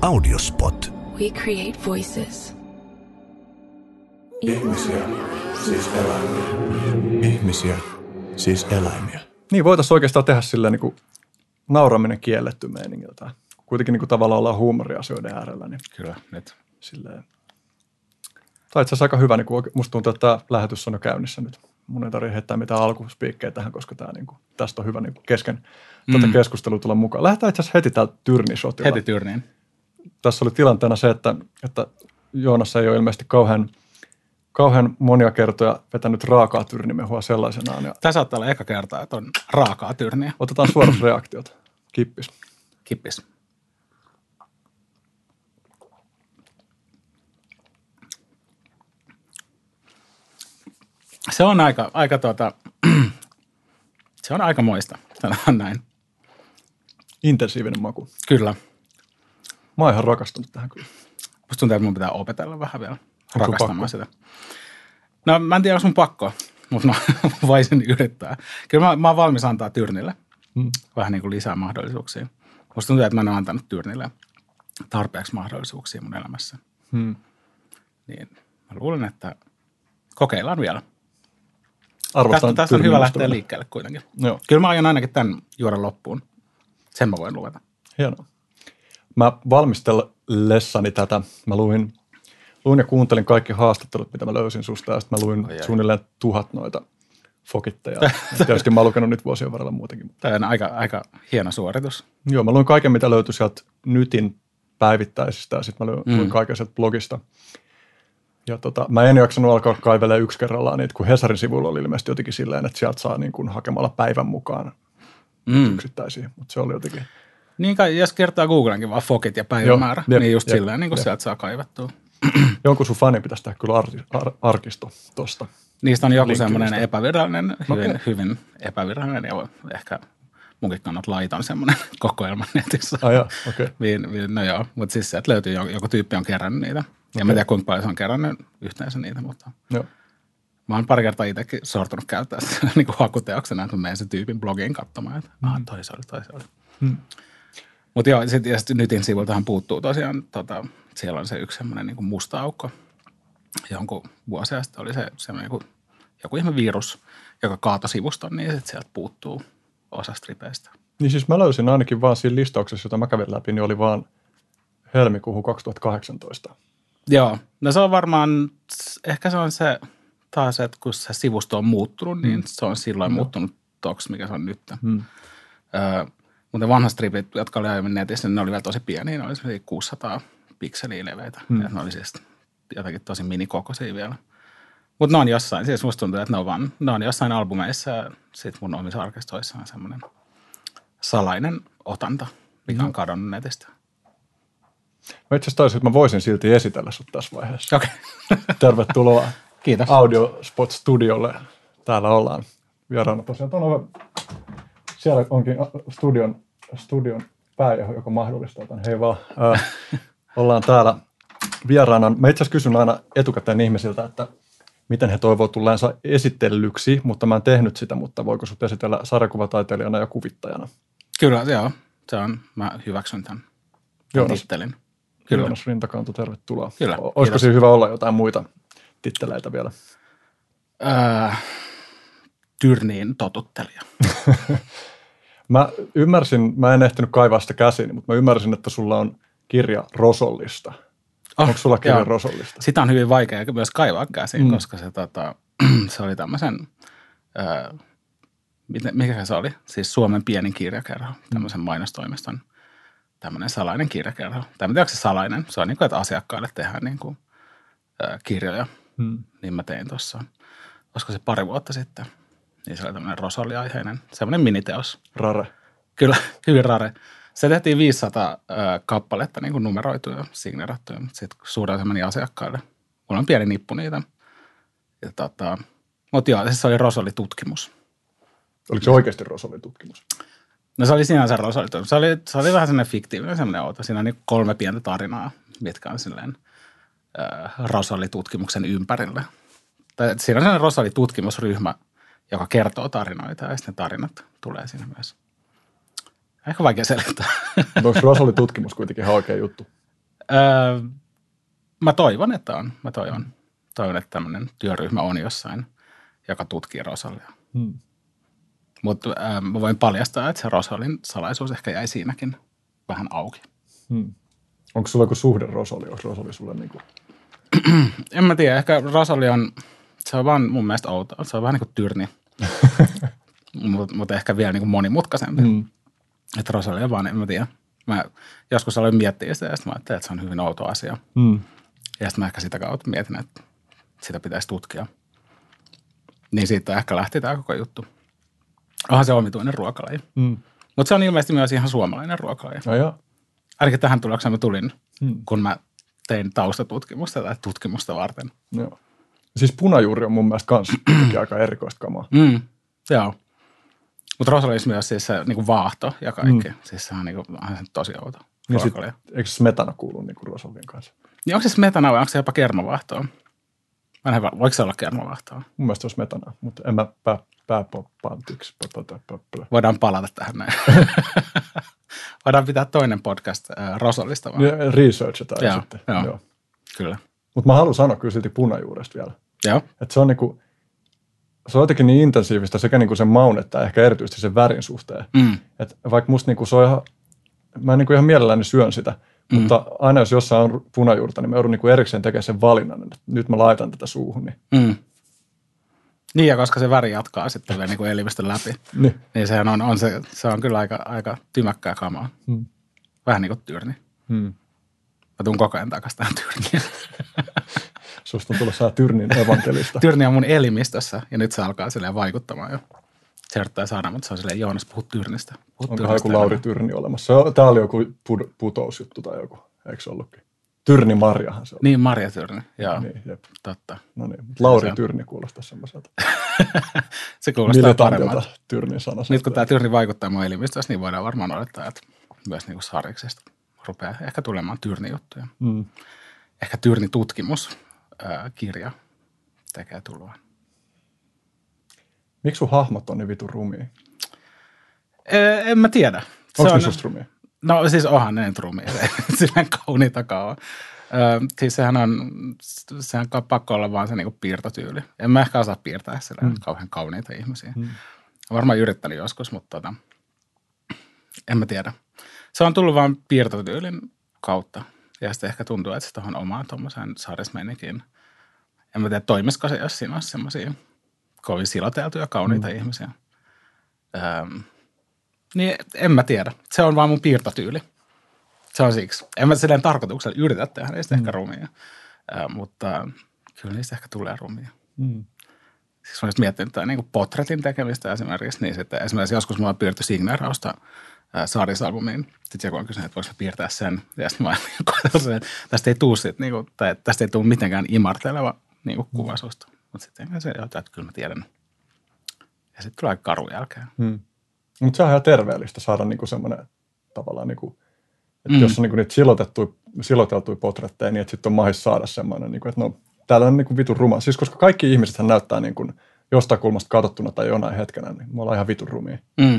Audiospot. We create voices. Ihmisiä, siis eläimiä. Ihmisiä, siis eläimiä. Niin, voitaisiin oikeastaan tehdä silleen niin kuin nauraminen kielletty meiningiltä. Kuitenkin niin kuin tavallaan ollaan huumoriasioiden äärellä. Niin kyllä, nyt. Silleen. Tämä on itse asiassa aika hyvä. Niin kuin musta tuntuu, että tämä lähetys on jo käynnissä nyt. Mun ei tarvitse heittää mitään alkuspiikkejä tähän, koska tämä, niin kuin, tästä on hyvä niin kuin kesken tätä keskustelua tulla mukaan. Lähdetään itse asiassa heti täältä tyrnishotilla. Heti tyrniin. Tässä oli tilanteena se, että Joonas ei ole ilmeisesti kauhean monia kertoja vetänyt raakaa tyrnimehua sellaisenaan. Ja tämä saattaa olla eka kerta, että on raakaa tyrniä. otetaan suorat reaktiot. Kippis. Kippis. Se on se on aikamoista, sanotaan näin. Intensiivinen maku. Kyllä. Mä oon ihan rakastunut tähän kyllä. Musta tuntuu, että mun pitää opetella vähän vielä rakastamaan sitä. No mä en tiedä, onko mun pakko, mutta mä voisin yrittää. Kyllä mä oon valmis antaa tyrnille vähän niin kuin lisää mahdollisuuksia. Musta tuntuu, että mä en ole antanut tyrnille tarpeeksi mahdollisuuksia mun elämässä. Niin mä luulen, että kokeillaan vielä. Tästä on hyvä lähteä liikkeelle kuitenkin. Joo. Kyllä mä aion ainakin tämän juoda loppuun. Sen mä voin luvata. Hienoa. Mä valmistellessani tätä, mä luin ja kuuntelin kaikki haastattelut, mitä mä löysin susta, ja sitten mä luin suunnilleen 1000 noita fokitteja. Tietysti mä oon lukenut nyt vuosien varrella muutenkin. Tämä on aika hieno suoritus. Joo, mä luin kaiken, mitä löytyi sieltä Nytin päivittäisistä, ja sitten mä luin kaiken sieltä blogista. Ja mä en jaksanut alkaa kaivelemaan yksi kerrallaan niitä, kun Hesarin sivuilla oli ilmeisesti jotenkin silleen, että sieltä saa niin kuin hakemalla päivän mukaan yksittäisiä, mutta se oli jotenkin. Niin kai, jos kertaa Googlenkin vaan fokit ja päivämäärä, niin just silleen niin kuin sieltä saa kaivettua. Jonkun sun fani pitäisi tehdä kyllä arkisto tosta. Niistä on joku semmoinen epävirallinen, hyvin epävirallinen, ja ehkä munkin kannattaa laitan semmoinen kokoelma netissä. Okei. No joo, mutta siis sieltä löytyy joku tyyppi on kerännyt niitä. Ja mä en tiedä, kuinka paljon se on kerännyt yhteensä niitä, mutta joo. Mä oon pari kertaa itsekin sortunut käyttää sitä niin kuin hakuteoksena, että mä menen sen tyypin blogiin katsomaan, että toi se oli. Mutta joo, sitten Nytin sivultahan puuttuu tosiaan, siellä on se yksi semmoinen niin kuin musta aukko. Jonkun vuosia sitten oli se semmoinen joku ihme virus, joka kaatoi sivuston, niin sitten sieltä puuttuu osa stripeistä. Niin siis mä löysin ainakin vaan siinä listauksessa, jota mä kävin läpi, niin oli vaan helmikuuhun 2018. Joo, no se on varmaan, ehkä se on se taas, että kun se sivusto on muuttunut, niin se on silloin muuttunut toksi, mikä se on nyt. Mutta vanhat stripit, jotka oli aiemmin netissä, ne oli vielä tosi pieniä, ne oli 600 pikseliä leveitä. Ne oli siis jotenkin tosi minikokoisia vielä. Mutta ne on jossain, siis musta tuntuu, että ne on jossain albumeissa ja sitten mun omissa arkistoissa on semmoinen salainen otanta, mikä on kadonnut netistä. Mä itse asiassa taisin, että mä voisin silti esitellä sut tässä vaiheessa. Okei. Tervetuloa Kiitos. Audiospot-studiolle. Täällä ollaan vieraana tosiaan. Siellä onkin studion pää, joka mahdollistaa tämän. Hei vaan. Ollaan täällä vieraana. Mä itse asiassa kysyn aina etukäteen ihmisiltä, että miten he toivoo tulleensa esitellyksi, mutta mä en tehnyt sitä, mutta voiko sut esitellä sarjakuvataiteilijana ja kuvittajana? Kyllä, joo. Mä hyväksyn tämän tittelin. Kyllä. Joonas Rintakanto, tervetuloa. Kyllä. Olisiko siinä hyvä olla jotain muita titteleitä vielä? Tyrniin totuttelija. Mä ymmärsin, mä en ehtinyt kaivaa sitä käsiin, mutta mä ymmärsin, että sulla on kirja Rosollista. Onko sulla kirja Rosollista? Sitä on hyvin vaikea myös kaivaa käsiin, koska se oli tämmöisen, mikä se oli? Siis Suomen pienin kirjakerho, tämmöisen mainostoimiston tämmöinen salainen kirjakerho. Tai mitä onko se salainen? Se on niin kuin, että asiakkaille tehdään niin kuin, kirjoja. Niin mä tein tuossa, olisiko se 2 vuotta sitten. Niin se oli tämmöinen Rosolli-aiheinen, semmoinen miniteos. Rare. Kyllä, hyvin rare. Se tehtiin 500 kappaletta niin kuin numeroituja, signeerattuja. Sitten suurin osa meni asiakkaille. Mulla on pieni nippu niitä. Mutta joo, se oli Rosolli-tutkimus. Oliko se oikeasti Rosolli-tutkimus? No se oli sinänsä Rosolli-tutkimus. Se oli vähän semmoinen fiktiivinen semmoinen outo. Siinä on niin 3 pientä tarinaa, mitkä on silleen Rosolli-tutkimuksen ympärillä. Siinä on sellainen Rosolli-tutkimusryhmä, joka kertoo tarinoita ja sitten ne tarinat tulee siinä myös. Aika vaikea selittää. Onko Rosolli-tutkimus kuitenkin ihan oikea juttu? Mä toivon, että on. Toivon, että tämmöinen työryhmä on jossain, joka tutkii Rosalia. Mutta mä voin paljastaa, että se Rosalin salaisuus ehkä jäi siinäkin vähän auki. Onko sulla joku suhde Rosali? Onko Rosali sulle niin kuin... En mä tiedä. Ehkä Rosali se on vaan mun mielestä outoa. Se on vähän niin kuin Tyrni. Mutta ehkä vielä niin kuin monimutkaisempi. Että Rosali on vaan, en mä tiedä. Mä joskus aloin miettiä sitä ja sitten mä ajattelin, että se on hyvin outo asia. Ja sitten mä ehkä sitä kautta mietin, että sitä pitäisi tutkia. Niin siitä ehkä lähti tämä koko juttu. Onhan se omituinen ruokalaji. Mutta se on ilmeisesti myös ihan suomalainen ruokalaji. No joo. Ainakin tähän tulokseen mä tulin, kun mä tein taustatutkimusta tai tutkimusta varten. Joo. Siis punajuuri on mun mielestä kans aika erikoista kamaa. Joo. Mutta Rosalissa myös siis se niinku vaahto ja kaikki. Siis se on niinku, tosi outo ruokalija. Eikö smetana kuulu niinku Rosalin kanssa? Niin onko se smetana vai onko se jopa kermavaahtoa? Voiko se olla kermavaahtoa? Mun mielestä se on smetana, mutta en mä pääpopantiksi. Voidaan palata tähän näin. Voidaan pitää toinen podcast Rosalista vaan. Researchataan sitten. Joo. Kyllä. Mutta mä haluan sanoa kyllä silti punajuuresta vielä. Joo. Että se on niinku, se on jotenkin niin intensiivistä sekä niinku sen maun että ehkä erityisesti sen värin suhteen. Että vaikka musta niinku se on ihan, mä niinku ihan mielelläni syön sitä, mutta aina jos jossain on punajuurta, niin mä joudun niinku erikseen tekemään sen valinnan, että nyt mä laitan tätä suuhun. Niin, ja koska se väri jatkaa sitten vielä niin elimistön läpi, niin sehän se on kyllä aika tymäkkää kamaa. Vähän niin kuin Tyrni. Mä tuun koko ajan takaisin tähän Tyrniin. Susta on tulossa Tyrnin evankelista. Tyrni on mun elimistössä, ja nyt se alkaa silleen vaikuttamaan jo. Se yrittää saada, mutta se on silleen, Joonas, puhut Tyrnistä. Onkohan joku Lauri Tyrni olemassa? Tää oli joku putousjuttu tai joku, eikö se ollutkin? Tyrni Marjahan se oli. Niin, Marja Tyrni, joo. Niin, jep. Totta. No niin, mutta Lauri Tyrni kuulostaa semmoiselta. Se kuulostaa paremmalta. Tyrnin sanasta. Nyt kun tämä Tyrni vaikuttaa mun elimistössä, niin voidaan varmaan odottaa, että myös niin kuin Sariksesta rupeaa ehkä tulemaan Tyrni-juttuja. Ehkä Tyrni-tutkimuskirja tekee tuloa. Miksi sun hahmot on niin vitun rumia? En mä tiedä. Onko ne susta rumia? No siis onhan ne nyt rumia. Silleen kauniitakaan on. Siis sehän on pakko olla vaan se niinku piirtotyyli. En mä ehkä osaa piirtää silleen kauhean kauniita ihmisiä. Varmaan yrittänyt joskus, mutta en mä tiedä. Se on tullut vaan piirtotyylin kautta. Ja sitten ehkä tuntuu, että se tuohon omaan tuommoiseen sarismenikin. En mä tiedä, toimisiko se, jos siinä olisi semmoisia kovin siloteltuja kauniita ihmisiä. Niin en mä tiedä. Se on vaan mun piirtotyyli. Se on siksi. En mä silleen tarkoituksella yritä tehdä niistä ehkä rumia. Mutta kyllä niistä ehkä tulee rumia. Siis mä olisin miettinyt tämän niin potretin tekemistä esimerkiksi. Niin sitten esimerkiksi joskus mulla piirtyi signeerausta Saaris-albumiin. Sitten joku on kysynyt, että voiko mä piirtää sen. Ja sitten mä olin, että tästä ei tule sit, niin kuin, tai tästä ei tule mitenkään imarteleva niin kuva susta. Mutta sitten se että kyllä mä tiedän. Ja sitten tulee aika karu jälkeen. Mutta se on ihan terveellistä saada niinku semmoinen tavallaan, niinku, että jos on niinku niitä siloteltuja potretteja, niin että sitten on mahis saada semmoinen, niinku, että no täällä on niinku vitun ruma. Siis koska kaikki ihmisethän näyttää niinku jostain kulmasta katsottuna tai jonain hetkenä, niin me ollaan ihan vitun rumia.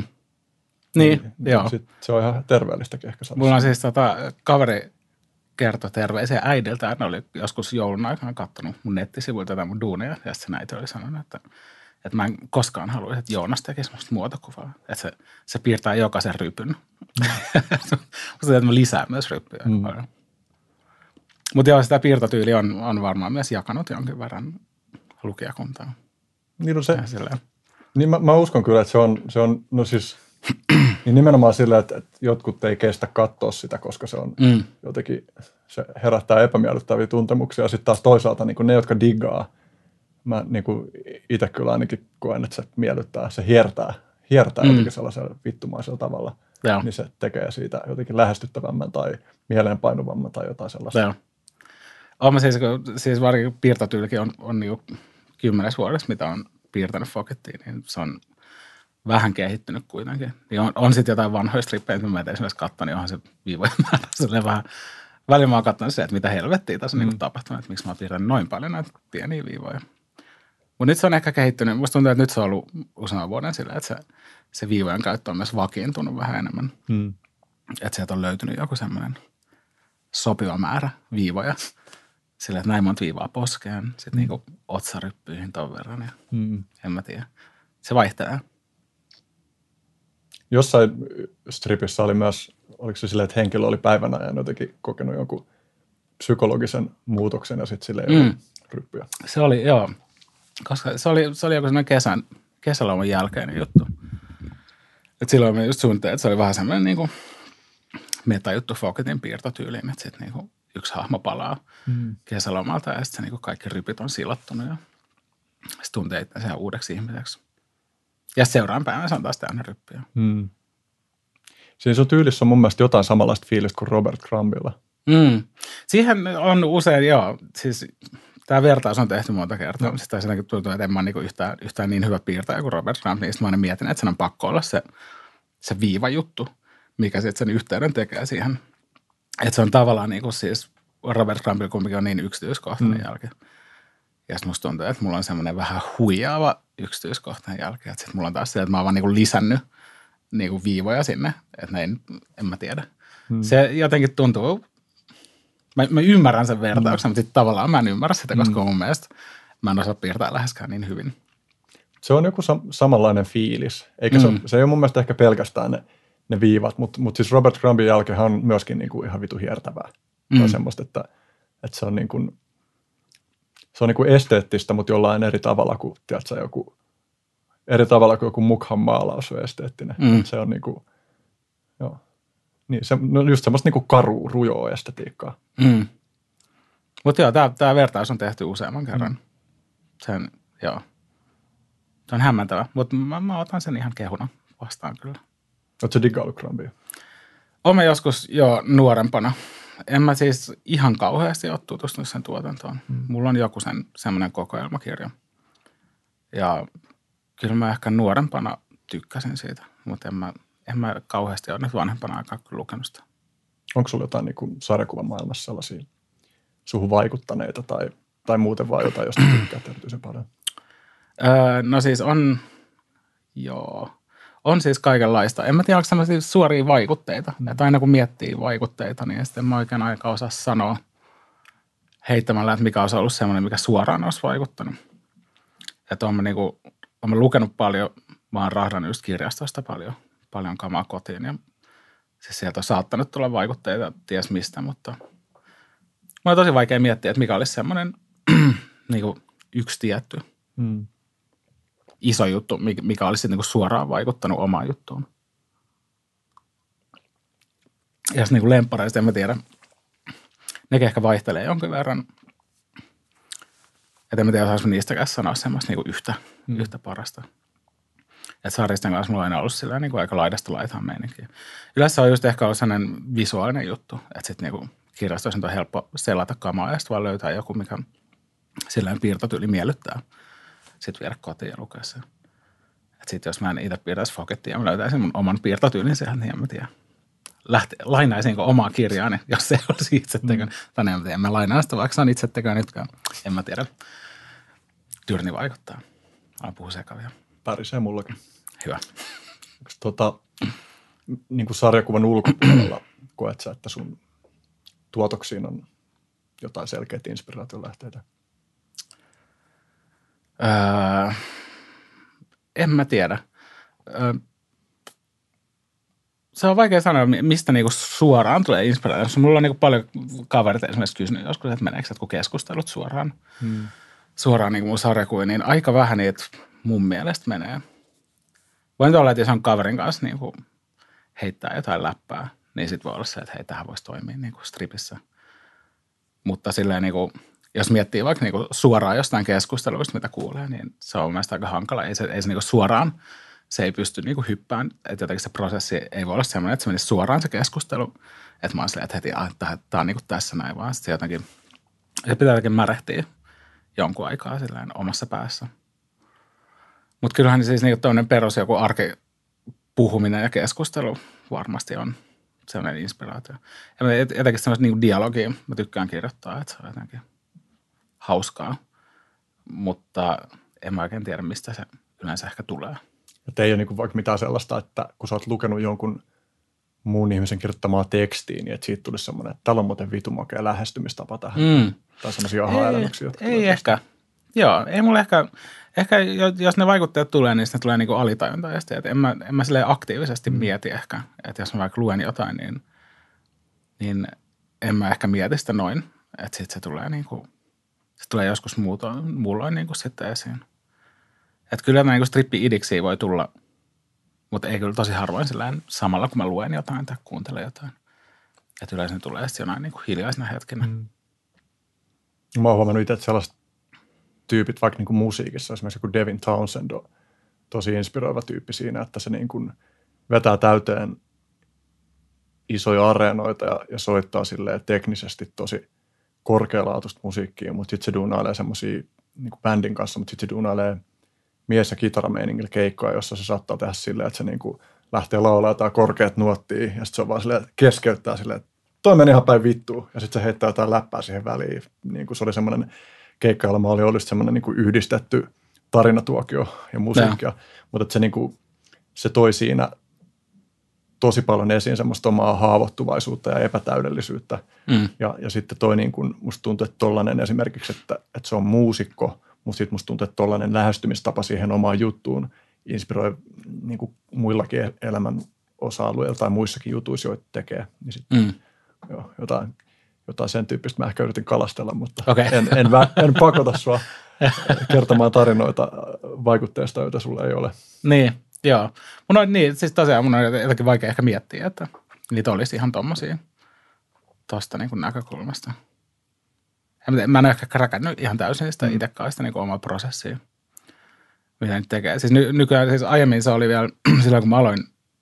Niin, joo. Se on ihan terveellistäkin ehkä saada. Mulla on siis kaveri kertoi terveisiä äidiltä, että ne oli joskus joulun aikana katsonut mun nettisivuilta tätä mun duunia, ja sitten äiti oli sanonut, että mä en koskaan haluaisi, että Joonas tekisi musta muotokuvaa. Että se piirtää jokaisen rypyn. Musta että mä lisään myös ryppyjä. Mutta joo, sitä piirtotyyli on varmaan myös jakanut jonkin verran lukijakuntaa. Niin, no niin mä uskon kyllä, että se on no siis, niin nimenomaan sillä, että jotkut ei kestä katsoa sitä, koska se on jotenkin, se herättää epämiellyttäviä tuntemuksia. Sitten taas toisaalta niin ne, jotka diggaa, mä niin itse kyllä ainakin koen, että se miellyttää, se hiertää jotenkin sellaisella vittumaisella tavalla, niin se tekee siitä jotenkin lähestyttävämmän tai mieleenpainuvamman tai jotain sellaista. Joo. Olen siis varsinkin piirtotyylikin on niin 10 vuodessa, mitä on piirtänyt Fockettiin, niin se on vähän kehittynyt kuitenkin. Niin on sitten jotain vanhoja strippejä, mitä mä esimerkiksi katson, niin onhan se viivojen määrä vähän. Välillä mä oon katsonut se, että mitä helvettiä tässä on niin tapahtunut, että miksi mä piirrän noin paljon näitä pieniä viivoja. Mutta nyt se on ehkä kehittynyt. Musta tuntuu, että nyt se on ollut useamman vuoden sillä, että se viivojen käyttö on myös vakiintunut vähän enemmän. Että sieltä on löytynyt joku semmoinen sopiva määrä viivoja. Sillä, että näin monta viivaa poskeen, sitten niinku otsaryppyihin ton verran ja en mä tiedä. Se vaihtelee. Jossain stripissä oli myös, oliko se silleen, että henkilö oli päivän ajan jotenkin kokenut jonkun psykologisen muutoksen ja sitten silleen ei ollut ryppyjä. Se oli, joo. Koska se oli joku sellainen kesäloman jälkeinen juttu. Et silloin me just suunnittelin, että se oli vähän semmoinen niinku metajuttu Fouquetin piirtotyyliin, että sitten niinku yksi hahmo palaa kesälomalta ja sitten niinku kaikki rypit on silottunut ja sitten tuntee itseään uudeksi ihmiseksi. Ja seuraavan päivänä se on taas täynnä ryppyjä. Siinä sun tyylissä on mun mielestä jotain samanlaista fiilistä kuin Robert Crumbilla. Siihen on usein, joo, siis tämä vertaus on tehty monta kertaa. No. Siis sitäkin tuntuu, että en mä ole niinku yhtään niin hyvä piirtäjä kuin Robert Crumb, niin sitten mä aina mietin, että sen on pakko olla se viivajuttu, mikä sitten sen yhteyden tekee siihen. Että se on tavallaan niin kuin siis Robert Crumbilla kumminkin on niin yksityiskohtainen jälki. Ja sitten musta tuntuu, että mulla on semmoinen vähän huijaava yksityiskohtainen jälki. Että sitten mulla on taas sitä, että mä oon vaan niin kuin lisännyt niin kuin viivoja sinne. Että näin, en mä tiedä. Se jotenkin tuntuu, mä ymmärrän sen vertauksen, mutta sitten tavallaan mä en ymmärrä sitä, koska mun mielestä mä en osaa piirtää läheskään niin hyvin. Se on joku samanlainen fiilis. Eikä se ei ole mun mielestä ehkä pelkästään ne viivat, mutta siis Robert Crumbin jälkeen on myöskin niinku ihan vitu hiertävää. Se on semmoista, että se on niinku, esteettistä, mutta jollain eri tavalla kuin, tiedätkö, joku Mukhan maalaus on esteettinen. Se on niinku, joo. Niin, just semmoista niinku karua, rujoa estetiikkaa. Mutta joo, tämä vertaus on tehty useamman kerran. Sen, joo. Se on hämmentävä, mutta mä otan sen ihan kehuna vastaan kyllä. Oletko digailu Crumbia? Olen joskus jo nuorempana. En mä siis ihan kauheasti ole tutustunut sen tuotantoon. Mulla on joku semmoinen kokoelmakirja. Ja kyllä mä ehkä nuorempana tykkäsin siitä, mutta en mä kauheasti ole nyt vanhempana aikaa lukenut sitä. Onko sulla jotain niin kuin sarjakuvan maailmassa sellaisia suhun vaikuttaneita tai muuten vaan jotain, josta tykkäät erityisen paljon? No siis on siis kaikenlaista. En mä tiedä, onko sellaisia suoria vaikutteita. Että aina kun miettii vaikutteita, niin sitten mä oikein aika osaa sanoa heittämällä, että mikä olisi ollut semmoinen, mikä suoraan olisi vaikuttanut. Että olen mä lukenut paljon, mä oon rahdannut just kirjastosta paljon kamaa kotiin. Ja siis sieltä on saattanut tulla vaikutteita ties mistä, mutta mä on tosi vaikea miettiä, että mikä olisi semmoinen niin yksi tietty iso juttu, mikä olisi niin suoraan vaikuttanut omaan juttuun. Ja sitten niin lemppareista en mä tiedä. Nekin ehkä vaihtelee jonkin verran. Että en mä tiedä, osaisi niistäkään sanoa semmoista niin yhtä parasta. Että sarjisten kanssa mulla on aina ollut sillä niin aika laidasta laitaan meininkiä. Yleensä on just ehkä ollut sellainen visuaalinen juttu, että sitten niin kirjastoissa on helppo selata kamaa ja sitten vaan löytää joku, mikä silleen piirtotyyli miellyttää. Sitten viedä kotiin ja lukea se. Että sitten jos mä en itse piirtäisi Fouquettia ja mä löytäisin mun oman piirtotyylin siihen, niin en mä tiedä. Lainaisinko omaa kirjaani, jos se olisi itsetekön. Tai en mä tiedä, mä lainaan sitä, vaikka se on itsetekön nytkään. En mä tiedä. Tyrni vaikuttaa. Mä puhun sekavia. Pärisee mullakin. Hyvä. Niin kuin sarjakuvan ulkopuolella koet sä, että sun tuotoksiin on jotain selkeitä inspiraatiolähteitä? En mä tiedä. Se on vaikea sanoa, mistä niinku suoraan tulee inspiraatio. Mulla on niinku paljon kavereita esimerkiksi kysynyt joskus, että meneekö jotkut keskustelut suoraan niinku mun sarjakuviin, niin aika vähän niitä mun mielestä menee. Voin olla, että jos on kaverin kanssa niinku heittää jotain läppää, niin sit voi olla se, että hei, tähän voisi toimia niinku stripissä. Mutta silleen niinku, jos miettii vaikka niinku suoraan jostain keskusteluista, mitä kuulee, niin se on mielestäni aika hankala. Ei se niinku suoraan, se ei pysty niinku hyppään, että jotenkin se prosessi ei voi olla sellainen, että se menisi suoraan se keskustelu, että mä oon silleen, että heti, tämä on niinku tässä näin, vaan sitten jotenkin, se pitää jotenkin märehtiä jonkun aikaa silleen omassa päässä. Mutta kyllähän siis niinku tämmöinen perus joku arkipuhuminen ja keskustelu varmasti on sellainen inspiraatio. Ja jotenkin semmoista niinku dialogia mä tykkään kirjoittaa, että se on jotenkin hauskaa, mutta en mä oikein tiedä, mistä se yleensä ehkä tulee. Että ei ole niinku vaikka mitään sellaista, että kun sä oot lukenut jonkun muun ihmisen kirjoittamaa tekstiin, niin että siitä tulisi semmoinen, että täällä on muuten vitun lähestymistapa tähän. Tai semmoisia aha-elämyksiä. Ei ehkä. Joo, ei mulle ehkä jos ne vaikutteet tulee, niin ne tulee niinku alitajuntaisesti. Että en mä silleen aktiivisesti mieti ehkä, että jos mä vaikka luen jotain, niin en mä ehkä mieti sitä noin. Että sitten se tulee joskus muulloin niinku sitten esiin. Että kyllä niinku strippi-idiksiä voi tulla, mutta ei kyllä tosi harvoin silleen samalla, kun mä luen jotain tai kuuntelen jotain. Että yleensä ne tulee sitten jonain niinku hiljaisena hetkenä. Mä oon huomannut itse, että sellaiset tyypit vaikka niin kuin musiikissa, esimerkiksi joku Devin Townsend on tosi inspiroiva tyyppi siinä, että se niin kuin vetää täyteen isoja areenoita ja soittaa silleen teknisesti tosi korkealaatuista musiikkia, mutta sitten se duunailee semmoisia niin kuin bändin kanssa, mutta sitten se duunailee mies- ja kitarameiningillä keikkoja, jossa se saattaa tehdä silleen, että se niin kuin lähtee laulaa jotain korkeat nuottia ja sitten se on vaan silleen, keskeyttää silleen, että toi meni ihan päin vittuun ja sitten se heittää jotain läppää siihen väliin. Niin kuin se oli semmoinen keikka, jolla mä olin ollut semmoinen niin kuin yhdistetty tarinatuokio ja musiikkia, mutta se, niin kuin, se toi siinä tosi paljon esiin semmoista omaa haavoittuvaisuutta ja epätäydellisyyttä. Ja sitten toi niin kuin, musta tuntuu, että tollainen esimerkiksi, että se on muusikko, mutta sitten musta tuntuu, että tollainen lähestymistapa siihen omaan juttuun inspiroi niin kuin muillakin elämän osa-alueilla tai muissakin jutuissa, joita tekee. Niin sitten jotain sen tyyppistä mä ehkä yritin kalastella, mutta en pakota sua kertomaan tarinoita vaikutteesta, joita sulla ei ole. Niin, joo. Siis tosiaan mun on jotenkin vaikea ehkä miettiä, että niitä olisi ihan tommosia tosta niin kuin näkökulmasta. Mä en ole ehkä kräkännyt ihan täysin sitä itsekaan sitä niin kuin omaa prosessia, mitä nyt tekee. Siis nykyään, siis aiemmin se oli vielä silloin, kun mä aloin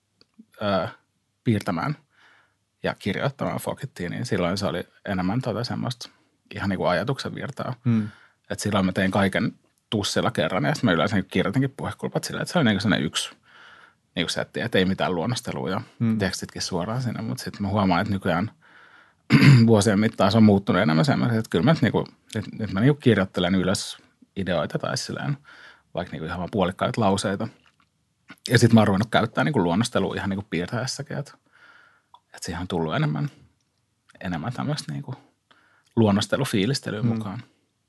piirtämään ja kirjoittamaan Fokittiin, niin silloin se oli enemmän semmoista ihan niin kuin ajatuksen virtaa. Että silloin mä tein kaiken tussilla kerran ja sitten mä yleensä kirjoitinkin puhekulpat silleen, että se oli niin kuin sellainen yksi niin kuin setti, että ei mitään luonnostelua ja tekstitkin suoraan sinne. Mutta sitten mä huomaan, että nykyään vuosien mittaan se on muuttunut enemmän semmoisen, että kyllä mä nyt mä niin kuin kirjoittelen ylös ideoita tai silleen vaikka niin kuin ihan vaan puolikkaita lauseita. Ja sitten mä oon ruvennut käyttää niin kuin luonnostelua ihan niin kuin piirtäessäkin, että siihen on tullut enemmän tämmöistä niinku luonnostelufiilistelyä mukaan.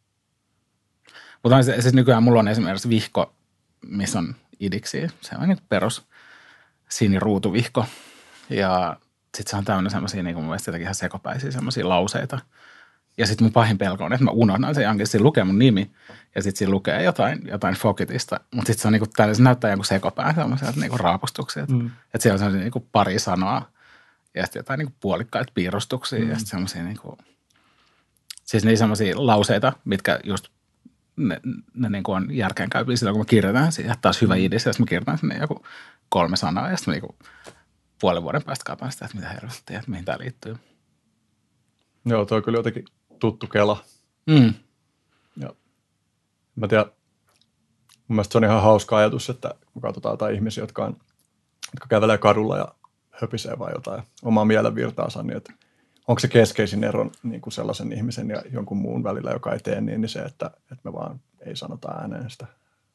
Mutta siis nykyään mulla on esimerkiksi vihko, missä on idiksi. Se on niinku perus siniruutuvihko. Ja sitten se on täynnä semmoisia niinku mun mielestä jotenkin ihan sekopäisiä semmoisia lauseita. Ja sitten mun pahin pelko on, että mä unohdan sen jankin. Siinä lukee mun nimi ja sitten siinä lukee jotain Fokitista. Mutta sitten se on niinku tällainen, se näyttää jonkun sekopään semmoisia niinku raapustuksia. Että siellä on semmoisia niinku pari sanoa. Ja sitten jotain niinku puolikkaita piirustuksia ja sitten semmoisia niinku, siis niitä semmoisia lauseita, mitkä just ne niinku on järkeenkäypiä silloin, kun mä kirjoitan siihen taas hyvä idis, ja sitten mä kirjoitan sinne joku 3 sanaa ja sitten mä niinku puolen vuoden päästä katson sitä, että mitä helvettiä, että mihin tämä liittyy. Joo, toi on kyllä jotenkin tuttu kela. Ja mä tiedän, mun mielestä se on ihan hauska ajatus, että kun katsotaan jotain ihmisiä, jotka kävelee kadulla ja höpisee vai jotain omaa mielenvirtaansa, niin että onko se keskeisin ero niin kuin sellaisen ihmisen ja jonkun muun välillä, joka ei tee niin se, että me vaan ei sanota ääneen sitä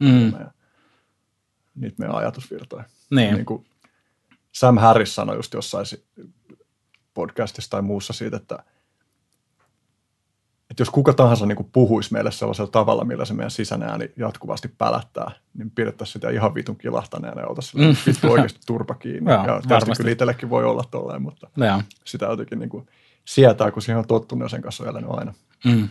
niitä meidän ajatusvirtoja. Niin kuin Sam Harris sanoi just jossain podcastissa tai muussa siitä, että jos kuka tahansa niin kuin puhuisi meille sellaisella tavalla, millä se meidän sisäinen ääni jatkuvasti pälättää, niin pidettäisiin sitä ihan vitun kilahtaneena ja oltaisiin vittu oikeasti turpa kiinni. Ja tietysti kyllä itsellekin voi olla tolleen, mutta sitä jotenkin niin kuin sietää, kun siihen on tottunut ja sen kanssa on elänyt aina.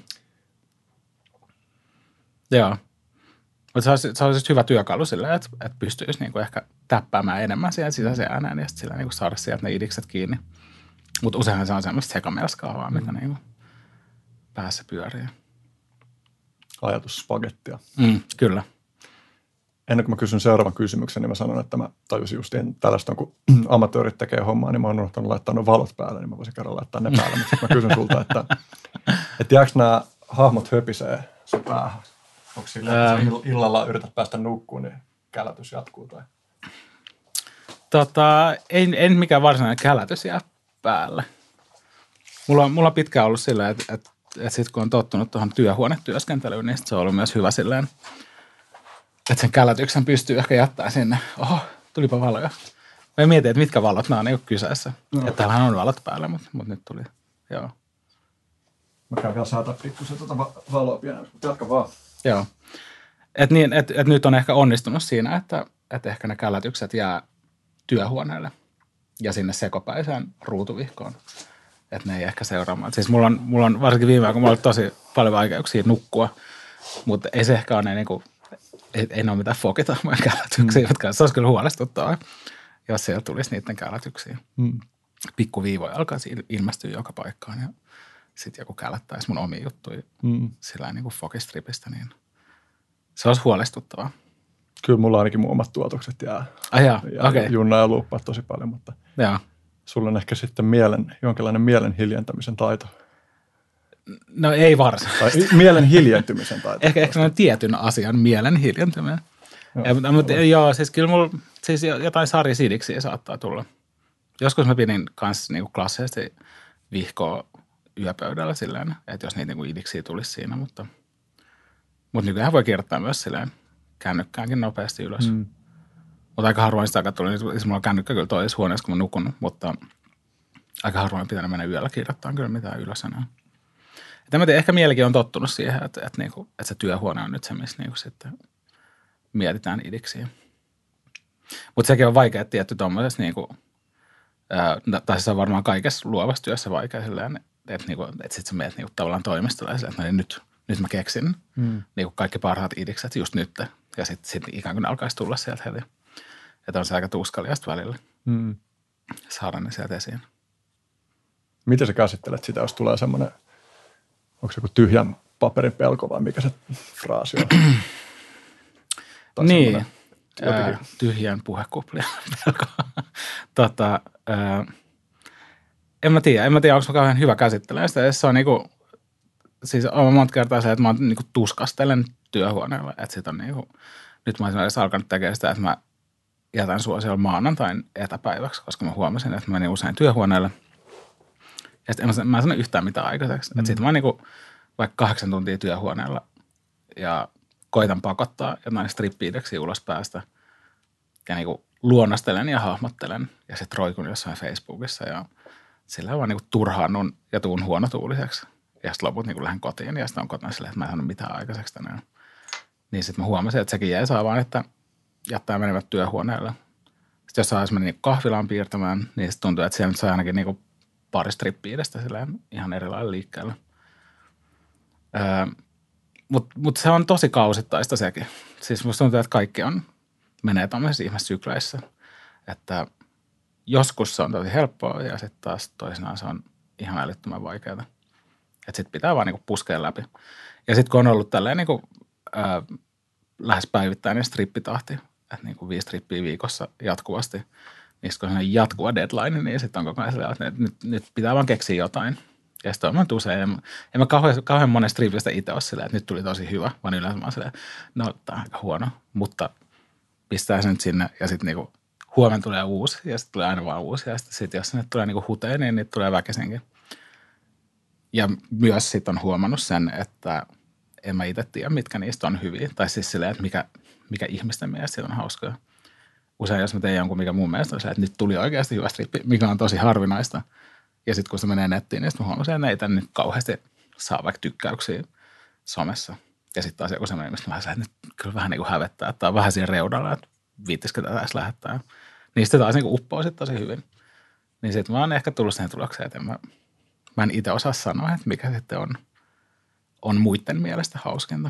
Joo. Mutta se on siis hyvä työkalu silleen, että pystyisi niinku ehkä täppäämään enemmän siihen sisäiseen ääneen ja sitten niinku saada sieltä ne idikset kiinni. Mutta useinhan se on semmoista sekamelskaa vaan, mitä niinku päässä pyörii. Ajatusspagettia. Kyllä. Ennen kuin mä kysyn seuraavan kysymyksen, niin mä sanon, että mä tajusin just tällaista, kun amatöörit tekee hommaa, niin mä oon unohtanut laittaa ne valot päälle, niin mä voisin kerran laittaa ne päälle. Mutta mä kysyn sulta, että jääkö nämä hahmot höpisee sun päähän? Onko sillä, että illalla yrität päästä nukkuun, niin kälätys jatkuu? Tai? En mikään varsinainen kälätys jää päälle. Mulla on pitkään ollut silleen, että sitten kun on tottunut tuohon työhuonetyöskentelyyn, niin se on ollut myös hyvä silleen, että sen kälätyksen pystyy ehkä jättämään sinne. Oho, tulipa valoja. Mä mietin, että mitkä valot nämä on niin kyseessä. No. Että täällähän on valot päällä, mutta nyt tuli, joo. Mä käyn vielä säätää pikkusen valoa pienellä, mutta jatka vaan. Joo. Että niin, nyt on ehkä onnistunut siinä, että ehkä ne källätykset jää työhuoneelle ja sinne sekopäiseen ruutuvihkoon. Että ne ei ehkä seuraamaan. Siis mulla on varsinkin viime aikoina, kun mulla on tosi paljon vaikeuksia nukkua, mutta ei se ehkä ole niinku, ei ne ole mitään fokitamoja källätyksiä, jotka se olisi kyllä huolestuttavaa, jos siellä tulisi niiden källätyksiä. Pikkuviivoja alkaa ilmestyä joka paikkaan ja sitten joku källättäisi mun omia juttuja sillä niin kuin fokistripistä, niin se olisi huolestuttavaa. Kyllä mulla ainakin mun omat tuotokset jää okay. Junnaa ja luuppaa tosi paljon, mutta sulla on ehkä sitten jonkinlainen mielen hiljentämisen taito. No ei varsin. Tai mielen hiljentymisen taito. ehkä sellainen tietyn asian mielen hiljentyminen. Mutta siis kyllä mulla siis jotain sarjasidiksiä saattaa tulla. Joskus mä pidin kanssa niinku klassisesti vihkoa yöpöydällä silleen, että jos niitä niinku idiksiä tulisi siinä, mutta nykyään voi kirjoittaa myös silleen kännykkäänkin nopeasti ylös. Mutta aika harvoin sitä aikaa tuli, siis mulla on kännykkä kyllä toisessa huoneessa, kun mä nukun, mutta aika harvoin pitää mennä yöllä kirjoittaa kyllä mitään ylös enää. Että mä tiedän, ehkä mielikin on tottunut siihen, että se työhuone on nyt se, missä niinku sitten mietitään idiksiä. Mutta sekin on vaikea, että tietty tuommoisessa niinku, tai se on varmaan kaikessa luovassa työssä vaikea silleen, että sitten sä meet niinku tavallaan toimistolla ja silleen, että nyt mä keksin niinku kaikki parhaat idikset just nyt. Ja sitten ikään kuin alkaisi tulla sieltä heti. Että on se aika tuskaliasta välillä saada ne sieltä esiin. Miten sä käsittelet sitä, jos tulee semmoinen, onko se joku tyhjän paperin pelko vai mikä se fraasi on? Niin, tyhjän puhekuplien pelko. En mä tiedä, onko mä kauhean hyvä käsittelemään sitä. Se on niinku, siis on monta kertaa se, että mä niinku tuskastelen työhuoneella. Että sit on niinku, nyt mä oon esimerkiksi alkanut tekemään sitä, että mä jätän suosiolla maanantain etäpäiväksi, koska mä huomasin, että mä menin usein työhuoneelle. Ja sitten mä en sano yhtään mitään aikaiseksi. Että sit mä oon niinku vaikka 8 tuntia työhuoneella ja koitan pakottaa jotain strippi-ideksiä ulos päästä. Ja niinku luonnostelen ja hahmottelen ja sitten roikun jossain Facebookissa ja sillä vaan niinku turhaannun ja tuun huonotuuliseksi. Ja sitten loput niinku lähden kotiin ja sitten on kotona silleen, että mä en saanut mitään aikaiseksi tänään. Niin sitten mä huomasin, että sekin jäi saa vaan, että jättää menevät työhuoneelle. Sitten jos saisi mennä niinku kahvilaan piirtämään, niin sitten tuntuu, että siellä nyt saa ainakin niinku pari strippi-idestä silleen ihan eri lailla liikkeellä. Mutta se on tosi kausittaista sekin. Siis musta tuntuu, että kaikki menee tämmöisissä ihmissykleissä. Että joskus se on tosi helppoa ja sitten taas toisinaan se on ihan älyttömän vaikeaa. Että sitten pitää vaan niinku puskea läpi. Ja sitten kun on ollut tälleen niinku, lähes päivittäinen strippitahti, että niinku 5 strippiä viikossa jatkuvasti, niin sitten kun on jatkuva deadline, niin sitten on koko ajan silleen, että nyt pitää vaan keksiä jotain. Ja sitten on usein, en mä kauhean monen strippistä itse ole silleen, että nyt tuli tosi hyvä, vaan yleensä mä oon silleen, no tää on aika huono, mutta pistää sen nyt sinne ja sitten niinku huomenna tulee uusi ja sitten tulee aina vaan uusi. Ja sitten jos sinne tulee niinku huteen, niin niitä tulee väkisinkin. Ja myös sitten on huomannut sen, että en mä itse tiedä, mitkä niistä on hyviä. Tai siis silleen, että mikä ihmisten mielestä on hauskaa. Usein jos mä teen jonkun, mikä mun mielestä on se, että nyt tuli oikeasti hyvä strippi, mikä on tosi harvinaista. Ja sitten kun se menee nettiin, niin sitten mä huomasin, että ei nyt kauheasti saa vaikka tykkäyksiä somessa. Ja sitten taas joku semmoinen, mistä mä sanoin, että nyt kyllä vähän niin kuin hävettää, että on vähän siinä reudalla, että viittisikö tätä edes lähettää. Niin sitten taas niin kuin uppoo sitten tosi hyvin. Niin sitten mä oon ehkä tullut siihen tulokseen, että mä en itse osaa sanoa, että mikä sitten on muiden mielestä hauskinta.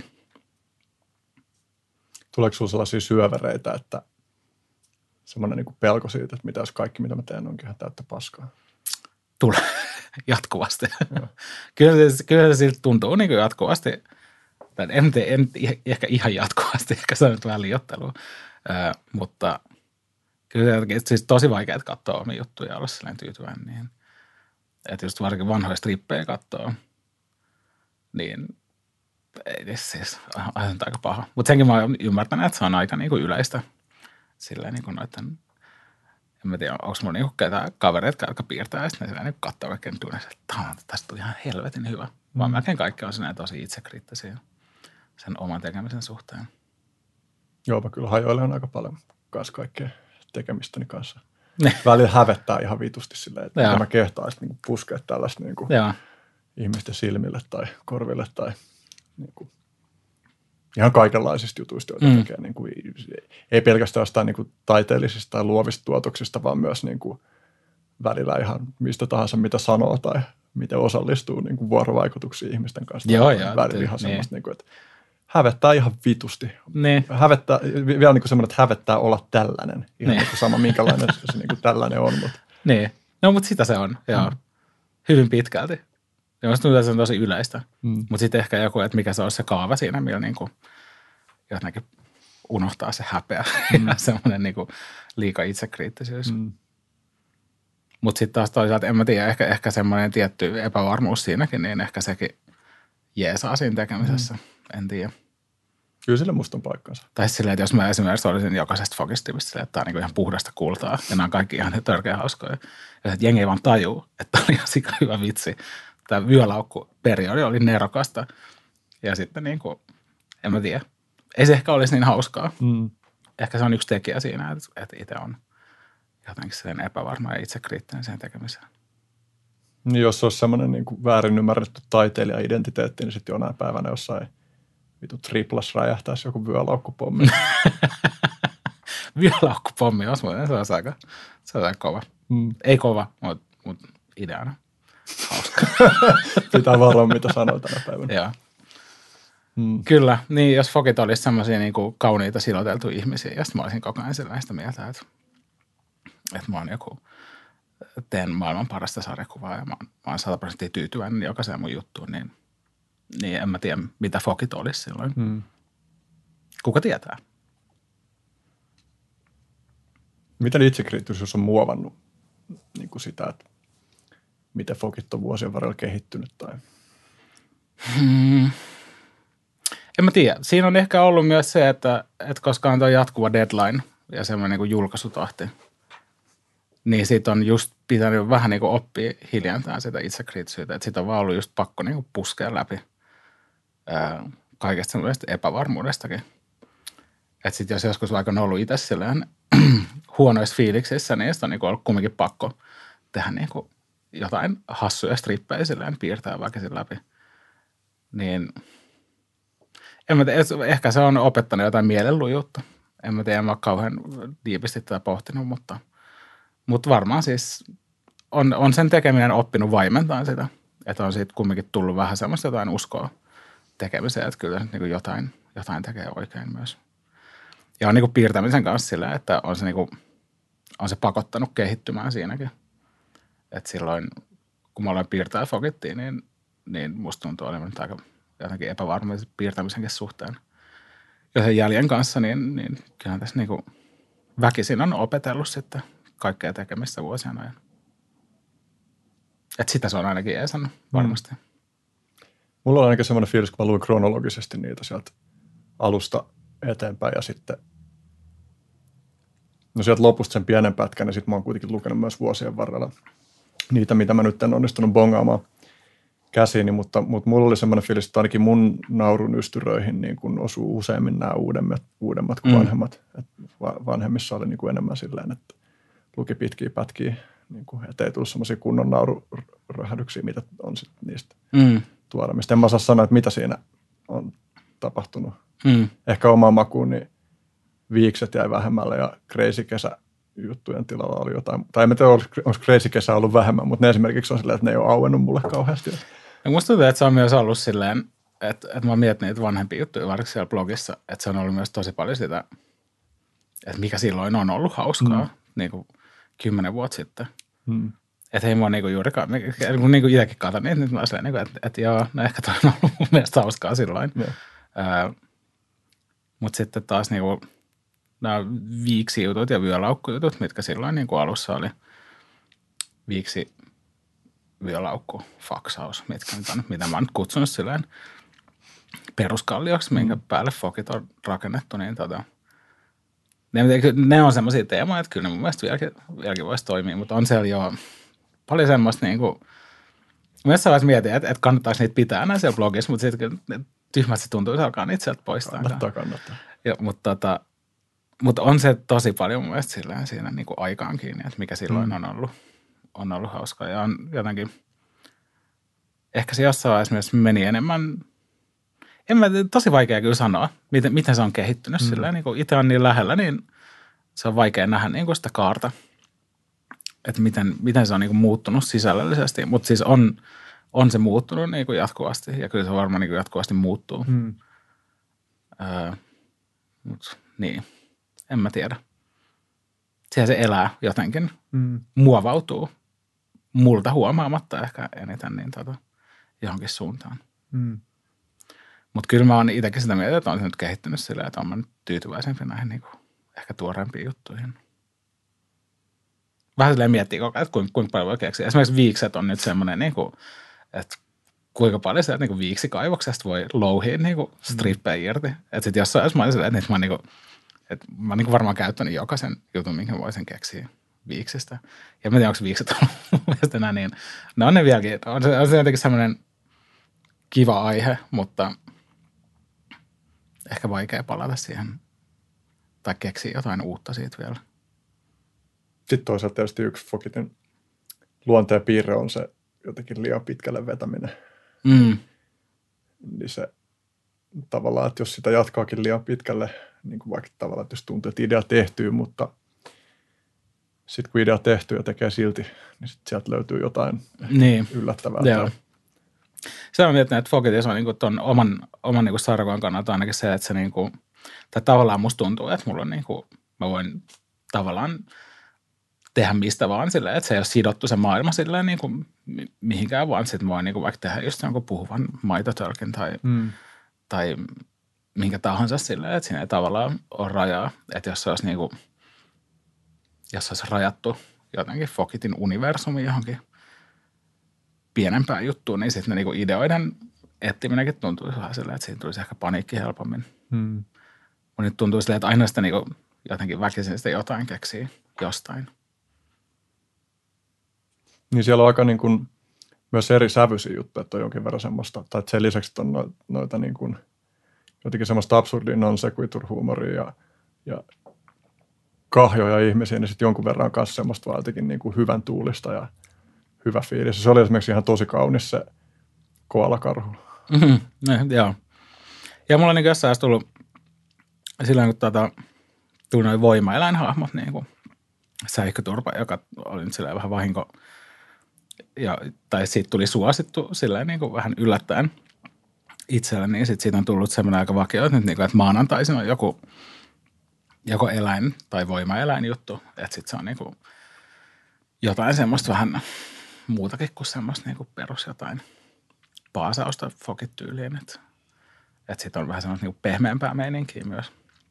Tuleeko sinulla sellaisia syövereitä, että semmoinen niin kuin pelko siitä, että mitä jos kaikki, mitä mä teen, onkin ihan täyttä paskaa? Tulee jatkuvasti. Kyllä se siltä tuntuu niin kuin jatkuvasti. En ehkä ihan jatkuvasti, ehkä se on nyt vähän liioittelua, mutta kyllä siis tosi vaikea katsoa omia juttuja ja olla sellainen tyytyväinen niihin. Että just varsinkin vanhoja strippejä katsoo, niin ei siis on aika paha. Mutta senkin mä oon ymmärtänyt, että se on aika niinku yleistä. Silleen niinku noitten, en mä tiedä, onko mulla niinku ketään kavereita, jotka piirtää ja sitten ne niinku katsoo kaikkein tunnissa, että tästä tuli ihan helvetin hyvä. Vaan melkein kaikki on sinne tosi itsekriittisiä sen oman tekemisen suhteen. Joo, mä kyllä hajoilen aika paljon kanssa kaikkea tekemistäni kanssa. välillä hävettää ihan vitusti silleen, että miten mä kehtaisin niin puskea tällaista niin kuin ihmisten silmille tai korville tai niin kuin, ihan kaikenlaisista jutuista, joita tekee. Niin kuin, ei pelkästään jostain niin kuin taiteellisista tai luovista tuotoksista, vaan myös niin kuin, välillä ihan mistä tahansa, mitä sanoo tai miten osallistuu niin kuin vuorovaikutuksiin ihmisten kanssa. Välillä ihan semmoista, niin kuin, että hävettää ihan vitusti. Niin. Hävettää, vielä niin kuin semmoinen, että hävettää olla tällainen. Ihan niin kuin sama, minkälainen se niin kuin tällainen on. Mutta. Niin. No, mutta sitä se on. Joo. Hyvin pitkälti. Ja musta tuntuu, että se on tosi yleistä. Mutta sitten ehkä joku, että mikä se on se kaava siinä, millä niin kuin jotenkin unohtaa se häpeä ja semmoinen niin kuin liika itsekriittisyys. Mutta sitten taas toisaalta, en mä tiedä, ehkä semmoinen tietty epävarmuus siinäkin, niin ehkä sekin jeesaa siinä tekemisessä. En tiedä. Kyllä sille musta on paikkansa. Tai silleen, että jos mä esimerkiksi olisin jokaisesta Fogistiivista, että tämä on niin ihan puhdasta kultaa ja nämä on kaikki ihan törkeä hauskoja. Ja että jengi ei vaan tajuu, että oli ihan sika hyvä vitsi. Tämä vyölaukku-periodi oli nerokasta. Ja sitten niin kuin, en mä tiedä. Ei se ehkä olisi niin hauskaa. Ehkä se on yksi tekijä siinä, että itse on jotenkin sen epävarma ja itsekriittinen sen tekemiseen. Niin jos olisi semmoinen niin kuin väärin ymmärretty taiteilija-identiteetti, niin sitten jonain päivänä jossain vitu triplas räjähtäisi joku vyölaukkupommi. Vyölaukkupommi, se olisi aika kova. Ei kova, mutta ideana. Hauska. Pitää varoa, mitä sanoo tänä päivänä. Joo. Kyllä, niin jos Fogit olisi semmoisia niin kuin kauniita siloteltuja ihmisiä, ja sitten mä olisin koko ajan sellaista mieltä, että mä oon teen maailman parasta sarjakuvaa ja mä oon 100% tyytyväinen jokaiseen mun juttuun, niin en mä tiedä, mitä Fogit olisi silloin. Kuka tietää? Miten itsekriittisyys on muovannut niin kuin sitä, että miten Fogit on vuosien varrella kehittynyt? Tai? En mä tiedä. Siinä on ehkä ollut myös se, että koska on tuo jatkuva deadline ja semmoinen niin kuin julkaisutahti, niin siitä on just pitänyt vähän niin kuin oppia hiljentää sitä itsekriittisyyttä, että siitä on vaan ollut just pakko niin kuin puskea läpi kaikesta semmoisesta epävarmuudestakin. Että sitten jos joskus vaikka on ollut itse silleen huonoissa fiiliksissä, niin sitten on niin kuin ollut kumminkin pakko tehdä niin kuin jotain hassuja strippejä silleen, piirtää väkisin läpi. Niin en mä tiedä, ehkä se on opettanut jotain mielenlujuutta. En mä tiedä, en mä ole kauhean diipisti tätä pohtinut, mutta varmaan siis on sen tekeminen oppinut vaimentamaan sitä. Että on siitä kumminkin tullut vähän semmoista jotain uskoa tekemiseen, että kyllä niin kuin jotain tekee oikein myös. Ja on niin kuin piirtämisen kanssa sillä, että on se pakottanut kehittymään siinäkin. Että silloin, kun mä olen piirtäjä Fogittiin, niin musta tuntuu olevan aika jotenkin epävarmuuden piirtämisenkin suhteen. Ja sen jäljen kanssa, niin kyllähän tässä niin kuin väkisin on opetellut sitten kaikkea tekemistä vuosien ajan. Että sitä se on ainakin jeesannut varmasti. Mulla on ainakin semmoinen fiilis, kun mä luin kronologisesti niitä sieltä alusta eteenpäin ja sitten sieltä lopusta sen pienen pätkän ja sitten mä oon kuitenkin lukenut myös vuosien varrella niitä, mitä mä nyt en onnistunut bongaamaan käsiini, mutta mulla oli semmoinen fiilis, että ainakin mun naurun ystyröihin niin kun osuu useammin nämä uudemmat kuin vanhemmat. Et vanhemmissa oli niin kuin enemmän silleen, että luki pitkiä pätkiä, niin kuin, ettei tullut semmoisia kunnon naururöhädyksiä, mitä on sitten niistä tuoremmista. En mä osaa sanoa, että mitä siinä on tapahtunut. Ehkä omaan makuun, niin Viikset jäi vähemmälle ja Crazy Kesä juttujen tilalla oli jotain. Tai en tiedä, onko Crazy Kesä ollut vähemmän, mutta ne esimerkiksi on silleen, että ne ei ole auennut mulle kauheasti. Ja musta tuntuu, että se on myös ollut silleen, että mä mietin niitä vanhempia juttuja, varsinkin siellä blogissa, että se on ollut myös tosi paljon sitä, että mikä silloin on ollut hauskaa, niin kuin 10 vuotta sitten. Että ei mua niinku juurikaan, kun niinku itsekin katson niitä, nyt mä oon silleen, että joo, no ehkä toi on ollut mun mielestä hauskaa silloin. Mutta sitten taas niinku nämä viiksijutut ja vyölaukkujutut, mitkä silloin niinku alussa oli viiksi vyölaukku, faksaus, mitä mä oon nyt kutsunut silleen peruskallioksi, minkä päälle Fogit on rakennettu, niin ne on semmoisia teemoja, että kyllä ne mun mielestä vieläkin voisi toimia, mutta on siellä jo paljon semmoista niinku, mielestäni vaiheessa mietin, että kannattaisi niitä pitää enää siellä blogissa, mutta sitten tyhmät se tuntuu, että alkaa niitä sieltä poistaa. Kannattaa. Ja, mutta Mutta on se tosi paljon mun mielestä siinä niin kuin aikaan kiinni, että mikä silloin on ollut hauskaa. Ja on jotenkin, ehkä se jossain vaiheessa myös meni enemmän, tosi vaikea kyllä sanoa, miten se on kehittynyt sillä. Niin kuin itse on niin lähellä, niin se on vaikea nähdä niin kuin sitä kaarta, että miten se on niin kuin muuttunut sisällöllisesti. Mutta siis on se muuttunut niin kuin jatkuvasti ja kyllä se varmaan niin kuin jatkuvasti muuttuu. Mut, niin, en mä tiedä. Siellä se elää jotenkin, muovautuu multa huomaamatta ehkä eniten niin johonkin suuntaan. Mutta kyllä mä oon itsekin sitä mieltä, että on se nyt kehittynyt sillä, että on mä nyt tyytyväisempi näihin niin kuin ehkä tuoreempiin juttuihin. Vähän silleen miettii koko ajan, että kuinka paljon voi keksiä. Esimerkiksi viikset on nyt semmoinen, niin kuin, että kuinka paljon sieltä niin kuin viiksikaivoksesta voi louhia niin kuin strippejä irti. Että sitten jossain, jos mä olin silleen, että mä oon niin kuin varmaan käyttänyt jokaisen jutun, minkä mä voisin keksiä viiksistä. Ja mä tiedän, onko viikset ollut mun mielestä enää niin. No on ne vieläkin. On se jotenkin semmoinen kiva aihe, mutta ehkä vaikea palata siihen tai keksiä jotain uutta siitä vielä. Sitten toisaalta tietysti yksi Fogitin luonteen piirre on se jotenkin liian pitkälle vetäminen. Niin se tavallaan, että jos sitä jatkaakin liian pitkälle, niin kuin vaikka tavallaan, että jos tuntuu, että idea tehtyy, mutta sitten kun idea tehtyy ja tekee silti, niin sitten sieltä löytyy jotain yllättävää. Joo. Se on miettinyt, että Fogitissa on niin kuin ton oman niin kuin sarkojen kannalta ainakin se, että se niin kuin, tai tavallaan musta tuntuu, että mulla on niin kuin, mä voin tavallaan tehdä mistä vaan silleen, että se ei ole sidottu se maailma silleen niin kuin mihinkään, vaan sitten voi niin kuin vaikka tehdä just jonkun puhuvan maitotölkin tai minkä tahansa silleen, että siinä ei tavallaan ole rajaa. Että jos se olisi niin kuin, jos olisi rajattu jotenkin Fogitin universumi johonkin pienempään juttuun, niin sitten ne niin kuin ideoiden etsiminenkin tuntuisi vähän silleen, että siinä tulisi ehkä paniikki helpommin. Mutta nyt tuntuu silleen, että aina sitä niin kuin jotenkin väkisin sitä jotain keksii jostain. Niin siellä on aika niin kuin myös eri sävyisiä juttuja, että on jonkin verran semmoista, tai sen lisäksi on noita niin kuin, jotenkin semmoista absurdia non sequitur huumoria ja kahjoja ihmisiä, niin sitten jonkun verran on myös semmoista vaan jotenkin niin kuin hyvän tuulista ja hyvä fiilis. Se oli esimerkiksi ihan tosi kaunis se koalakarhu. Joo. Ja mulla on niin jossain tullut silloin, kun tuli noin voimaeläinhahmot, niin kuin Säihkyturpa, joka oli nyt silleen vähän vahinko, tai siitä tuli suosittu silleen niin kuin vähän yllättäen itselle, niin sitten siitä on tullut semmoinen aika vakio, että, nyt niin kuin, että maanantaisin on joko eläin- tai voimaeläinjuttu, että sitten se on niin kuin jotain semmoista vähän muutakin kuin semmoista niin kuin perus jotain paasausta Fogit-tyyliin, että sitten on vähän semmoista niin kuin pehmeämpää meininkiä myös.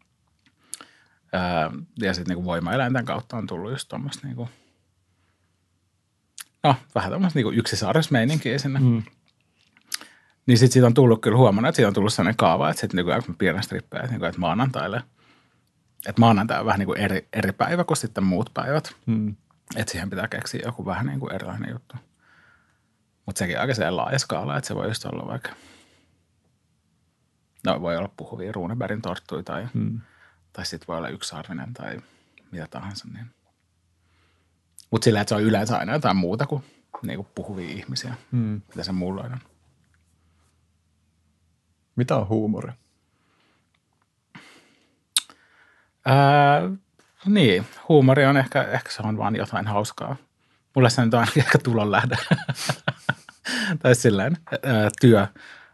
Ja sitten niin kuin voimaeläinten kautta on tullut just tuommoista niin kuin, vähän tuommoista niin kuin yksisarjasmeininkiä sinne. Niin sitten siitä on tullut kyllä huomannut, että siitä on tullut sellainen kaava, että sitten niin kun mä piirrän strippejä, että maanantaille, että maanantai on vähän niin kuin eri päivä kuin sitten muut päivät. Että siihen pitää keksiä joku vähän niin kuin erilainen juttu. Mutta sekin on aika sellainen laaja skaala, että se voi just olla vaikka, voi olla puhuvia Runebergin torttuja tai sitten voi olla yksisarvinen tai mitä tahansa. Niin. Mutta sillä, että se on yleensä aina jotain muuta kuin niinku puhuvia ihmisiä, mitä se muulloin on. Mitä on huumori? Niin, huumori on ehkä se on vaan jotain hauskaa. Mulle se nyt on ainakin ehkä tulonlähde. Tai silleen työ.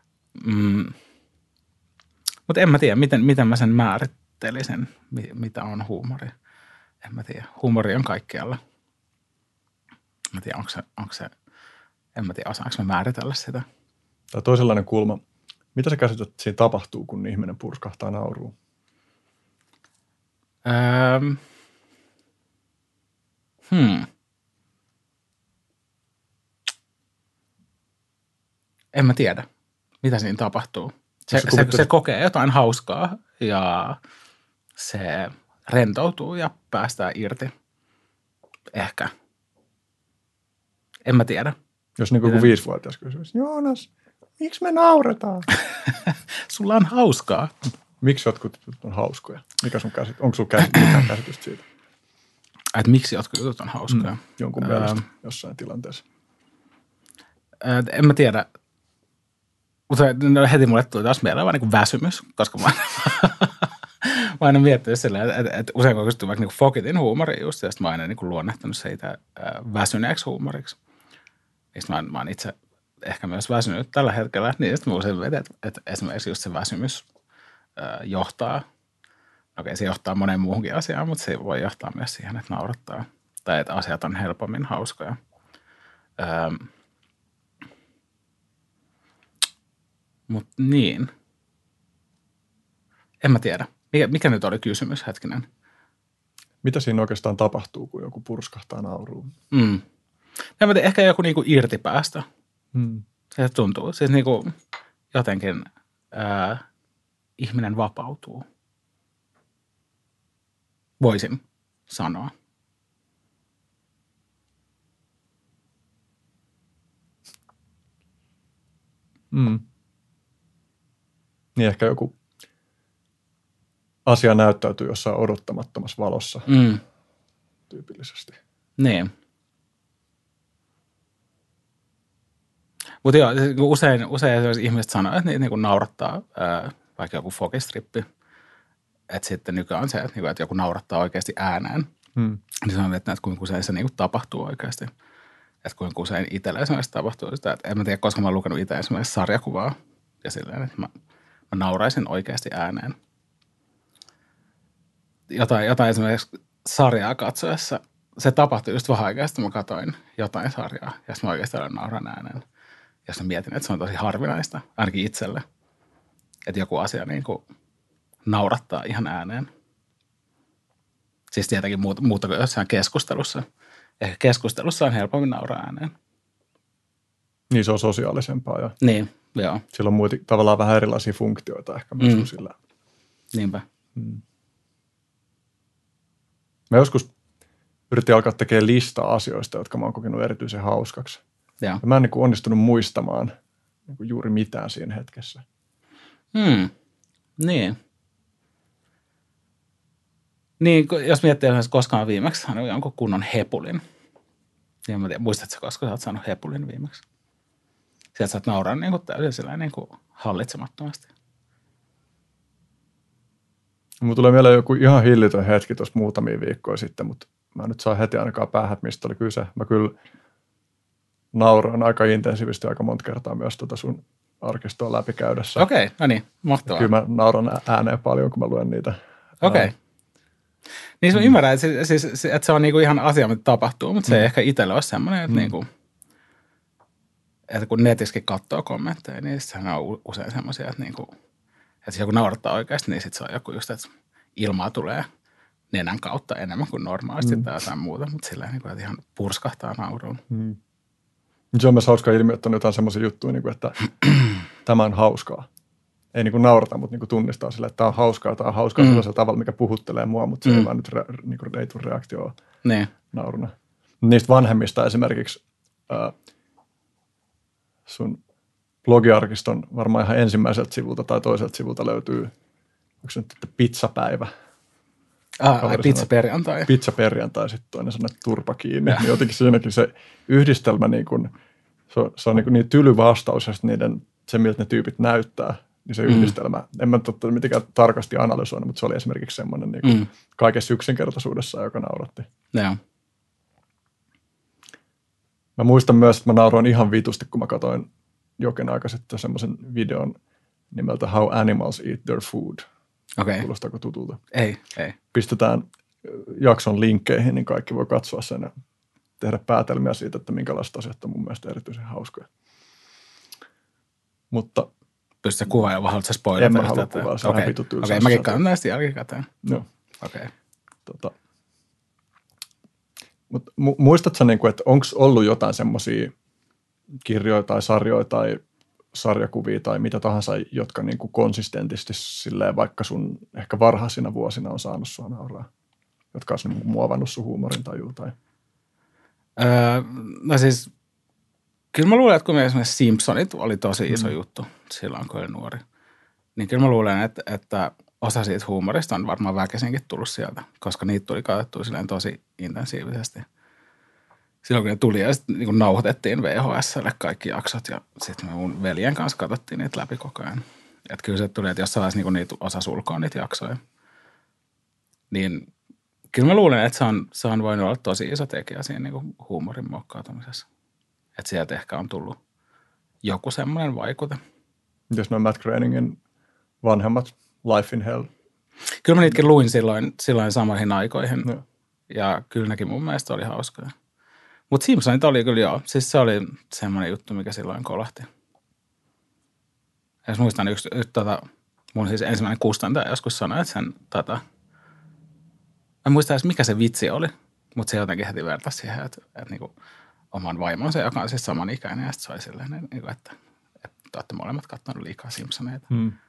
Mutta en mä tiedä, miten mä sen määrittelisin, mitä on huumori. En mä tiedä. Huumori on kaikkialla. En mä tiedä, onko se en mä tiedä, osaanko mä määritellä sitä. Tai toisenlainen kulma. Mitä sä käsität, että siinä tapahtuu, kun ihminen purskahtaa nauruun? En mä tiedä, mitä siinä tapahtuu. Se kokee jotain hauskaa ja se rentoutuu ja päästään irti. Ehkä. En mä tiedä. Jos niin kuin 5-vuotias kysyisi, Joonas, miksi me nauretaan? Sulla on hauskaa. Miksi jotkut jutut on hauskoja? Mikä sun onko sulla mitään käsitystä siitä? Että miksi jotkut jutut on hauskoja? Jonkun mielestä jossain tilanteessa. En mä tiedä. Heti mulle tuli taas mieleen vaan niin väsymys, koska mä aina miettinyt silleen, että usein kun kysytty vaikka niin Fokitin huumori just, ja sitten mä aina niin luonnehtanut se itse väsyneeksi huumoriksi. Ja sitten mä oon itse ehkä myös väsynyt tällä hetkellä, niin sitten mä usein vedän, että esimerkiksi just se väsymys johtaa, okei se johtaa moneen muuhunkin asiaan, mutta se voi johtaa myös siihen, että naurattaa, tai että asiat on helpommin hauskoja. Mutta niin. En mä tiedä. Mikä nyt oli kysymys, hetkinen? Mitä siinä oikeastaan tapahtuu, kun joku purskahtaa nauruun? Ja mä tiedän, ehkä joku niinku irtipäästä. Se tuntuu. Siis niinku jotenkin ihminen vapautuu. Voisin sanoa. Niin ehkä joku asia näyttäytyy jossain odottamattomassa valossa tyypillisesti. Niin. Mutta joo, usein ihmiset sanoo, että niitä niinku naurattaa vaikka joku fokistrippi. Että sitten nykyään on se, että joku naurattaa oikeasti ääneen. Niin sanon, että kuinka usein se niinku tapahtuu oikeasti. Että kuinka usein itsellä esimerkiksi tapahtuu sitä, että en mä tiedä, koska mä oon lukenut itse esimerkiksi sarjakuvaa ja silleen, että mä nauraisin oikeasti ääneen. Jotain esimerkiksi sarjaa katsoessa, se tapahtui just vähän aikaa, sitten mä katsoin jotain sarjaa ja sitten mä oikeasti nauran ääneen. Ja sitten mietin, että se on tosi harvinaista, ainakin itselle, että joku asia niin kuin naurattaa ihan ääneen. Siis tietenkin muuta kuin jossain keskustelussa. Ehkä keskustelussa on helpommin nauraa ääneen. Niin se on sosiaalisempaa ja niin, joo. Sillä on tavallaan vähän erilaisia funktioita ehkä myös kuin sillä. Niinpä. Mä joskus yritin alkaa tekemään listaa asioista, jotka mä oon kokenut erityisen hauskaksi. Ja mä en niin kuin onnistunut muistamaan niin kuin juuri mitään siinä hetkessä. Niin. Niin, jos miettii, että koskaan viimeksi saanut jonkun kunnon hepulin. Niin mä tiedän, muistatko koska sä oot saanut hepulin viimeksi? Sieltä sä oot nauraa niin kuin täysin sellainen niin kuin hallitsemattomasti. Mulla tulee mieleen joku ihan hillitön hetki tuossa muutamia viikkoja sitten, mutta mä nyt saa heti ainakaan päähän, että mistä oli kyse. Mä kyllä nauroin aika intensiivisesti aika monta kertaa myös sun arkistoa läpikäydessä. Okei, no niin, mahtavaa. Kyllä mä nauran ääneen paljon, kun mä luen niitä. Okei. Niin mä ymmärrän, että se on niinku ihan asia, mitä tapahtuu, mutta se ei ehkä itsellä ole semmoinen, että, niinku, että kun netissäkin katsoo kommentteja, niin sehän on usein semmoisia, että, niinku, että jos joku naurattaa oikeasti, niin sitten se on joku just, että ilmaa tulee nenän kautta enemmän kuin normaalisti tai jotain muuta, mutta silleen, niinku, että ihan purskahtaa nauruun. Se on myös hauska ilmiö, että on jotain semmoisia juttuja, niin kuin, että tämä on hauskaa. Ei niin kuin naurata, mutta niin kuin tunnistaa sille, että tämä on hauskaa sellaisella tavalla, mikä puhuttelee mua, mutta se ei vaan nyt niin ei tule reaktioon nauruna. Niistä vanhemmista esimerkiksi sun blogiarkiston varmaan ihan ensimmäiseltä sivulta tai toiselta sivulta löytyy, onko se nyt pizzapäivä? Pizzaperjantai. Pizzaperjantai, sitten toinen sanoo, että turpa kiinni. Niin jotenkin siinäkin se yhdistelmä, niin kuin, se on niin tyly vastaus ja se, miltä ne tyypit näyttää, niin se yhdistelmä, en mä mitenkään tarkasti analysoinut, mutta se oli esimerkiksi semmoinen niin kuin kaikessa yksinkertaisuudessa, joka nauratti. Joo. Mä muistan myös, että mä nauroin ihan vitusti, kun mä katsoin jokin aika sitten semmoisen videon nimeltä How Animals Eat Their Food. Okei. Kuulostaako tutulta? Ei. Pistetään jakson linkkeihin, niin kaikki voi katsoa sen ja tehdä päätelmiä siitä, että minkälaiset asiat on mun mielestä erityisen hauskoja. Mutta pystytkö kuvaamaan, vai haluatko spoilata? En mä halua kuvaa, se on ihan vitu tylsä. Okei, mäkin katson näistä jälkikäteen. Joo. Okei. Mutta muistatko sä, että onko ollut jotain semmoisia kirjoja tai sarjoja tai sarjakuvia tai mitä tahansa, jotka niin kuin konsistentisti silleen, vaikka sun ehkä varhaisina vuosina on saanut sua nauraa, jotka on niin muovannut sun huumorin tajua tai? No siis, kyllä mä luulen, että kun esimerkiksi Simpsonit oli tosi iso juttu silloin, kun oli nuori, niin kyllä mä luulen, että osa siitä huumorista on varmaan väkisinkin tullut sieltä, koska niitä tuli katsottua silleen tosi intensiivisesti. Silloin kun ne tuli ja sitten niin nauhoitettiin VHS:lle kaikki jaksot ja sitten me mun veljen kanssa katsottiin niitä läpi koko ajan. Että kyllä se tuli, että jos saisi niin niitä osa sulkoa niitä jaksoja, niin kyllä mä luulen, että se on voinut olla tosi iso tekijä siinä niin huumorin muokkautumisessa. Että sieltä ehkä on tullut joku semmoinen vaikute. Jos noin Matt Groeningin vanhemmat, Life in Hell. Kyllä mä niitäkin luin silloin samoihin aikoihin. No. Ja kyllä nekin mun mielestä oli hauskoja. Mutta Simpsonit oli kyllä joo. Siis se oli semmoinen juttu, mikä silloin kolahti. Ja muistan mun siis ensimmäinen kustantaja joskus sanoi, että sen en muista edes mikä se vitsi oli, mutta se jotenkin heti vertasi siihen, että niinku oman vaimonsa, joka on siis samanikäinen, ja sitten se oli silleen, että olette molemmat katsoneet liikaa Simpsoneita.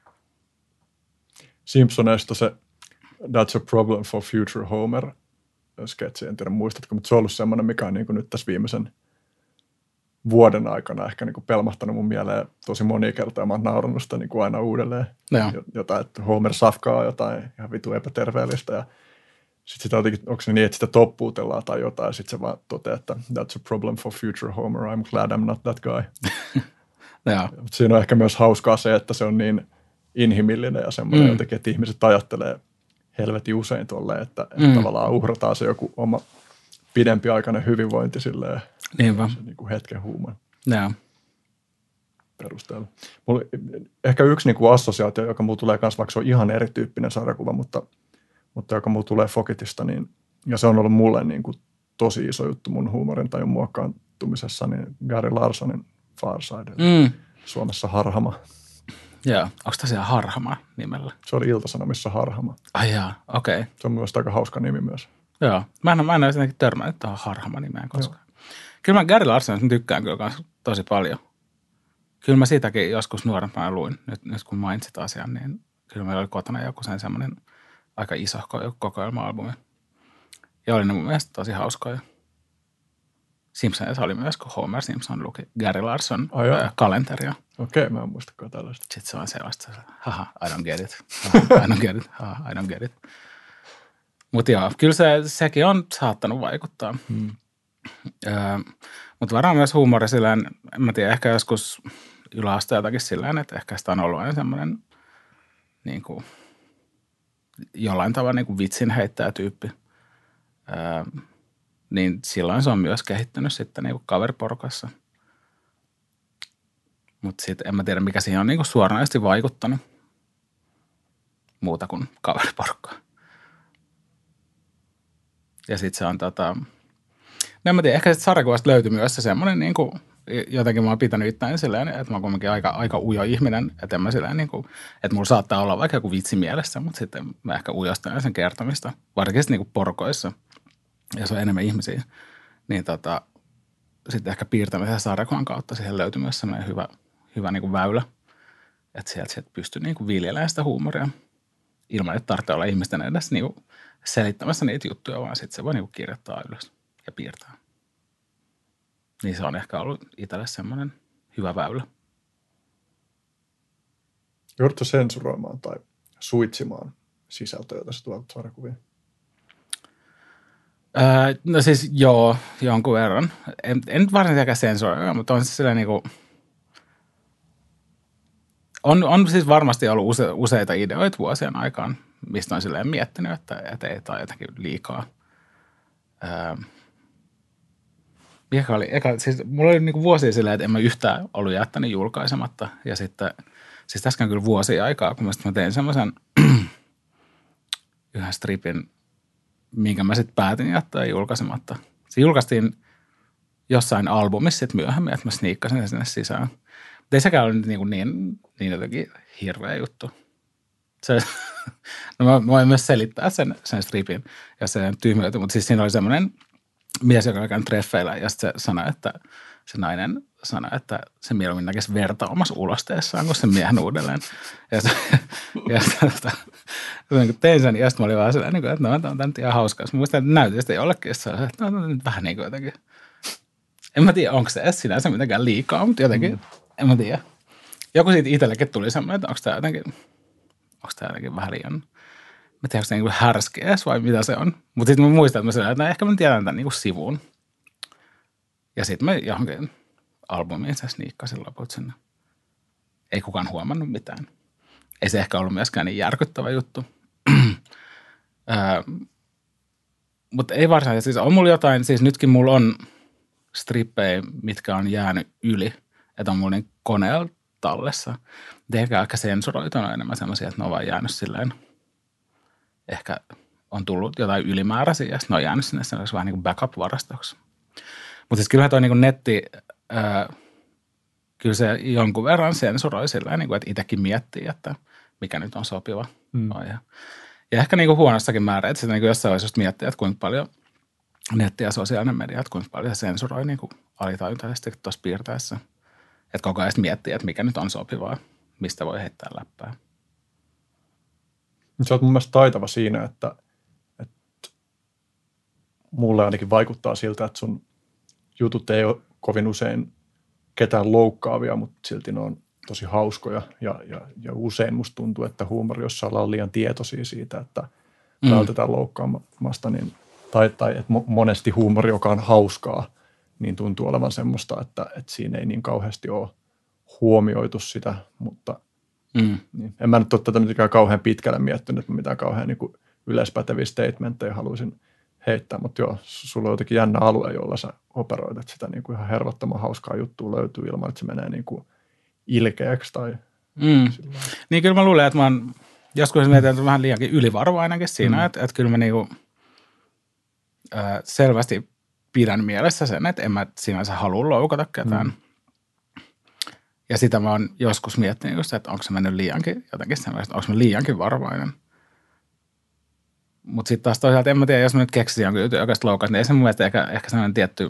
Simpsoneista se That's a Problem for Future Homer sketsi, en tiedä muistatko, mutta se on ollut semmoinen, mikä on niin kuin nyt tässä viimeisen vuoden aikana ehkä niin kuin pelmahtanut mun mieleen tosi moni kertaa. Mä oon naurannut sitä niin kuin aina uudelleen. Jotain, että Homer safkaa jotain ihan vitu epäterveellistä ja sitten sitä jotenkin, onko se niin, että sitä toppuutellaan tai jotain, ja sitten se vaan toteaa, että that's a problem for future Homer, I'm glad I'm not that guy. Mutta siinä on ehkä myös hauskaa se, että se on niin inhimillinen ja semmoinen jotenkin, että ihmiset ajattelee helvetin usein tolleen, että tavallaan uhrataan se joku oma pidempiaikainen hyvinvointi silleen, se niin kuin hetken huuman perusteella. Mulla ehkä yksi niin kuin assosiaatio, joka mulla tulee myös, vaikka se on ihan erityyppinen sarjakuva, mutta joka mulla tulee Focketista, niin, ja se on ollut mulle niin kuin tosi iso juttu mun huumorin tajun muokkaantumisessa, niin Gary Larsonin Far Side, Suomessa Harhama. Joo, onko tosiaan Harhama nimellä? Se oli Ilta-Sanomissa Harhama. Ai jaa, okei. Okay. Se on myös aika hauska nimi myös. Joo, mä en ole jotenkin törmännyt tuohon Harhama-nimeen koskaan. Joo. Kyllä mä Gary Larsonista tykkään kyllä tosi paljon. Kyllä mä sitäkin joskus nuorempana luin, nyt kun mainitsit asian, niin kyllä meillä oli kotona joku sen semmoinen aika iso kokoelma-albumi. Ja oli ne mun mielestä tosi hauskoja. Simpsonissa oli myös, kun Homer Simpson luki Gary Larson kalenteria. Okei, mä en muistakaan tällaista. Sitten se on sellaista, haha, I don't get it. I don't get it. Haha, I don't get it. Mutta joo, kyllä sekin on saattanut vaikuttaa. Mutta varmaan myös huumori silleen, en mä tiedä, ehkä joskus yläasteeltakin silleen, että ehkä sitä on ollut aina semmoinen niin kuin jollain tavalla niin kuin vitsin heittäjä tyyppi. Niin silloin se on myös kehittynyt sitten niin kuin kaveriporukassa. Mutta sitten en mä tiedä, mikä siihen on niin kuin suoranaisesti vaikuttanut muuta kuin kaveriporukkaa. Ja sitten se on no en mä tiedä, ehkä sitten sarjakuvasta löytyi myös se semmoinen niin kuin, jotenkin mä oon pitänyt itseäni silleen, että mä oon kuitenkin aika ujo ihminen, että en mä silleen niin kuin, että mulla saattaa olla vaikka joku vitsi mielessä, mutta sitten mä ehkä ujostelen sen kertomista, varsinkin niin kuin porukoissa, jos on enemmän ihmisiä, niin sitten ehkä piirtämisen sarjakuvan kautta siihen löytyy myös semmoinen hyvä niin kuin väylä, että sieltä pystyy niin kuin viljelemään sitä huumoria ilman, että tarvitsee olla ihmisten edessä niin kuin selittämässä niitä juttuja, vaan sitten se voi niin kuin kirjoittaa ylös ja piirtää. Niin se on ehkä ollut itselle semmoinen hyvä väylä. Joudutko sensuroimaan tai suitsimaan sisältöä, jota sä tuot sarjakuviin? No siis joo, jonkun verran. En varsinaisesti sensuroida, mutta on se silleen niin kuin on siis varmasti ollut useita ideoita vuosien aikaan, mistä on silleen miettinyt, että ei tai jotenkin liikaa. Siis mulla oli niinku vuosia silleen, että en mä yhtään ollut jättänyt julkaisematta. Ja sitten, siis tässä on kyllä vuosia aikaa, kun mä tein semmoisen yhden stripin, minkä mä sitten päätin jättää julkaisematta. Se julkaistiin jossain albumissa sitten myöhemmin, että mä sniikkasin sen sinne sisään. Mutta ei sekään ole niin jotenkin hirveä juttu. No mä voin myös selittää sen stripin ja sen tyhmyyttä, mutta siis siinä oli semmoinen mies, joka oli käynyt treffeillä ja sitten se nainen sanoi, että se mieluummin näkisi verta omassa ulosteessaan kuin sen miehen uudelleen. Ja tein sen ja sitten mä olin vaan sellainen, että no, tämä on nyt ihan hauskaa. Mä muistan, että näytin sitä jollekin, että no nyt vähän niin kuin jotenkin. En mä tiedä, onko se edes sinänsä mitenkään liikaa, mutta jotenkin, en mä tiedä. Joku siitä itsellekin tuli semmoinen, että onko tämä jotenkin, onko tämä jotenkin vähän liian, mä tiedän, onko se niin kuin härskeäs vai mitä se on. Mutta sitten mä muistan, että mä sanoin, että ehkä mä tiedän tämän niin kuin sivuun. Ja sitten mä johonkin albumiin se sniikkasin loput sinne. Ei kukaan huomannut mitään. Ei se ehkä ollut myöskään niin järkyttävä juttu. Mutta ei varsinaisesti. Siis on mulla jotain, siis nytkin mulla on strippejä, mitkä on jäänyt yli. Että on mulla niin koneella tallessa. Ehkä sensuroitu on enemmän sellaisia, että ne on vaan jäänyt silleen. Ehkä on tullut jotain ylimääräisiä ja sitten ne on jäänyt sinne sellaisessa vähän niin kuin backup-varastoksi. Mutta siis kyllähän toi niin kuin netti, kyllä se jonkun verran sensuroi sillä niin kuin, että itsekin miettii, että mikä nyt on sopiva. Ja ehkä niin kuin huonossakin määrä, että sitä niin kuin jossain vaiheessa just miettii, että kuinka paljon netti ja sosiaalinen media, että kuinka paljon se sensuroi niin kuin alitajuntaisesti tuossa piirteessä. Että koko ajan miettii, että mikä nyt on sopivaa, mistä voi heittää läppää. Sä oot mun mielestä taitava siinä, että mulle ainakin vaikuttaa siltä, että sun jutut ei ole kovin usein ketään loukkaavia, mutta silti ne on tosi hauskoja. Ja usein musta tuntuu, että huumori, jossa ollaan liian tietoisia siitä, että vältetään loukkaamasta, niin, tai että monesti huumori, joka on hauskaa, niin tuntuu olevan semmoista, että siinä ei niin kauheasti ole huomioitu sitä, mutta niin. En mä nyt ole tätä mitenkään kauhean pitkälle miettinyt, että mitään kauhean niin kuin yleispäteviä statementteja haluaisin heittää, mutta joo, sulla on jotenkin jännä alue, jolla sä operoit, että sitä niin kuin ihan hervottoman hauskaa juttua löytyy ilman, että se menee niin kuin ilkeäksi tai Niin kyllä mä luulen, että mä oon joskus mietin, että vähän liiankin ylivarovainenkin siinä, että kyllä mä niinku, selvästi pidän mielessä sen, että en mä sinänsä halua loukata ketään. Ja sitä mä oon joskus miettinyt just, että onko se mennyt liiankin jotenkin sellaista, onko mä liiankin varovainen. Mutta sitten taas toisaalta en mä tiedä, jos mä nyt keksisin jonkin jutun oikeasti loukas, niin ei se mun mielestä ehkä sellainen tietty,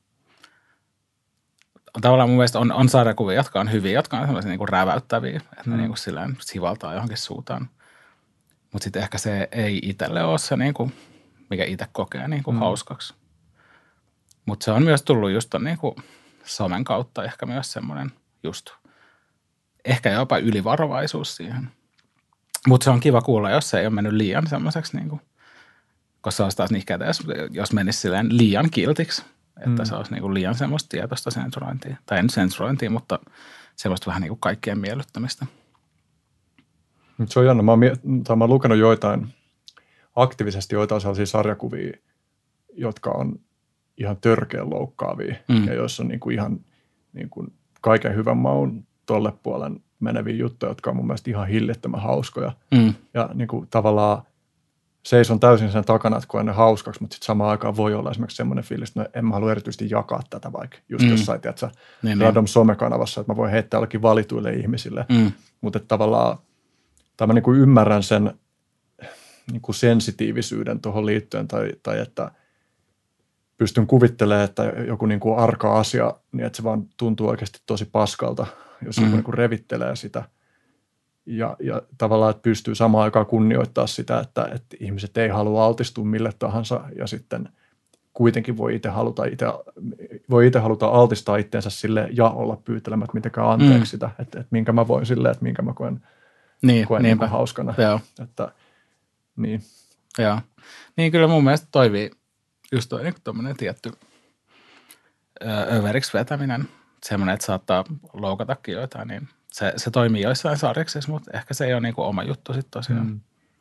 tavallaan mun mielestä on sarjakuvia, jotka on hyviä, jotka on sellaisia niinku räväyttäviä, että ne niinku silleen sivaltaa johonkin suuntaan. Mutta sitten ehkä se ei itselle ole se, niinku, mikä itse kokee niinku hauskaksi. Mutta se on myös tullut just ton niinku somen kautta ehkä myös semmoinen just, ehkä jopa ylivarovaisuus siihen. Mutta se on kiva kuulla, jos se ei ole mennyt liian semmoiseksi, niinku, koska se olisi taas nihkeätä, jos menisi silleen liian kiltiksi. Että se olisi niinku liian semmoista tietoista sensurointia. Tai en sensurointia, mutta semmoista vähän niinku kaikkien miellyttämistä. Se on jännä. Mä oon lukenut aktiivisesti joitain sellaisia sarjakuvia, jotka on ihan törkeän loukkaavia. Ja joissa on niinku ihan niinku kaiken hyvän maun tolle puolen meneviä juttuja, jotka on mun mielestä ihan hillittömän hauskoja. Ja niinku tavallaan seison täysin sen takana, että koen ne hauskaksi, mutta sitten samaan aikaan voi olla esimerkiksi semmoinen fiilis, että en mä halua erityisesti jakaa tätä vaikka just jossain, tiedätkö, random somekanavassa, että mä voin heittää jollekin valituille ihmisille. Mutta tavallaan mä niin kuin ymmärrän sen niin kuin sensitiivisyyden tuohon liittyen tai että pystyn kuvittelemaan, että joku niin kuin arka asia, niin että se vaan tuntuu oikeasti tosi paskalta, jos joku niin kuin revittelee sitä. Ja tavallaan, että pystyy samaan aikaan kunnioittaa sitä, että ihmiset ei halua altistua mille tahansa ja sitten kuitenkin voi itse haluta altistaa itseensä sille ja olla pyytelemättä mitenkään anteeksi sitä, että minkä mä voin silleen, että minkä mä koen niin kuin hauskana. Joo. Että, niin. Joo. Niin kyllä mun mielestä toimii just toi niin tuommoinen tietty överiksi vetäminen, semmoinen, että saattaa loukatakin jotain, niin se toimii joissain sarjaksissa, mutta ehkä se ei ole niin kuin oma juttu sitten tosiaan.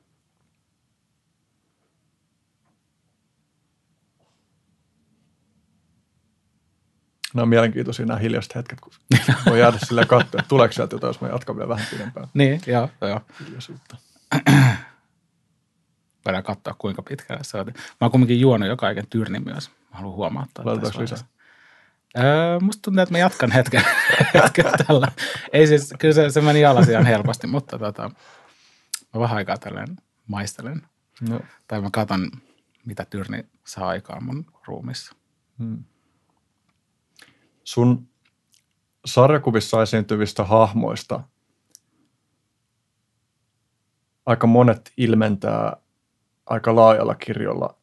Nämä on mielenkiintoisia nämä hiljaiset hetket, kun voi jäädä silleen katsoa, että tuleeko sieltä jotain, jos mä jatkan vielä vähän pidempään. Niin, joo. Hiljaisuutta. Voidaan katsoa, kuinka pitkälle se on. Mä oon kuitenkin juonut jo kaiken tyrnin myös. Mä haluan huomauttaa. Laitetaanko lisää? Musta tuntuu, että mä jatkan hetken tällä. Ei siis, kyllä se meni alas ihan helposti, mutta mä vähän aikaa tälleen maistelen. No. Tai mä katson, mitä tyrni saa aikaan mun ruumissa. Sun sarjakuvissa esiintyvistä hahmoista aika monet ilmentää aika laajalla kirjolla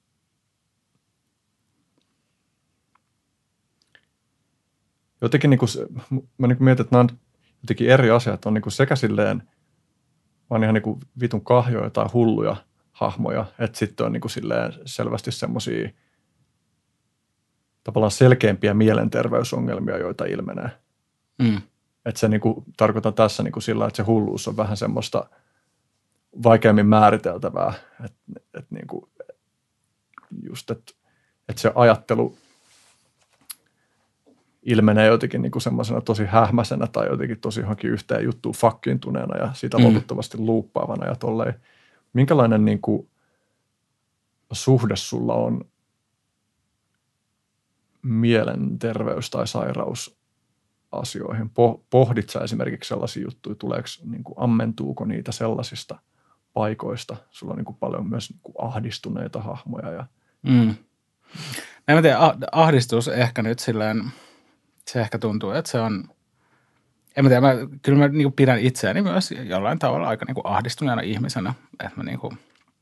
jotenkin niin kuin, mä niin kuin mietin, että nämä on jotenkin eri asiat, on niin kuin sekä silleen vaan ihan niin kuin vitun kahjoja tai hulluja hahmoja, että sitten on niin kuin silleen selvästi semmoisia tavallaan selkeämpiä mielenterveysongelmia, joita ilmenee. Että se niin kuin, tarkoitan tässä niin kuin sillä, että se hulluus on vähän semmoista vaikeammin määriteltävää, että niin kuin, just, että se ajattelu ilmenee jotenkin niin kuin semmoisena tosi hähmäisenä tai jotenkin tosi johonkin yhteen juttuun fakkiintuneena ja sitä loputtomasti luuppaavana ja tolleen. Minkälainen niin kuin suhde sulla on mielenterveys- tai sairausasioihin? Pohdit sä esimerkiksi sellaisia juttuja, niin kuin ammentuuko niitä sellaisista paikoista? Sulla on niin kuin paljon myös niin kuin ahdistuneita hahmoja. Ja En tiedä, ahdistus ehkä nyt silleen, se ehkä tuntuu, että se on, en mä tiedä, kyllä mä niin kuin pidän itseäni myös jollain tavalla aika niin kuin ahdistuneena ihmisenä, että mä niin kuin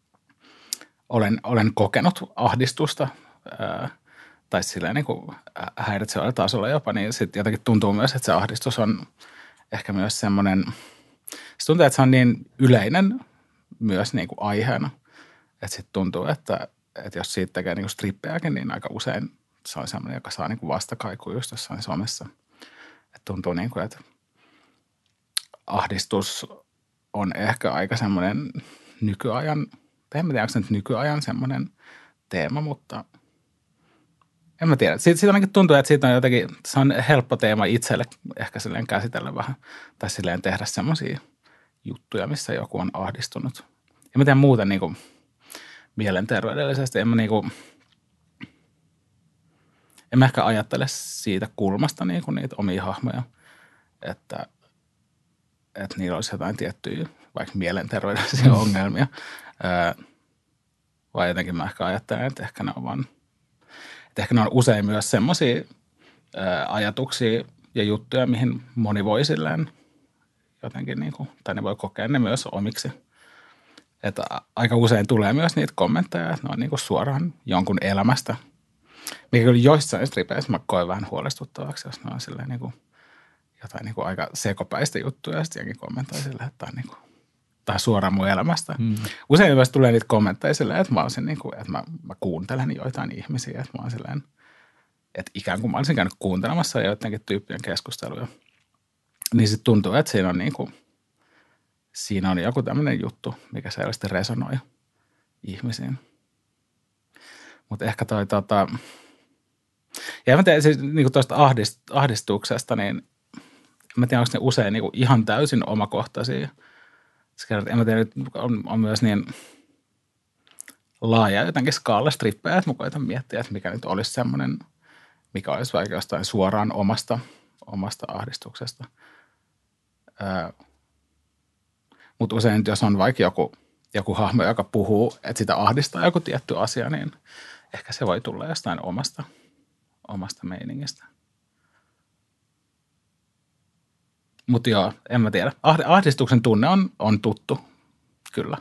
olen kokenut ahdistusta tai silleen niin kuin häiritsevällä tasolla jopa, niin sitten jotenkin tuntuu myös, että se ahdistus on ehkä myös semmoinen, se tuntuu, että se on niin yleinen myös niin kuin aiheena, että sitten tuntuu, että jos siitä tekee niin kuin strippejäkin, niin aika usein se on semmoinen, joka saa niin kuin vastakaikua just jossain somessa. Että tuntuu niin kuin, että ahdistus on ehkä aika semmoinen nykyajan, en tiedä, onko se nyt nykyajan semmoinen teema, mutta en mä tiedä. Siitä ainakin tuntuu, että siitä on jotenkin, se on helppo teema itselle ehkä silleen käsitellä vähän tai silleen tehdä semmoisia juttuja, missä joku on ahdistunut. En mä tiedä muuten niin kuin mielenterveydellisesti, en mä ehkä ajattele siitä kulmasta niin kuin niitä omia hahmoja, että niillä olisi jotain tiettyjä vaikka mielenterveydellisiä ongelmia. Vai jotenkin mä ehkä ajattelen, että ehkä ne on usein myös semmoisia ajatuksia ja juttuja, mihin moni voi silleen jotenkin, niin kuin, tai ne voi kokea ne myös omiksi. Että aika usein tulee myös niitä kommentteja, että ne on niin kuin suoraan jonkun elämästä, mikä kyllä joissain stripeissä mä koen vähän huolestuttavaksi, jos ne on silleen niin kuin jotain niin kuin aika sekopäistä juttuja, ja sitten jenkin kommentoi silleen, että tämä on suoraan mun elämästä. Usein myös tulee niitä kommentteja silleen, että mä olisin niin kuin, että mä kuuntelen joitain ihmisiä, että mä oon silleen, että ikään kuin mä olisin käynyt kuuntelemassa joidenkin tyyppien keskusteluja. Niin sitten tuntuu, että siinä on niin kuin, siinä on joku tämmöinen juttu, mikä selvästi resonoi ihmisiin. Mutta ehkä ja mä tiedän, siis niin tuosta ahdistuksesta, niin mä tiedän, onko ne usein niin ihan täysin omakohtaisia. En mä tiedä, on myös niin laaja jotenkin skaala strippejä, että mä koitan miettiä, että mikä nyt olisi semmoinen, mikä olisi vaikka jostain suoraan omasta ahdistuksesta. Mutta usein, jos on vaikka joku hahmo, joka puhuu, että sitä ahdistaa joku tietty asia, niin ehkä se voi tulla jostain omasta meiningistä. Mutta joo, en mä tiedä. Ahdistuksen tunne on tuttu, kyllä.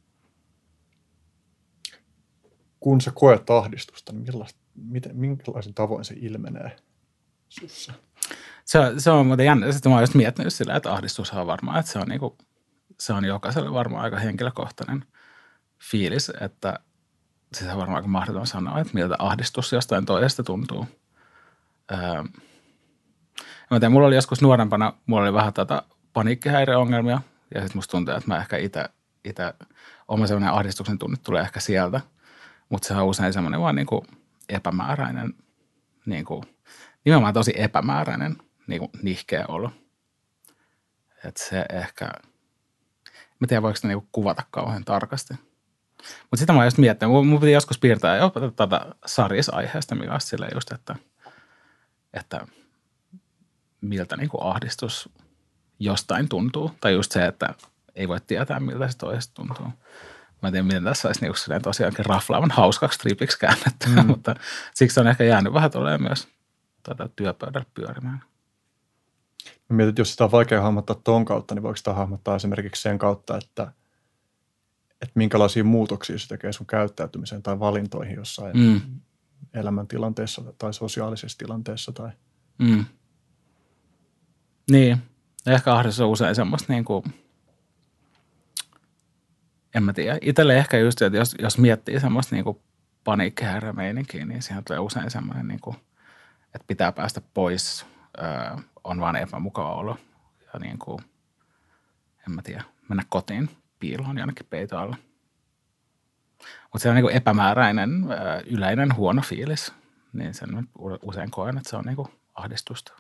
Kun sä koet ahdistusta, niin minkälaisin tavoin se ilmenee sussa? Se on muuten jännä. Sitten mä oon just miettinyt sillä, että ahdistus on varmaan, että se on jokaiselle varmaan aika henkilökohtainen fiilis, että sitä on varmaan aika mahdoton sanoa, että miltä ahdistus jostain toisesta tuntuu. Mä tiedän, mulla oli joskus nuorempana, mulla oli vähän paniikkihäiriöongelmia ja sitten musta tuntuu, että mä ehkä itse oma sellainen ahdistuksen tunne tulee ehkä sieltä, mutta se on usein semmoinen vaan niin kuin epämääräinen, niin kuin, nimenomaan tosi epämääräinen niin kuin nihkeä olo. Että se ehkä, mä tiedän voiko sitä niin kuin kuvata kauhean tarkasti. Mutta sitä mä oon just miettinyt, mun piti joskus piirtää jo tätä sarjisaiheesta, mikä on silleen just, että miltä niin kuin ahdistus jostain tuntuu. Tai just se, että ei voi tietää, miltä se toisesta tuntuu. Mä en tiedä, miten tässä olisi niin tosiaankin raflaavan hauskaksi tripiksi käännetty, mutta siksi on ehkä jäänyt vähän tolleen myös työpöydällä pyörimään. Mä mietin, että jos sitä on vaikea hahmottaa ton kautta, niin voiko sitä hahmottaa esimerkiksi sen kautta, että minkälaisia muutoksia se tekee sun käyttäytymiseen tai valintoihin jossain elämäntilanteessa tai sosiaalisessa tilanteessa. Tai. Niin, ehkä ahdistus on usein semmoista niin kuin, en mä tiedä. Itselle ehkä just, että jos miettii semmoista niinku paniikkihäiriömeininkiä, niin siihen tulee usein semmoinen, niinku, että pitää päästä pois, on vaan epämukava olo. Ja niinku, en mä tiedä, mennä kotiin piiloon jonnekin peiton alle. Mutta se on niinku epämääräinen, yleinen huono fiilis, niin sen usein koen, että se on niinku ahdistusta.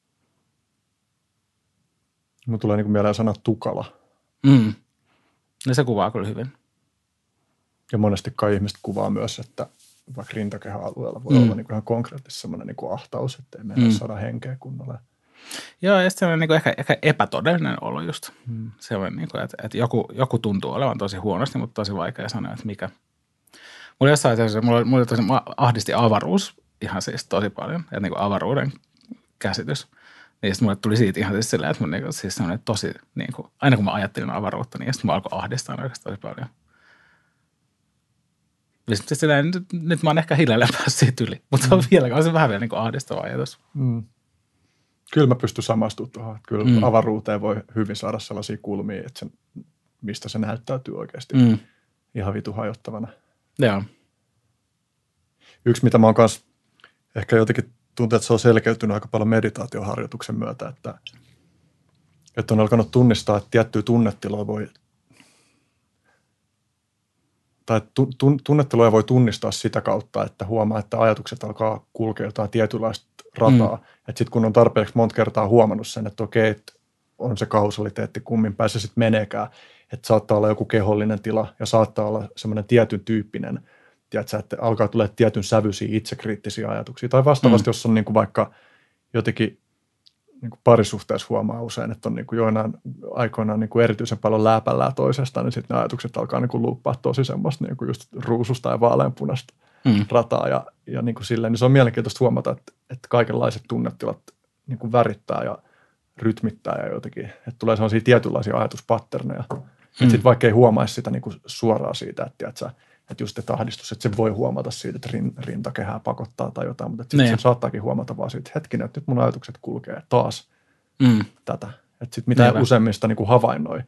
Mun tulee niinku mieleen sana tukala. No se kuvaa kyllä hyvin. Ja monesti kai ihmiset kuvaa myös, että vaikka rintakehän alueella voi olla niinku ihan konkreettisesti semmoinen niinku ahtaus, ettei meidän saada henkeä kunnolla. Joo, ja sitten niinku ehkä epätodellinen olo just. Sellainen, niinku, että joku tuntuu olevan tosi huonosti, mutta tosi vaikea sanoa, että mikä. Mulla jossain asiassa, mulla ahdisti avaruus ihan siis tosi paljon, että niinku avaruuden käsitys. Niin sitten mulle tuli siitä ihan siis silleen, että mun niinku, siis semmoinen tosi, niinku, aina kun mä ajattelin avaruutta, niin sitten mä alkoi ahdistaa oikeasti tosi paljon. Siis silleen, nyt mä oon ehkä hiljalleen päässyt siitä yli, mutta se on vieläkään se vähän vielä niinku ahdistava ajatus. Kyllä mä pystyn samastumaan tuohon. Kyllä avaruuteen voi hyvin saada sellaisia kulmia, että mistä se näyttäytyy oikeasti ihan vitu hajottavana. Joo. Yksi, mitä mä oon kanssa ehkä jotenkin tuntuu, että se on selkeytynyt aika paljon meditaatioharjoituksen myötä, että on alkanut tunnistaa, että tiettyä tunnetiloa voi, tai tunnetiloja voi tunnistaa sitä kautta, että huomaa, että ajatukset alkaa kulkea jotain tietynlaista rataa. Että sitten kun on tarpeeksi monta kertaa huomannut sen, että okei, että on se kausaliteetti, kummin päin se sitten meneekään, että saattaa olla joku kehollinen tila ja saattaa olla semmoinen tietyn tyyppinen, tiedätkö, että alkaa tulla tietyn sävyisiä itsekriittisiä ajatuksia. Tai vastaavasti, jos on niin kuin vaikka jotenkin niin kuin parisuhteessa huomaa usein, että on niin kuin joinain aikoinaan niin kuin erityisen paljon läpällään toisestaan, niin sitten ne ajatukset alkaa niin kuin luuppaa tosi semmoista niin kuin just ruususta ja vaaleanpunasta rataa. Ja niin kuin silleen, niin se on mielenkiintoista huomata, että kaikenlaiset tunnetilat niin kuin värittää ja rytmittää ja jotenkin, että tulee sellaisia tietynlaisia ajatuspatterneja. Että sitten vaikka ei huomaisi sitä niin kuin suoraan siitä, että tiedätkö, että just että ahdistus, että se voi huomata siitä, että rintakehää pakottaa tai jotain, mutta sitten se saattaakin huomata vaan siitä, hetkinen, että nyt mun ajatukset kulkee taas tätä. Että sitten mitä useimmista niin kuin havainnoi,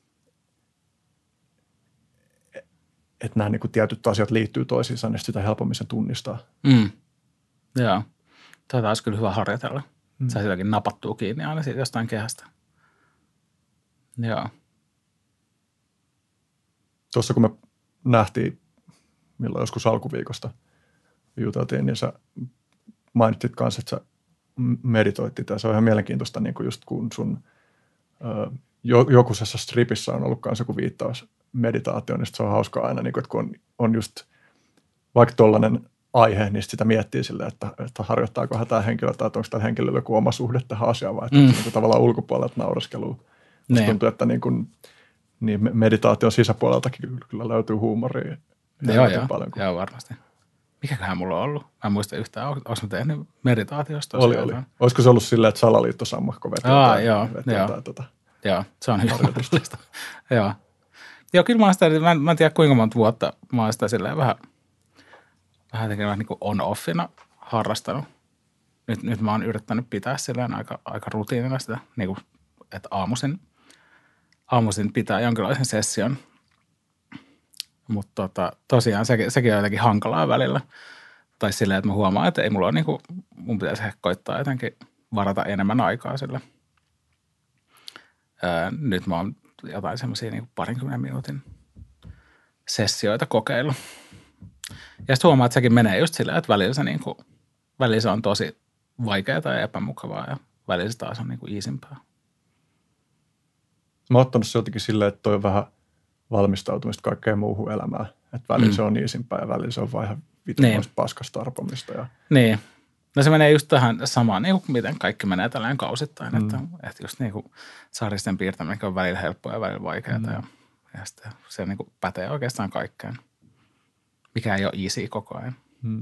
että nämä niin kuin tietyt asiat liittyy toisiinsa, niin sitä helpommin sen tunnistaa. Joo. Tätä olisi kyllä hyvä harjoitella. Sä sitäkin napattuu kiinni aina siitä jostain kehästä. Joo. Tuossa kun me nähtiin, milloin joskus alkuviikosta juteltiin, niin sä mainitsit kanssa, että sä meditoittit. Ja se on ihan mielenkiintoista, niin kuin just kun sun jokusessa stripissä on ollut kanssa joku viittaus meditaatioon, niin se on hauskaa aina, niin kuin, että kun on just vaikka tollainen aihe, niin sitä miettii silleen, että harjoittaakohan tämä henkilö, tai onko tällä henkilöllä joku oma suhde tähän asiaan, vai että se niin tavallaan ulkopuolelta naureskelua. Musta tuntuu, että niin meditaation sisäpuoleltakin kyllä löytyy huumoria. Joo, varmasti. Mikäköhän mulla on ollut? Mä en muista yhtään, onko mä tehnyt meditaatiosta? Oli. Olisiko se ollut silleen, että salaliittosammakko vetää? Joo, se on hyvä mahdollista. Joo, kyllä mä en tiedä kuinka monta vuotta mä oon sitä silleen vähän tekemään niin kuin on-offina harrastanut. Nyt mä oon yrittänyt pitää silleen aika rutiinina sitä, niin kuin, että aamuisin pitää jonkinlaisen session. Mutta tosiaan sekin on jotenkin hankalaa välillä. Tai silleen, että mä huomaan, että ei mulla ole niinku, mun pitäisi ehkä koittaa jotenkin varata enemmän aikaa sille. Nyt mä oon jotain semmoisia niinku 20 minuutin sessioita kokeillut. Ja sitten huomaa, että sekin menee just silleen, että välillä se on tosi vaikeaa ja epämukavaa ja välillä se taas on niinku easimpää. Mä oon ottanut se jotenkin silleen, että toi on vähän valmistautumista kaikkeen muuhun elämään. Että välillä se on iisimpää ja välillä se on vaan ihan vitumaista paskasta arpomista. Ja... Niin. No se menee just tähän samaan, niin kuin miten kaikki menee tällainen kausittain. Että just niin kuin saaristen piirtäminen on välillä helppoa ja välillä vaikeaa. Ja sitten se niin kuin pätee oikeastaan kaikkeen. Mikä ei ole easy koko ajan.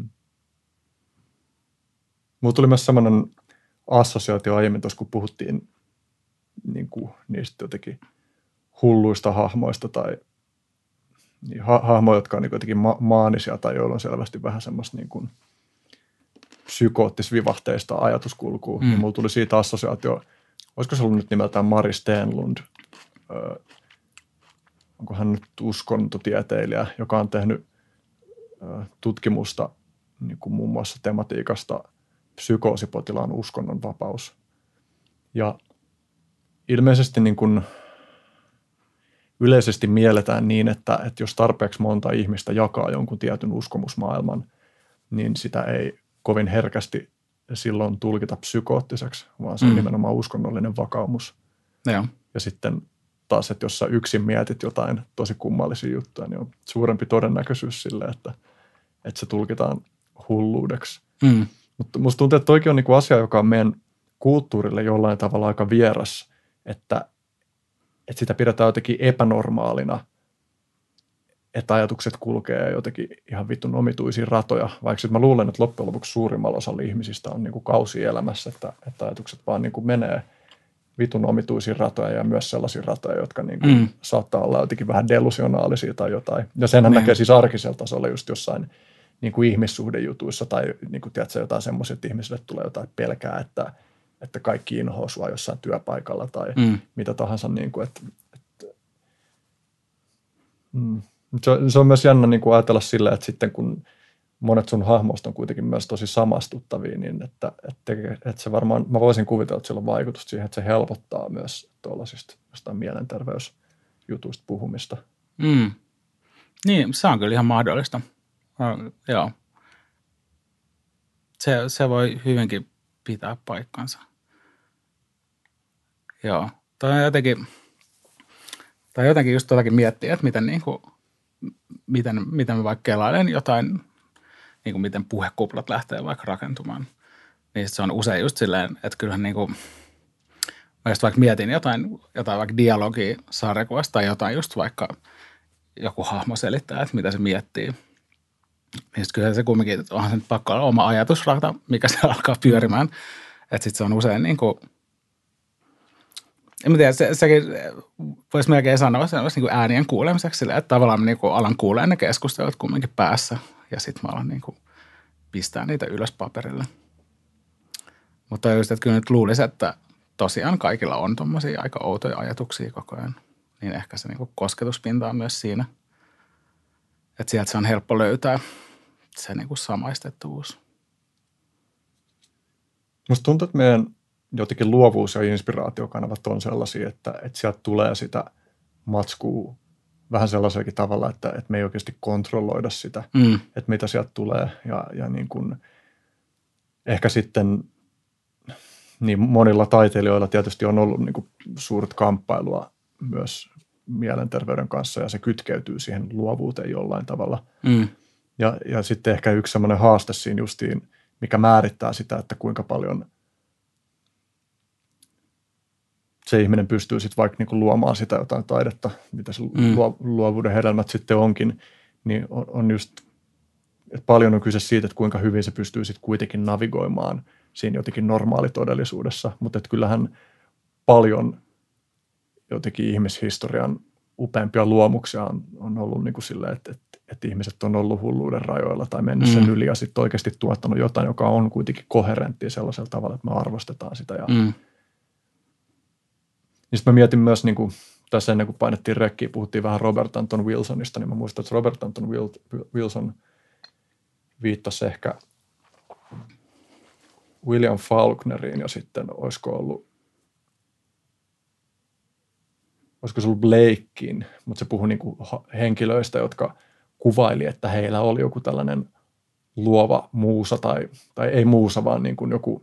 Mulla tuli myös sellainen assosiaatio aiemmin tuossa, kun puhuttiin niin kuin niistä jotenkin hulluista hahmoista tai niin, hahmoja, jotka on niin jotenkin maanisia tai joilla on selvästi vähän semmoista niin kuin psykoottis-vivahteista ajatuskulkua. Niin mulla tuli siitä assosiaatio, olisiko se ollut nyt nimeltään Mari Stenlund, onko hän nyt uskontotieteilijä, joka on tehnyt tutkimusta niin kuin muun muassa tematiikasta psykoosipotilaan uskonnonvapaus. Ja ilmeisesti niin kuin yleisesti mielletään niin, että jos tarpeeksi monta ihmistä jakaa jonkun tietyn uskomusmaailman, niin sitä ei kovin herkästi silloin tulkita psykoottiseksi, vaan se on nimenomaan uskonnollinen vakaumus. Ja sitten taas, että jos sä yksin mietit jotain tosi kummallisia juttuja, niin on suurempi todennäköisyys sille, että se tulkitaan hulluudeksi. Mutta musta tuntuu, että toikin on niinku asia, joka on meidän kulttuurille jollain tavalla aika vieras, että sitä pidetään jotenkin epänormaalina, että ajatukset kulkee jotenkin ihan vittun omituisia ratoja, vaikka mä luulen, että loppujen lopuksi suurimmalla osalla ihmisistä on niinku kausielämässä, että ajatukset vaan niinku menee vitun omituisia ratoja ja myös sellaisia ratoja, jotka niinku saattaa olla jotenkin vähän delusionaalisia tai jotain. Ja senhän näkee siis arkisella tasolla just jossain niinku ihmissuhdejutuissa tai niinku, tiedätkö, jotain semmoisia, että ihmisille tulee jotain pelkää, että kaikki inhoaa sua jossain työpaikalla tai mitä tahansa. Niinku, se on myös jännä niin kuin ajatella silleen, että sitten kun monet sun hahmoista on kuitenkin myös tosi samastuttavia, niin että se varmaan, mä voisin kuvitella, että sillä on vaikutusta siihen, että se helpottaa myös tuollaisista jostain mielenterveysjutuista puhumista. Niin, se on kyllä ihan mahdollista. Joo. Se voi hyvinkin pitää paikkansa. Joo. Tai jotenkin just tuotakin miettiä, että miten mä vaikka kelailen jotain, niin kuin miten puhekuplat lähtee vaikka rakentumaan. Niin se on usein just silleen, että kyllähän niin kuin, mä just vaikka mietin jotain vaikka dialogia sarjakuvasta tai jotain just vaikka joku hahmo selittää, että mitä se miettii. Niin sitten kyllä se kumminkin, onhan se nyt pakko olla oma ajatusrata, mikä se alkaa pyörimään. Että sitten se on usein niin kuin, en tiedä, sekin voisi melkein sanoa sellaisen niin äänien kuulemiseksi sille, että tavallaan niin kuin alan kuulee ne keskustelut kumminkin päässä ja sitten mä alan niin kuin pistää niitä ylös paperille. Mutta just, että kyllä nyt luulisi, että tosiaan kaikilla on tommosia aika outoja ajatuksia koko ajan, niin ehkä se niin kuin kosketuspinta on myös siinä, että sieltä se on helppo löytää se niin kuin samaistettavuus. Musta tuntuu, että meidän jotenkin luovuus- ja inspiraatiokanavat on sellaisia, että sieltä tulee sitä matskua vähän sellaisellakin tavalla, että me ei oikeasti kontrolloida sitä, että mitä sieltä tulee. Ja niin kuin, ehkä sitten niin monilla taiteilijoilla tietysti on ollut niin kuin suurta kamppailua myös mielenterveyden kanssa ja se kytkeytyy siihen luovuuteen jollain tavalla. Ja sitten ehkä yksi sellainen haaste siinä justiin, mikä määrittää sitä, että kuinka paljon se ihminen pystyy sitten vaikka niinku luomaan sitä jotain taidetta, mitä se luovuuden hedelmät sitten onkin, niin on just, että paljon on kyse siitä, että kuinka hyvin se pystyy sitten kuitenkin navigoimaan siinä jotenkin normaalitodellisuudessa, mutta että kyllähän paljon jotenkin ihmishistorian upeampia luomuksia on ollut niin kuin silleen, että ihmiset on ollut hulluuden rajoilla tai mennyt sen yli ja sitten oikeasti tuottanut jotain, joka on kuitenkin koherenttia sellaisella tavalla, että me arvostetaan sitä. Ja niin sitten mä mietin myös, niin kuin tässä ennen kuin painettiin rekkiä, puhuttiin vähän Robert Anton Wilsonista, niin mä muistan, että Robert Anton Wilson viittasi ehkä William Faulkneriin ja sitten olisiko se ollut Blakeen, mutta se puhui niin kuin henkilöistä, jotka kuvaili, että heillä oli joku tällainen luova muusa tai ei muusa, vaan niin kuin joku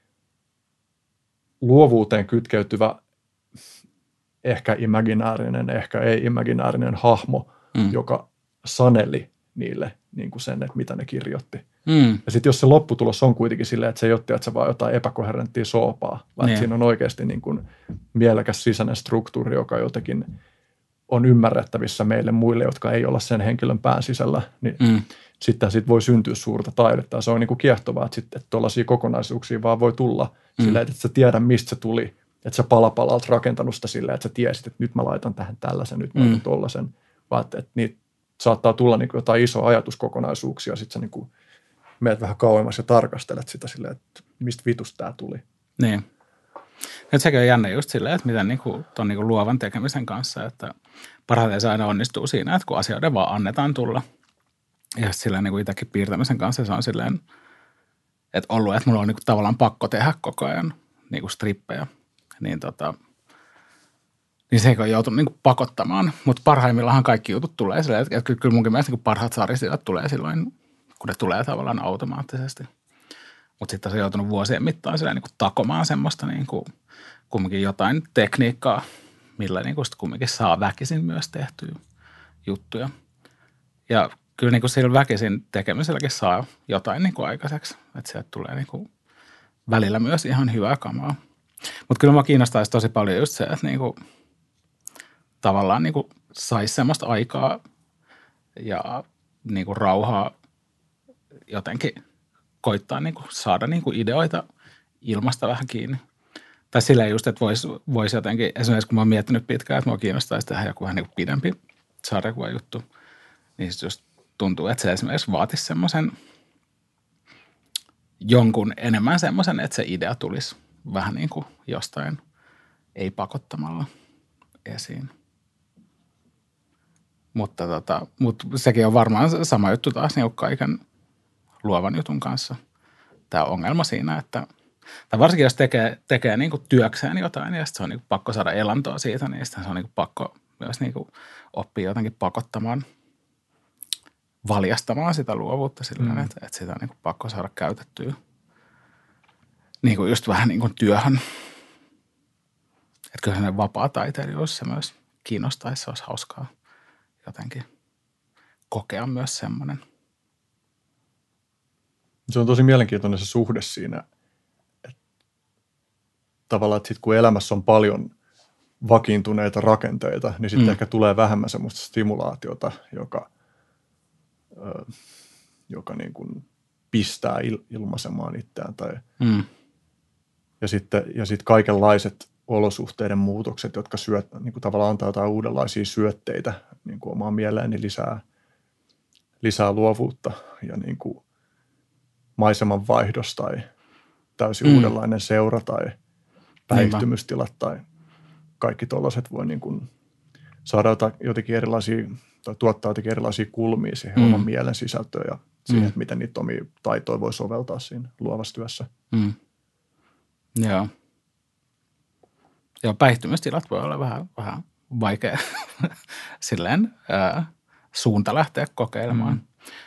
luovuuteen kytkeytyvä ehkä imaginäärinen, ehkä ei-imaginäärinen hahmo, joka saneli niille niin kuin sen, että mitä ne kirjoitti. Ja sitten jos se lopputulos on kuitenkin silleen, että se ei ole, että se vaan jotain epäkoherenttia soopaa, vaan että siinä on oikeasti niin kuin mielekäs sisäinen struktuuri, joka jotenkin on ymmärrettävissä meille muille, jotka ei olla sen henkilön pään sisällä, niin sitten siitä voi syntyä suurta taidetta. Ja se on niin kuin kiehtovaa, että tuollaisia kokonaisuuksia vaan voi tulla silleen, että sä tiedä, mistä se tuli, että sä pala-palalta rakentanut sitä silleen, että sä tiesit, että nyt mä laitan tähän tällaisen, nyt mä laitan tollaisen, vaan että niitä saattaa tulla niin kuin jotain isoa ajatuskokonaisuuksia, ja sitten sä niin kuin menet vähän kauemmas ja tarkastelet sitä silleen, että mistä vitusta tämä tuli. Niin. Nyt sekin on jännä just silleen, että miten niinku, ton niinku luovan tekemisen kanssa, että parhaiten se aina onnistuu siinä, että kun asioiden vaan annetaan tulla. Ja silleen niinku itsekin piirtämisen kanssa se on silleen, että ollut, että mulla on niinku tavallaan pakko tehdä koko ajan niinku strippejä. Niin niin se on joutunut niinku pakottamaan. Mutta parhaimmillaan kaikki jutut tulee silleen, että kyllä munkin mielestä niinku parhaat sarjasivat tulee silloin, kun ne tulee tavallaan automaattisesti. Mutta sitten se on joutunut vuosien mittaan silleen niinku takomaan semmoista niinku kumminkin jotain tekniikkaa, millä niinku sit kumminkin saa väkisin myös tehtyä juttuja. Ja kyllä niinku sillä väkisin tekemiselläkin saa jotain niinku aikaiseksi, että sieltä tulee niinku välillä myös ihan hyvää kamaa. Mutta kyllä mä kiinnostaisi tosi paljon just se, että niinku tavallaan niinku saisi semmoista aikaa ja niinku rauhaa jotenkin koittaa niinku saada niinku ideoita ilmasta vähän kiinni. Tai silleen just, että voisi jotenkin, esimerkiksi kun mä oon miettinyt pitkään, että mua kiinnostaisi tehdä joku vähän niinku pidempi sarjakuva juttu, niin sit just tuntuu, että se esimerkiksi vaatisi semmoisen jonkun enemmän semmoisen, että se idea tulisi vähän niin kuin jostain ei pakottamalla esiin. Mutta sekin on varmaan sama juttu taas niin kuin kaiken luovan jutun kanssa. Tämä ongelma siinä, että tai varsinkin jos tekee niin kuin työkseen jotain ja sitten se on niin kuin pakko saada elantoa siitä, niin sitten se on niin kuin pakko myös niin kuin oppia jotenkin pakottamaan, valjastamaan sitä luovuutta sillä että sitä on niin kuin pakko saada käytettyä niin kuin just vähän niin kuin työhön. Että kyllä sellainen vapaa taiteilijuus se myös kiinnostaisi, se olisi hauskaa jotenkin kokea myös semmoinen. Se on tosi mielenkiintoinen se suhde siinä, että tavallaan, että sit kun elämässä on paljon vakiintuneita rakenteita, niin sitten ehkä tulee vähemmän semmoista stimulaatiota, joka niin kuin pistää ilmaisemaan itseään. Ja sitten kaikenlaiset olosuhteiden muutokset, jotka niin kuin tavallaan antaa jotain uudenlaisia syötteitä niin kuin omaan mieleen, niin lisää luovuutta ja niin kuin maiseman vaihdos tai täysin uudenlainen seura tai päihtymystilat tai kaikki tuollaiset voi niin kuin saada jotenkin erilaisia tai tuottaa jotenkin erilaisia kulmia siihen oman mielen sisältöön ja siihen, että miten niitä omia taitoja voi soveltaa siinä luovassa työssä. Joo. Joo, päihtymystilat voi olla vähän vaikea silleen suunta lähteä kokeilemaan.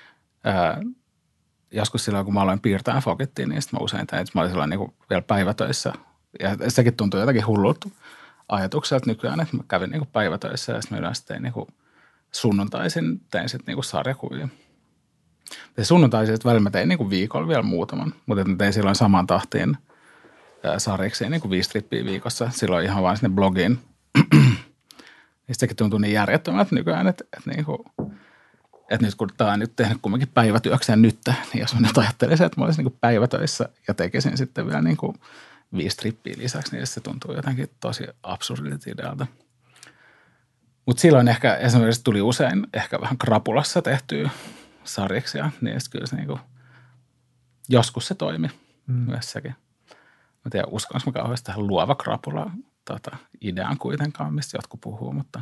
Joskus silloin, kun mä aloin piirtää Fokettiin, niin sitten mä usein tein, että mä olin silloin niin kuin vielä päivätöissä. Ja sekin tuntui jotenkin hullulta ajatukselta nykyään, että mä kävin niin kuin päivätöissä ja sitten mä yleensä tein niin kuin sunnuntaisin, tein sitten niin kuin sarjakuvia. Ja sunnuntaisin, että välillä mä tein niin kuin viikolla vielä muutaman, mutta mä tein silloin saman tahtiin sarjiksi niin kuin 5 strippiä viikossa. Silloin ihan vaan sinne blogiin. Ja sekin tuntuu niin järjettömältä nykyään, että nyt kun tämä on nyt tehnyt kumminkin päivätyökseen nyt, niin jos mä nyt ajattelisin, että mä olisin niin kuin päivätöissä ja tekisin sitten vielä niin kuin 5 strippiä lisäksi, niin se tuntuu jotenkin tosi absurdilta idealta. Mutta silloin ehkä esimerkiksi tuli usein ehkä vähän krapulassa tehtyä sarjiksia, niin sitten kyllä se niin kuin, joskus se toimi myös sekin. Mä tiedän, uskonko mä kauheasti tähän luova krapula ideaan kuitenkaan, mistä jotkut puhuu, mutta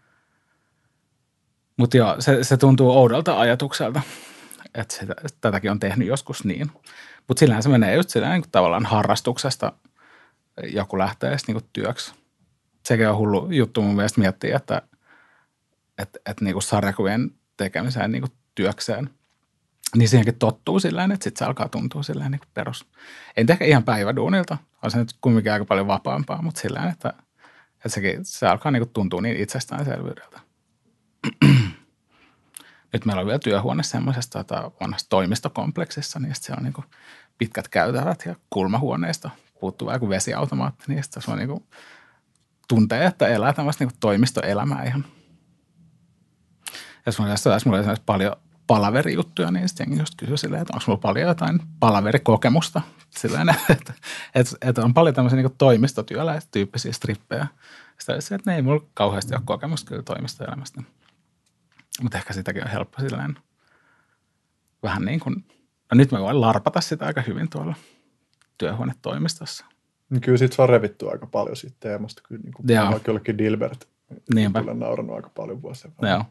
joo, se tuntuu oudolta ajatukselta, että tätäkin on tehnyt joskus niin. Mutta sillähän se menee just sillä niin kuin tavallaan harrastuksesta joku lähtee niin kuin työksi. Sekin on hullu juttu mun mielestä miettiä, että niin kuin sarjakuvien tekemiseen niin kuin työkseen, niin siihenkin tottuu sillä että sitten se alkaa tuntua sillä niin kuin perus. Ei ehkä ihan päiväduunilta, on se nyt kumminkin aika paljon vapaampaa, mutta sillä että se alkaa niin kuin tuntua niin itsestäänselvyydeltä. Nyt meillä on vielä työhuone semmoisesta vanhasta toimistokompleksissa, niin siellä on niin kuin pitkät käytävät ja kulmahuoneista puuttuu joku vesiautomaatti, niin sitten se on niin kuin tuntee, että elää tämmöistä niin kuin toimistoelämää ihan. Jos mulla oli esimerkiksi paljon palaverijuttuja, niin sitten jengi just kysyi silleen, että onko mulla paljon jotain palaverikokemusta. Silleen, että on paljon tämmöisiä niin kuin toimistotyöläistyyppisiä strippejä. Sitten olisi, että ei mulla kauheasti ole kokemusta kyllä toimistoelämästä. Mutta ehkä sitäkin on helppo silleen vähän niin kuin, no nyt mä voin larpata sitä aika hyvin tuolla työhuonetoimistossa. Niin kyllä siitä saa revittyä aika paljon siitä teemasta. Kyllä niin kuin vaikka jollekin Dilbert olen naurannut aika paljon vuosia. Joo.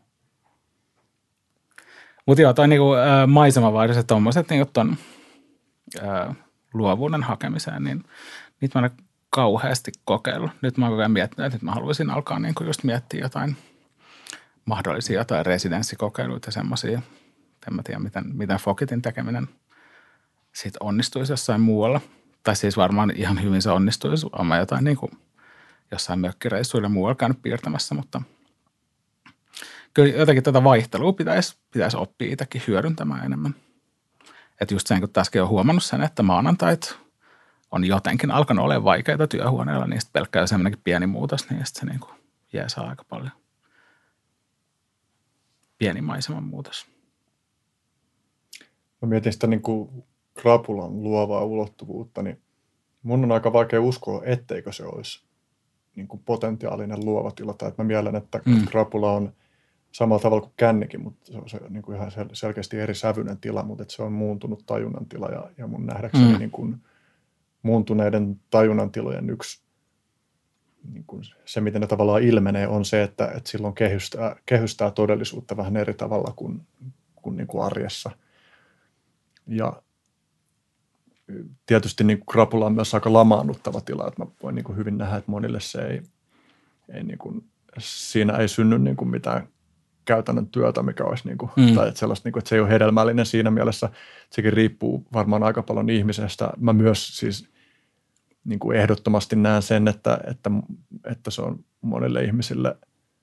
Mutta joo, toi niinku, maisemavaihdos ja tommoset niinku ton luovuuden hakemiseen, niin niitä mä en kauheasti kokeillut. Nyt mä oon koko ajan miettinyt, että nyt mä haluaisin alkaa niinku just miettiä jotain mahdollisia jotain residenssikokeiluita ja semmoisia. En mä tiedä, miten Fokitin tekeminen siitä onnistuisi jossain muualla. Tai siis varmaan ihan hyvin se onnistuisi. Olen mä jotain niin kuin jossain mökkireissuilla muualla käynyt piirtämässä, mutta kyllä jotenkin tätä vaihtelua pitäisi oppia itsekin hyödyntämään enemmän. Että just sen, kun tässäkin on huomannut sen, että maanantait on jotenkin alkanut olemaan vaikeita työhuoneella, niin sitten pelkkää semmoinenkin pieni muutos, niin sitten se niin kuin jeesaa aika paljon. Pieni maiseman muutos. Mä mietin sitä niin kuin krapulan luovaa ulottuvuutta, niin mun on aika vaikea uskoa, etteikö se olisi niin kuin potentiaalinen luova tila. Tai että mä mielen, että krapula on samalla tavalla kuin kännikin, mutta se on se, niin kuin ihan selkeästi eri sävyinen tila, mutta että se on muuntunut tajunnan tila. Ja mun nähdäkseni niin kuin muuntuneiden tajunnan tilojen yksi, niin kuin se miten ne tavallaan ilmenee, on se, että silloin kehystää todellisuutta vähän eri tavalla kuin arjessa. Ja tietysti niin kuin krapula on myös aika lamaannuttava tila, että mä voin niin kuin hyvin nähdä, että monille se ei niin kuin, siinä ei synny niin kuin mitään käytännön työtä, mikä olisi niin kuin, tai että sellaista, niin kuin, että se ei ole hedelmällinen siinä mielessä. Sekin riippuu varmaan aika paljon ihmisestä. Mä myös siis niin kuin ehdottomasti näen sen, että se on monille ihmisille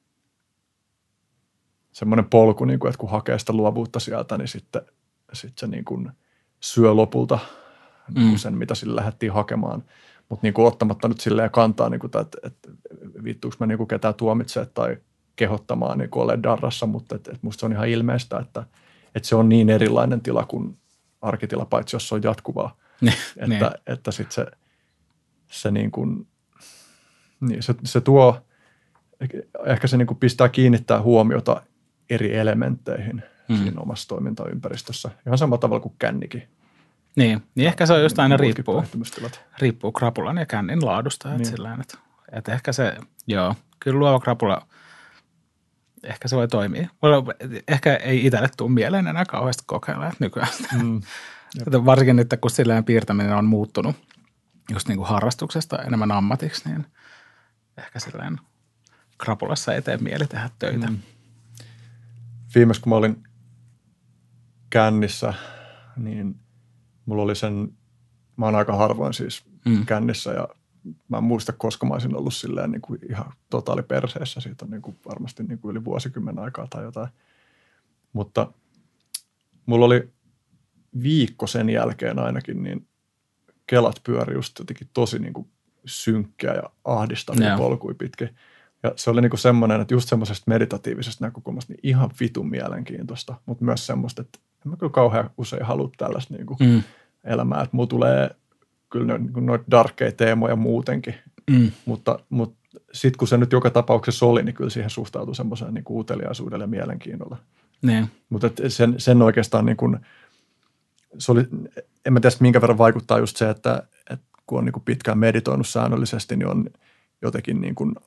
semmoinen polku, niin kuin, että kun hakee sitä luovuutta sieltä, niin sitten se niin kuin syö lopulta niin sen, mitä sille lähdettiin hakemaan. Mutta niin ottamatta nyt silleen kantaa, niin kuin, että vittuuko mä niin ketään tuomitsee tai kehottamaan niin olemaan darrassa, mutta musta se on ihan ilmeistä, että se on niin erilainen tila kuin arkitila, paitsi jos se on jatkuvaa. Että sitten se niin kuin, niin se tuo, ehkä se niin kuin pistää kiinnittää huomiota eri elementteihin siinä omassa toimintaympäristössä. Ihan samalla tavalla kuin kännikin. Niin ehkä se on just aina riippuu krapulan ja kännin laadusta. Niin. Että ehkä se, joo, kyllä luova krapula, ehkä se voi toimia. Ehkä ei itselle tule mieleen enää kauheasti kokeilla nykyään. Varsinkin nyt, kun silleen piirtäminen on muuttunut just niin kuin harrastuksesta enemmän ammatiksi, niin ehkä silleen krapulassa ei tee mieli tehdä töitä. Viimeis, kun mä olin kännissä, niin mulla oli mä oon aika harvoin siis kännissä ja mä en muista, koska mä olisin ollut silleen niin kuin ihan totaali perseessä. Siitä on niin kuin varmasti niin kuin yli vuosikymmen aikaa tai jotain. Mutta mulla oli viikko sen jälkeen ainakin, niin kelat pyöri just jotenkin tosi niin kuin synkkiä ja ahdistavia polkuja pitkin. Ja se oli niin kuin semmoinen, että just semmoisesta meditatiivisesta näkökulmasta niin ihan vitun mielenkiintoista, mutta myös semmoista, että en mä kyllä kauhean usein halua tällaista niin kuin elämää, että mulla tulee kyllä noita darkkeja teemoja muutenkin, mutta sitten kun se nyt joka tapauksessa oli, niin kyllä siihen suhtautui semmoiseen niin kuin uteliaisuudelle ja mielenkiinnolla. Mutta sen oikeastaan niin kuin, se oli, en mä tiedä minkä verran vaikuttaa just se, että kun on niin kuin pitkään meditoinut säännöllisesti, niin on jotenkin niin kuin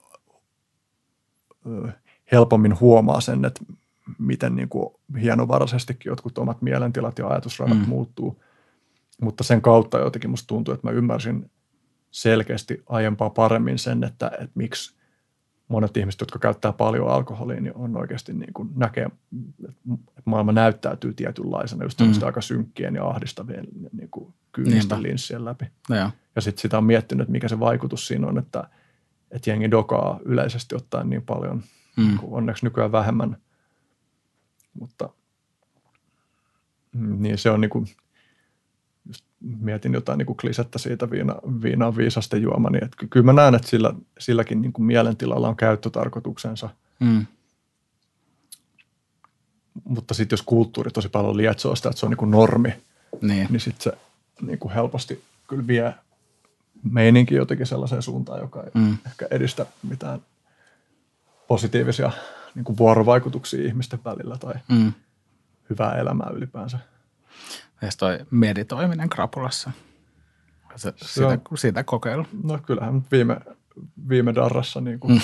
helpommin huomaa sen, että miten niin kuin hienovaraisestikin jotkut omat mielentilat ja ajatusradat muuttuu. Mutta sen kautta jotenkin musta tuntuu, että mä ymmärsin selkeästi aiempaa paremmin sen, että miksi monet ihmiset, jotka käyttää paljon alkoholia, niin on oikeasti niin kuin näkee, että maailma näyttäytyy tietynlaisena, just tämmöistä aika synkkien ja ahdistavien niin kuin kyynisten linssien läpi. Ja sitten sitä on miettinyt, että mikä se vaikutus siinä on, että jengi dokaa yleisesti ottaen niin paljon, onneksi nykyään vähemmän, mutta niin se on niin kuin, just mietin jotain niin kuin klisettä siitä viina on viisasten juoma, niin että kyllä mä näen, että silläkin niin kuin mielentilalla on käyttötarkoituksensa. Mutta sitten jos kulttuuri tosi paljon lietsoo sitä, että se on niin kuin normi, niin sitten se niin kuin helposti kyllä vie meininki jotenkin sellaiseen suuntaan, joka ei ehkä edistä mitään positiivisia niin kuin vuorovaikutuksia ihmisten välillä tai hyvää elämää ylipäänsä. Ja toi meditoiminen krapulassa Sitä kokeilu. No kyllähän nyt viime darrassa niin kuin,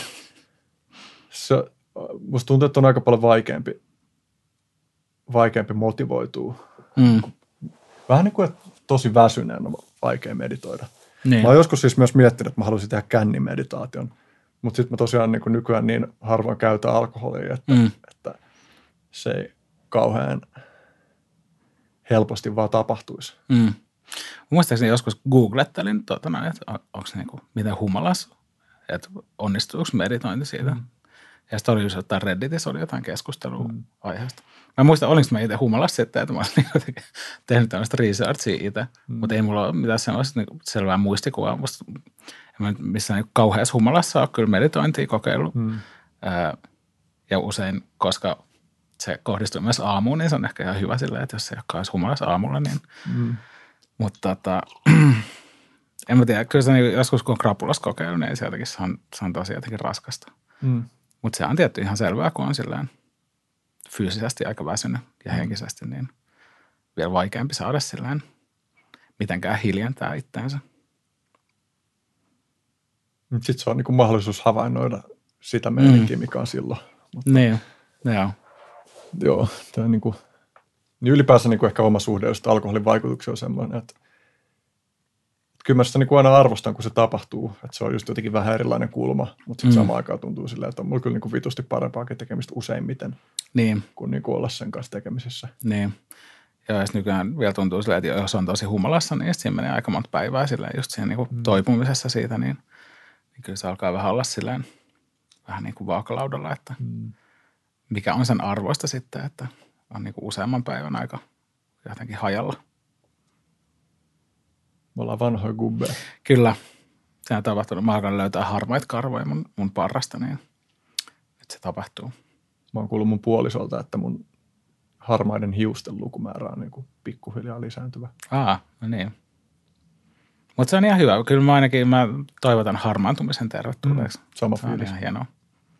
musta tuntuu, että on aika paljon vaikeampi motivoitua. Vähän niin kuin, että tosi väsyneen on vaikea meditoida. Niin. Mä oon joskus siis myös miettinyt, että mä haluaisin tehdä kännimeditaation, mutta sitten mä tosiaan niin kuin nykyään niin harvoin käytän alkoholia, että se ei kauhean helposti vaan tapahtuisi. Muistaakseni joskus googlettelin, että onko se niinku, miten humalassa, että onnistuuko meditointi siitä. Ja sitten oli just jotain Redditissä, oli jotain keskustelua aiheesta. Mä muistan, olinko mä itse humalassa sitten, että mä olin tehnyt tämmöistä researchia itse, mutta ei mulla ole mitään sellaista niinku selvää muistikuvaa. En mä nyt missään niinku kauheassa humalassa ole kyllä meditointia kokeillut. Ja usein, koska se kohdistuu myös aamuun, niin se on ehkä ihan hyvä silleen, että jos ei olekaan humalassa aamulla, niin mutta en mä tiedä, kyllä se niin joskus kun on krapulassa kokeillut, niin se on tosi jotenkin raskasta. Mutta se on tietty ihan selvää, kun on silleen fyysisesti aika väsynyt ja henkisesti, niin vielä vaikeampi saada silleen mitenkään hiljentää itseänsä. Sitten se on niin kuin mahdollisuus havainnoida sitä meininkiä, mikä on silloin. Mutta, niin, joo. Joo, tämä niin kuin, niin ylipäänsä niin kuin ehkä oma suhde, jos alkoholin vaikutuksia on semmoinen, että kyllä mä sitä niin kuin aina arvostan, kun se tapahtuu, että se on just jotenkin vähän erilainen kulma, mutta sitten samaan aikaan tuntuu silleen, että on mulla kyllä niin kuin vitusti parempaakin tekemistä useimmiten kuin, niin kuin olla sen kanssa tekemisissä. Niin. Ja jos nykyään vielä tuntuu silleen, että jos on tosi humalassa, niin siinä menee aika monta päivää silleen just siihen niin kuin toipumisessa siitä, niin kyllä se alkaa vähän olla silleen vähän niin kuin vaakalaudalla, että mikä on sen arvoista sitten, että on niin kuin useamman päivän aika jotenkin hajalla. Me ollaan vanhoja gubbeja. Kyllä. Se on tapahtunut. Mä alkan löytää harmaita karvoja mun parrasta, niin nyt se tapahtuu. Mä oon kuullut mun puolisolta, että mun harmaiden hiusten lukumäärä on niin kuin pikkuhiljaa lisääntyvä. No niin. Mutta se on ihan hyvä. Kyllä mä toivotan harmaantumisen tervetulleeksi. Sama fiilis. Se on ihan hienoa.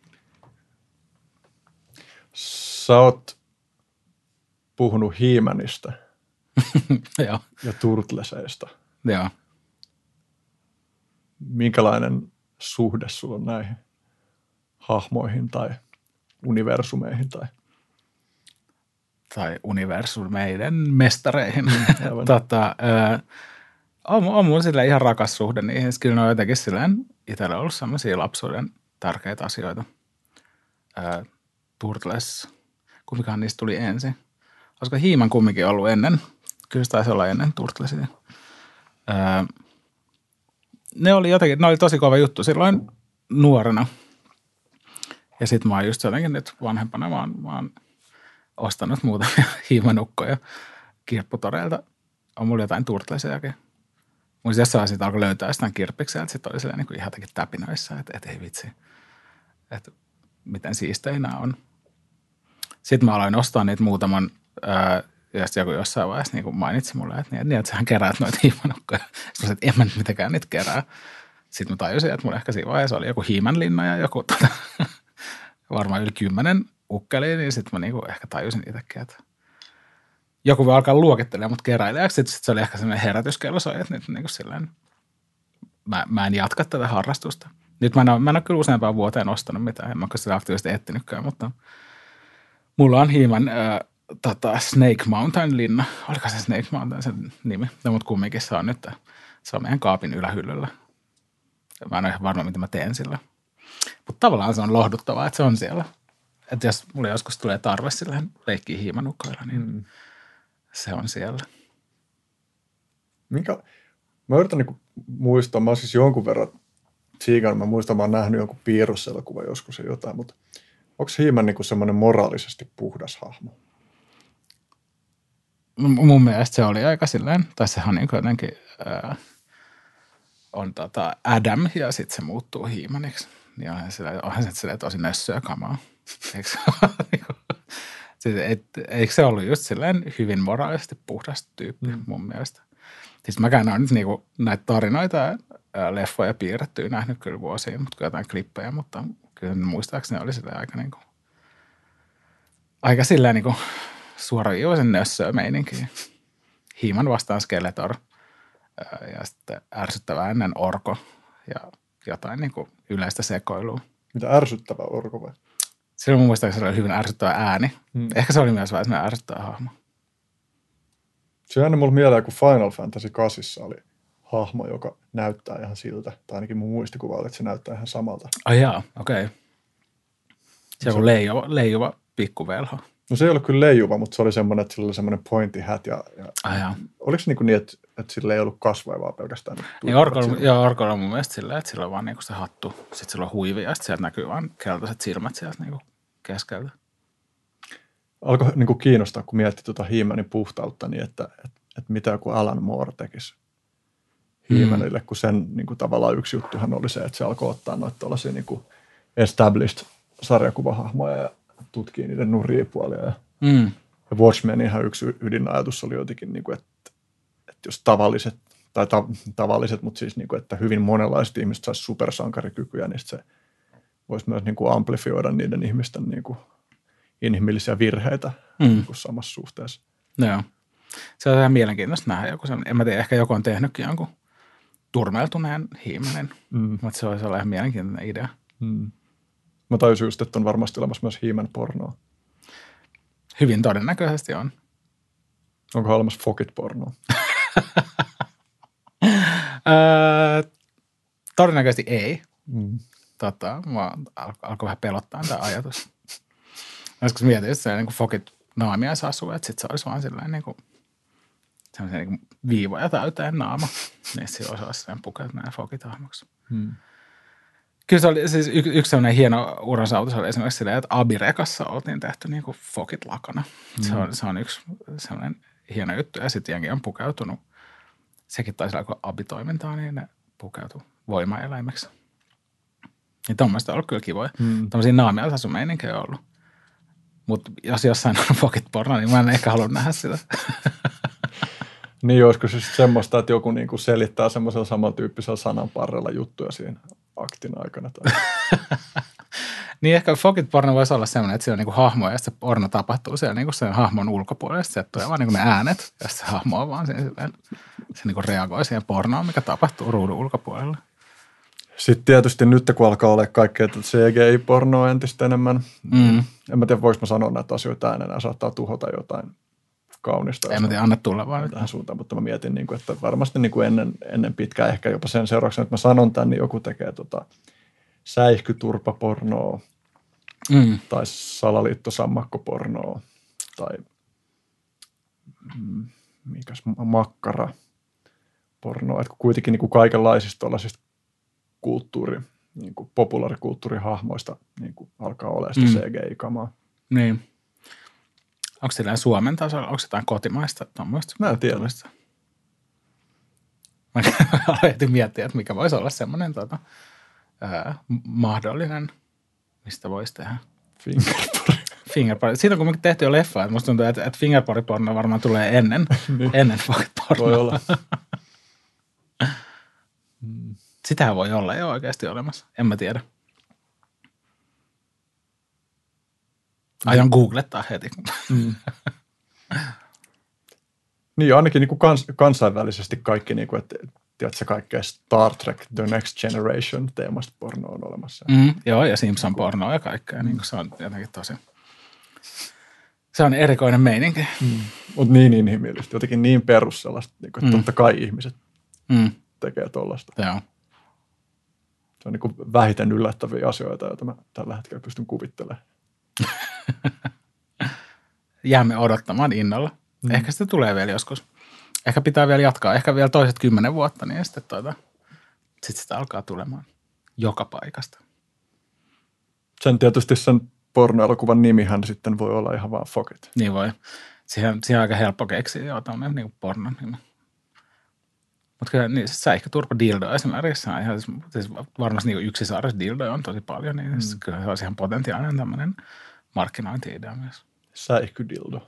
Sä oot puhunut He-Manista ja Turtleseista. Joo. Minkälainen suhde sulla on näihin hahmoihin tai universumeihin? Tai universumeiden mestareihin. On mun silleen ihan rakas suhde niihin. Kyllä ne on jotenkin silleen itsellä ollut sellaisia lapsuuden tärkeitä asioita. Turtles, kumpikaan niistä tuli ensin. Olisiko He-Man kumminkin ollut ennen? Kyllä se taisi olla ennen Turtlesia. Ne oli tosi kova juttu silloin nuorena. Ja sit mä oon just jotenkin nyt vanhempana, mä oon ostanut muutamia He-Man-ukkoja kirpputoreilta. On mulla jotain Turtlesiakin. Mun jossain siitä alkoi löytää jostain kirppikseltä, sit oli niin kuin ihan jotenkin täpinöissä, että ei vitsi, että miten siistejä nämä on. Sitten mä aloin ostaa niitä muutaman, ja sitten joku jossain vaiheessa niin mainitsi mulle, että sähän keräät noita He-Man-ukkoja. Sitten mä että en mä nyt mitenkään niitä kerää. Sitten mä tajusin, että mulla ehkä siinä vaiheessa oli joku He-Man-linna ja joku varmaan yli 10 ukkeliin, niin sitten mä niinku ehkä tajusin itsekin, että joku voi alkaa luokittelemaan mut keräilijäksi. Sitten se oli ehkä sellainen herätyskello soi, että nyt niinku silleen, mä en jatka tätä harrastusta. Nyt mä en ole kyllä useampaan vuoteen ostanut mitään, en mä ole sitä aktiivisesti etsinytkään, mutta mulla on He-Man Snake Mountain-linna. Oliko se Snake Mountain sen nimi? No, mutta kumminkin se on nyt, se on meidän kaapin ylähyllyllä. Mä en ole ihan varma, mitä mä teen sillä. Mutta tavallaan se on lohduttavaa, että se on siellä. Että jos mulla joskus tulee tarve silleen leikkiä He-Man-ukoilla, niin se on siellä. Mä yritän niinku muistaa, mä oon siis jonkun verran tsiikannut, mä muistan, mä oon nähnyt jonkun piirroselokuva joskus ja jotain, mutta onko He-Man niinku semmoinen moraalisesti puhdas hahmo? Mun mielestä se oli aika silleen, tai sehän niin jotenkin on Adam ja sitten se muuttuu He-Maniksi. Niin onhan se silleen tosi nössöä kamaa. Eikö se ollut just silleen hyvin moraalisesti puhdas tyyppi mun mielestä? Siis mäkään olen nyt niinku näitä tarinoita ja leffoja piirrettyä nähnyt kyllä vuosiin, mutta jotain klippejä, mutta kyllä muistaakseni oli silleen aika silleen niinku suoraviivaisen nössöä meininkiä. He-Man vastaan Skeletor. ja sitten ärsyttävää ennen orko ja jotain niin kuin yleistä sekoilua. Mitä ärsyttävää orko vai? Silloin mun muistaakseni se oli hyvin ärsyttävä ääni. Ehkä se oli myös vähän sellainen ärsyttävä hahmo. Se jäänyt mulle mieleen, kun Final Fantasy 8 oli hahmo, joka näyttää ihan siltä. Tai ainakin mun muistikuva oli, että se näyttää ihan samalta. Ai jaa, okei. Se on leijuva pikkuvelho. No se ei ollut kyllä leijuva, mutta se oli semmoinen, että sillä oli semmoinen pointy hat. Oliko se niin, että sillä ei ollut kasvoja vaan pelkästään? Niin orkolla on mun mielestä silleen, että sillä on vaan niinku se hattu. Sitten sillä on huivi ja sitten sieltä näkyy vaan keltaiset silmät sieltä niinku keskeltä. Alkoi niin kuin kiinnostaa, kun mietti tuota He-Manin puhtautta, niin että mitä joku Alan Moore tekisi He-Manille, kun sen niin kuin tavallaan yksi juttuhan oli se, että se alkoi ottaa noita tuollaisia niin kuin established sarjakuvahahmoja ja tutkii niiden nurjipuolia. Ja Watchmenin ihan yksi ydinajatus oli jotenkin, niin kuin, että jos tavalliset, mutta siis niin kuin, että hyvin monenlaiset ihmiset saisi supersankarikykyjä, niin se voisi myös niin kuin amplifioida niiden ihmisten niin kuin inhimillisiä virheitä niin kuin samassa suhteessa. Joo. Se on ihan mielenkiintoista nähdä joku sen. En mä tiedä, ehkä joku on tehnytkin jonkun turmeltuneen He-Manin, mutta se olisi olla ihan mielenkiintoinen idea. Mä tajusin just, että on varmasti olemassa myös He-Man pornoa. Hyvin todennäköisesti on. Onko olemassa Fokit pornoa? Todennäköisesti ei. Mua alkoi vähän pelottaa tämä ajatus. Joskus mietin, että se niin kuin Fokit naamiaisasu, että sitten se olisi vaan sellainen niin kuin sellaisia niin viivoja täyteen naama. Niin siinä olisi sellainen pukeutuneen Fokit-hahmoksi. Kyllä se oli siis yksi sellainen hieno uransaavutus oli esimerkiksi silleen, että Abirekassa oltiin tehty niin kuin Fokit lakana. Se on yksi sellainen hieno juttu. Ja sitten jengi on pukeutunut, sekin taisi olla kuin abitoimintaa, niin ne pukeutui voimaeläimeksi. Niin tuommoista on ollut kyllä kivoja. Tuommoisia naamiaisasumeininkiä on ollut. Mutta jos jossain on Fokit porno, niin mä en ehkä halua nähdä sitä. Niin, olisiko se semmoista, että joku niinku selittää semmoisella samantyyppisellä sananparrella juttuja siinä aktin aikana? Tai... Niin ehkä Fokit porno voisi olla semmoinen, että siellä on niinku hahmoja ja se porno tapahtuu siellä niinku sen hahmon ulkopuolella. Se tulee vaan niinku ne äänet ja se hahmo on vaan se niinku reagoi siihen pornoon, mikä tapahtuu ruudun ulkopuolella. Sitten tietysti nyt, kun alkaa olla kaikkea CGI-pornoa entistä enemmän, en mä tiedä, voiko mä sanoa näitä asioita äänenä, ja saattaa tuhota jotain kaunista. En mä tiedä, anna tulla vaan. Tähän suuntaan, mutta mä mietin, että varmasti ennen pitkään, ehkä jopa sen seurauksena, että mä sanon tämän, niin joku tekee säihkyturpapornoa, tai salaliittosammakkopornoa, tai makkarapornoa, että kuitenkin niin kuin kaikenlaisista tuollaisista niin kuin populaarikulttuurihahmoista niin kuin alkaa olemaan sitä CGI-kamaa. Niin. Onko sillä Suomen tasolla, onko jotain kotimaista tuommoista? Mä en tiedä. Mä aloitin miettiä, että mikä voisi olla semmoinen mahdollinen, mistä voisi tehdä. Fingerpori. Siitä on kuitenkin tehty jo leffa, että musta tuntuu, että fingerpori-porno varmaan tulee ennen Fokit-pornoa. Voi olla. Sitähän voi olla jo oikeasti olemassa. En mä tiedä. Aion googlettaa heti. Niin, ainakin niin kuin kansainvälisesti kaikki, niin kuin, että tiedätkö, kaikkea Star Trek The Next Generation -teemasta porno on olemassa. Joo, ja Simpson-pornoa ja kaikkea. Niin se on jotenkin tosi... Se on erikoinen meininki. Mutta niin inhimillistä, jotenkin niin perus sellaista, niin kuin, että totta kai ihmiset tekee tollaista. Joo. Se on niin kuin vähiten yllättäviä asioita, joita mä tällä hetkellä pystyn kuvittelemaan. Jäämme odottamaan innolla. Ehkä sitä tulee vielä joskus. Ehkä pitää vielä jatkaa. Ehkä vielä toiset 10 vuotta, niin sitten sitä alkaa tulemaan joka paikasta. Sen tietysti sen pornoelokuvan nimihän sitten voi olla ihan vaan Fokit. Niin voi. Siihen on aika helppo keksiä jo tämmöinen niin pornon nimi. Mutta kyllä niin, säihköturpa dildo esimerkiksi on ihan, siis varmasti niin yksisarjassa dildo on tosi paljon, niin kyllä se olisi ihan potentiaalinen tämmöinen markkinointi-idea myös. Säihkydildo.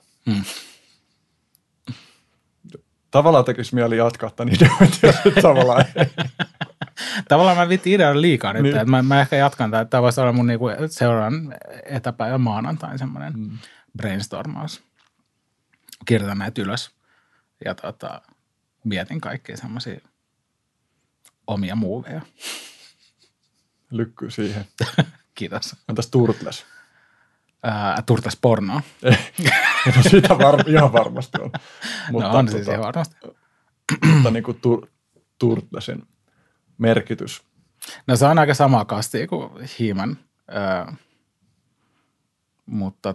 Tavallaan tekisi mieli jatkaa tämän ideointia, tavallaan ei. Tavallaan mä vitti ideoida liikaa nyt, niin. Että mä ehkä jatkan tämän, että tämä voisi olla mun niinku seuraavan etäpäivän maanantain semmoinen brainstormaus. Kirjoitan näitä ylös ja mietin kaikkia semmoisia omia muuveja. Lykkyy siihen. Kiitos. Entäs Turtles? Turtles pornoa. No sitä ihan varmasti on. Mutta, no on siis ihan varmasti. Mutta niin kuin Turtlesin merkitys. No se on aika samaa kastia kuin He-Man, mutta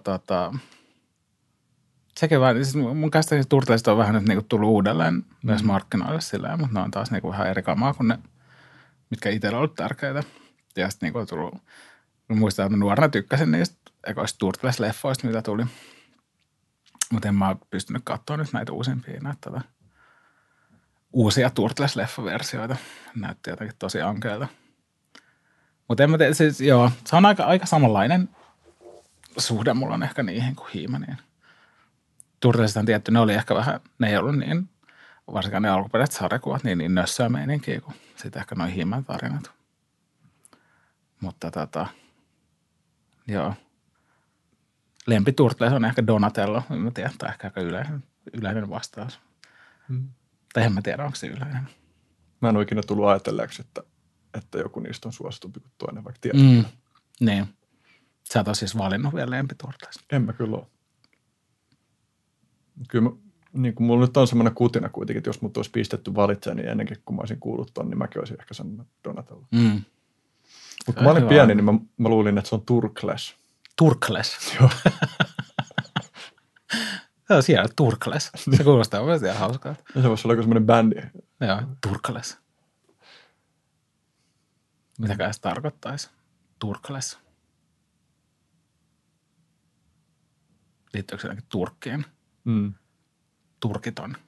sekin vaan, siis mun käsittääkseni Turtleista on vähän nyt niinku tullut uudelleen myös markkinoille silleen, mutta ne on taas niinku vähän eri kamaa kuin ne, mitkä itsellä on ollut tärkeitä. Ja sitten niinku on tullut, muistan, että nuorena tykkäsin niistä ekoista Turtles-leffoista, mitä tuli. Mutta en mä ole pystynyt katsoa nyt näitä uusimpia, näitä uusia Turtles-leffaversioita. Näytti jotenkin tosi ankeilta. Mutta en mä tiedä, siis joo, se on aika samanlainen suhde mulla on ehkä niihin kuin He-Maniin. Turtlesista on tietty, ne oli ehkä vähän, ne ei ollut niin, varsinkaan ne alkuperäiset sarjakuvat, niin nössöä meininkiä kuin sitten ehkä noin He-Man tarinat. Mutta joo. Lempi Turtles on ehkä Donatello, en mä tiedä, tai ehkä aika yleinen vastaus. Tai en mä tiedä, onko se yleinen. Mä en ole ikinä tullut ajatelleeksi, että joku niistä on suositumpi kuin toinen, vaikka tiedän. Niin. Sä et ole siis valinnut vielä lempiturtleista. En mä kyllä ole. Kyllä niin kuin mulla nyt on semmoinen kutina kuitenkin, että jos mut olisi pistetty valitsemaan, niin ennenkin kun mä olisin kuullut ton, niin mäkin olisin ehkä sanonut Donatello. Mutta kun mä olin pieni, niin mä luulin, että se on Turkles. Turkles? Joo. Se on siellä Turkles. Se kuulostaa myös ihan hauskaa. Ja se voisi olla semmoinen bändi. Joo, Turkles. Mitäkään se tarkoittaisi? Turkles. Liittyykö se jotenkin Turkkiin? Turkiton.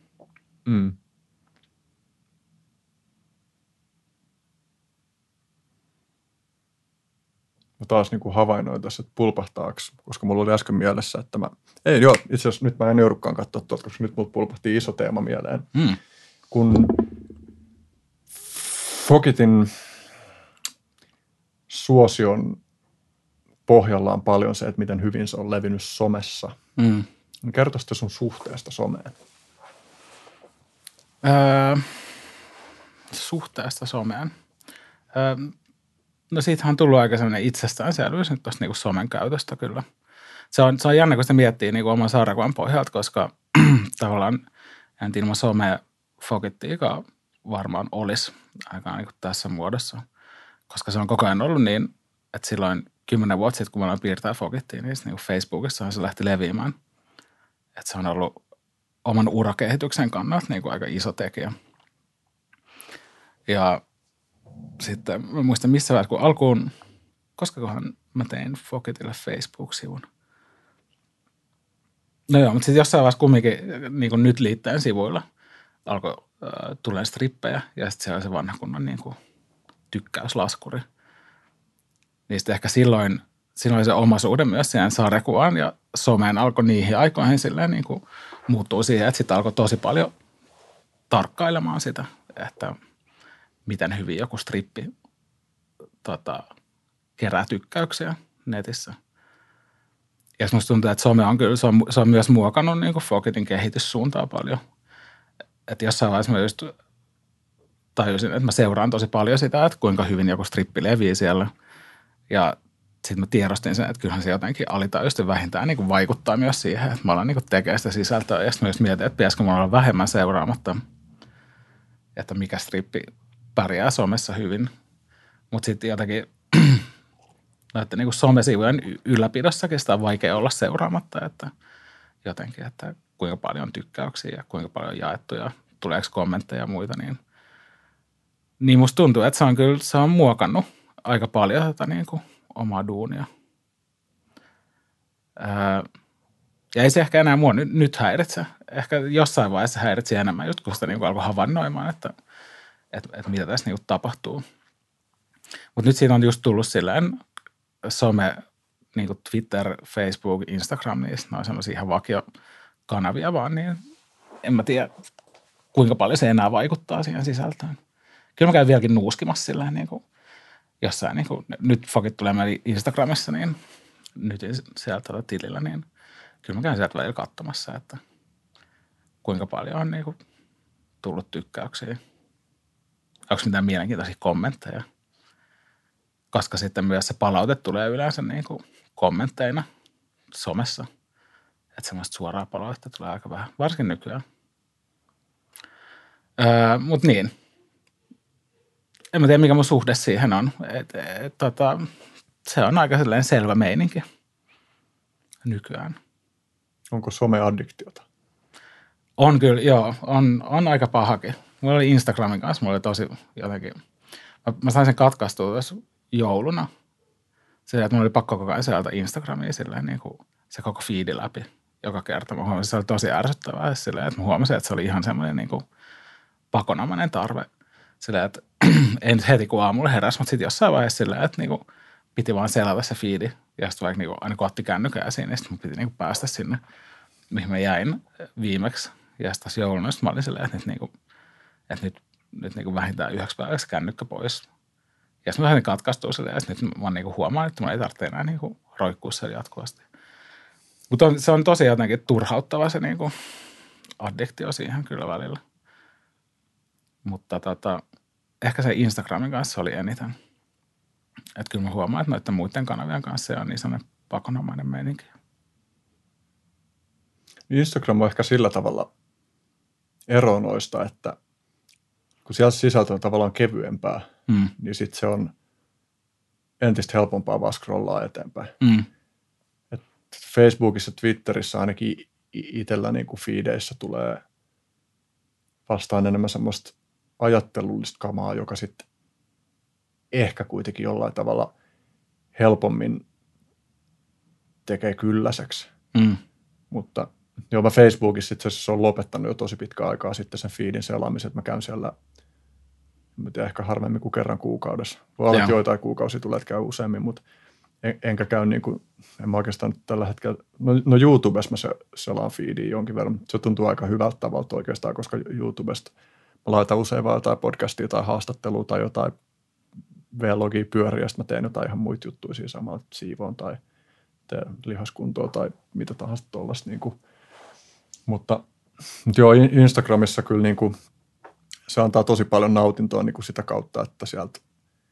Mä taas niin kuin havainnoin tässä, että pulpahtaako, koska mulla oli äsken mielessä, että itse asiassa nyt mä en joudukaan katsoa tuolta, koska nyt mulla pulpahti iso teema mieleen. Kun Fogitin suosion pohjalla on paljon se, että miten hyvin se on levinnyt somessa. Kerto sitten sun suhteesta someen. Suhteesta someen? No siitähän on tullut aika sellainen itsestäänselvyys nyt tuosta niinku somen käytöstä kyllä. Se on jännä, kun sitä miettii niinku oman sarjakuvan pohjalta, koska tavallaan en ilman somea Fogittiikaan varmaan olisi aika niinku tässä muodossa. Koska se on koko ajan ollut niin, että silloin 10 vuotta sitten, kun mä aloin piirtää Fogittia, niin niinku Facebookissa se lähti leviämään. Että se on ollut oman urakehityksen kannalta niinku aika iso tekijä. Ja sitten mä muistan missä vaiheessa, kun alkuun, koskakohan mä tein Fogitille Facebook-sivun. No joo, mutta sitten jossain vaiheessa kumminkin niin kuin nyt liittäen sivuilla alkoi tulemaan strippejä ja sitten se oli se vanha kunnon niin kuin tykkäyslaskuri. Niin sitten ehkä silloin oli se oma suhde myös siihen sarjakuvaan ja someen alkoi niihin aikoihin silleen niin kuin muuttuu siihen, että sitten alkoi tosi paljon tarkkailemaan sitä, että miten hyvin joku strippi kerää tykkäyksiä netissä. Ja musta tuntuu, että some on kyllä, se on myös muokannut niin kuin Fogitin kehityssuuntaa paljon. Että jossain vaiheessa mä just tajusin, että mä seuraan tosi paljon sitä, että kuinka hyvin joku strippi levii siellä. Ja sitten mä tiedostin sen, että kyllähän se jotenkin alitajuisesti vähintään niin kuin vaikuttaa myös siihen, että mä alan niin tekemään sitä sisältöä. Ja sitten mä just mietin, että pitäisikö mulla olla vähemmän seuraamatta, että mikä strippi pärjää somessa hyvin. Mutta sitten jotenkin näiden niin kuin somesivujen ylläpidossakin sitä on vaikea olla seuraamatta, että jotenkin, että kuinka paljon on tykkäyksiä ja kuinka paljon on jaettu ja tuleeko kommentteja ja muita, niin musta tuntuu, että se on muokannut aika paljon tätä niin kuin omaa duunia. Ja ei se ehkä enää mua nyt häiritse. Ehkä jossain vaiheessa häiritsi enemmän, just kun sitä niin kuin alkoi havainnoimaan, että mitä tässä niin kuin tapahtuu. Mutta nyt siinä on just tullut silleen some, niin kuin Twitter, Facebook, Instagram, niin ne on sellaisia ihan vakiokanavia vaan, niin en mä tiedä, kuinka paljon se enää vaikuttaa siihen sisältöön. Kyllä mä käyn vieläkin nuuskimassa silleen niin kuin jossain, niin kuin, nyt Fogit tulee meidän Instagramissa, niin nyt sieltä tilillä, niin kyllä mä käyn sieltä välillä katsomassa, että kuinka paljon on niin kuin tullut tykkäyksiä? Onko mitään mielenkiintoisia kommentteja? Koska sitten myös se palaute tulee yleensä niin kuin kommentteina somessa. Että semmoista suoraa palautetta tulee aika vähän, varsinkin nykyään. Mutta niin. En mä tiedä, mikä mun suhde siihen on. Se on aika sellainen selvä meininki nykyään. Onko someaddiktiota? On kyllä, joo. On aika pahakin. Mulla oli Instagramin kanssa, mulla oli tosi jotenkin. Mä sain sen katkaistua tuossa jouluna. Sillä, että mulla oli pakko koko ajan seurata Instagramia silleen niin kuin se koko feedi läpi joka kerta. Mä huomasin, että se oli tosi ärsyttävää silleen, että mä huomasin, että se oli ihan semmoinen niin kuin pakonomainen tarve. Silleen, että en heti kun aamulla heräsi, mutta sitten jossain vaiheessa silleen, että niin kuin piti vaan selata se feedi. Ja sitten vaikka niin kuin, aina kun otti kännykää siinä, niin sitten mun piti niin kuin päästä sinne, mihin mä jäin viimeksi. Ja sitten taas jouluna mä olin silleen, että nyt niin kuin vähintään 9 päiväksi kännykkä pois. Ja sitten mä sain katkaistua silleen, että nyt mä niin kuin huomaan, että mun ei tarvitse enää niin kuin roikkua siellä jatkuvasti. Mutta se on tosi jotenkin turhauttava se niin kuin addiktio siihen kyllä välillä. Mutta ehkä se Instagramin kanssa oli eniten. Että kyllä mä huomaan, että noiden muiden kanavien kanssa se on niin sellainen pakonomainen meininki. Instagram on ehkä sillä tavalla ero noista, että kun siellä sisältö on tavallaan kevyempää, niin sitten se on entistä helpompaa vaan scrollaa eteenpäin. Et Facebookissa, Twitterissä ainakin itsellä niin kuin feedeissä tulee vastaan enemmän semmoista ajattelullista kamaa, joka sitten ehkä kuitenkin jollain tavalla helpommin tekee kylläiseksi. Mutta joo, mä Facebookissa itse asiassa on lopettanut jo tosi pitkä aikaa sitten sen feedin selaamisen, että mä käyn siellä, en tiedä, ehkä harvemmin kuin kerran kuukaudessa. Voi olla, että joitain kuukausia tulee, että käy useammin, mutta enkä käy niin kuin, en mä oikeastaan tällä hetkellä, no YouTubessa mä selaan feediä jonkin verran, se tuntuu aika hyvältä tavalta oikeastaan, koska YouTubesta mä laitan usein vaan jotain podcastia tai haastattelua tai jotain vlogia pyöriä, ja sitten mä teen jotain ihan muita juttuja siinä samalla, siivoon tai teen lihaskuntoa tai mitä tahansa tuollaista. Niin kuin. Mutta joo, Instagramissa kyllä niin kuin, se antaa tosi paljon nautintoa niin kuin sitä kautta, että sieltä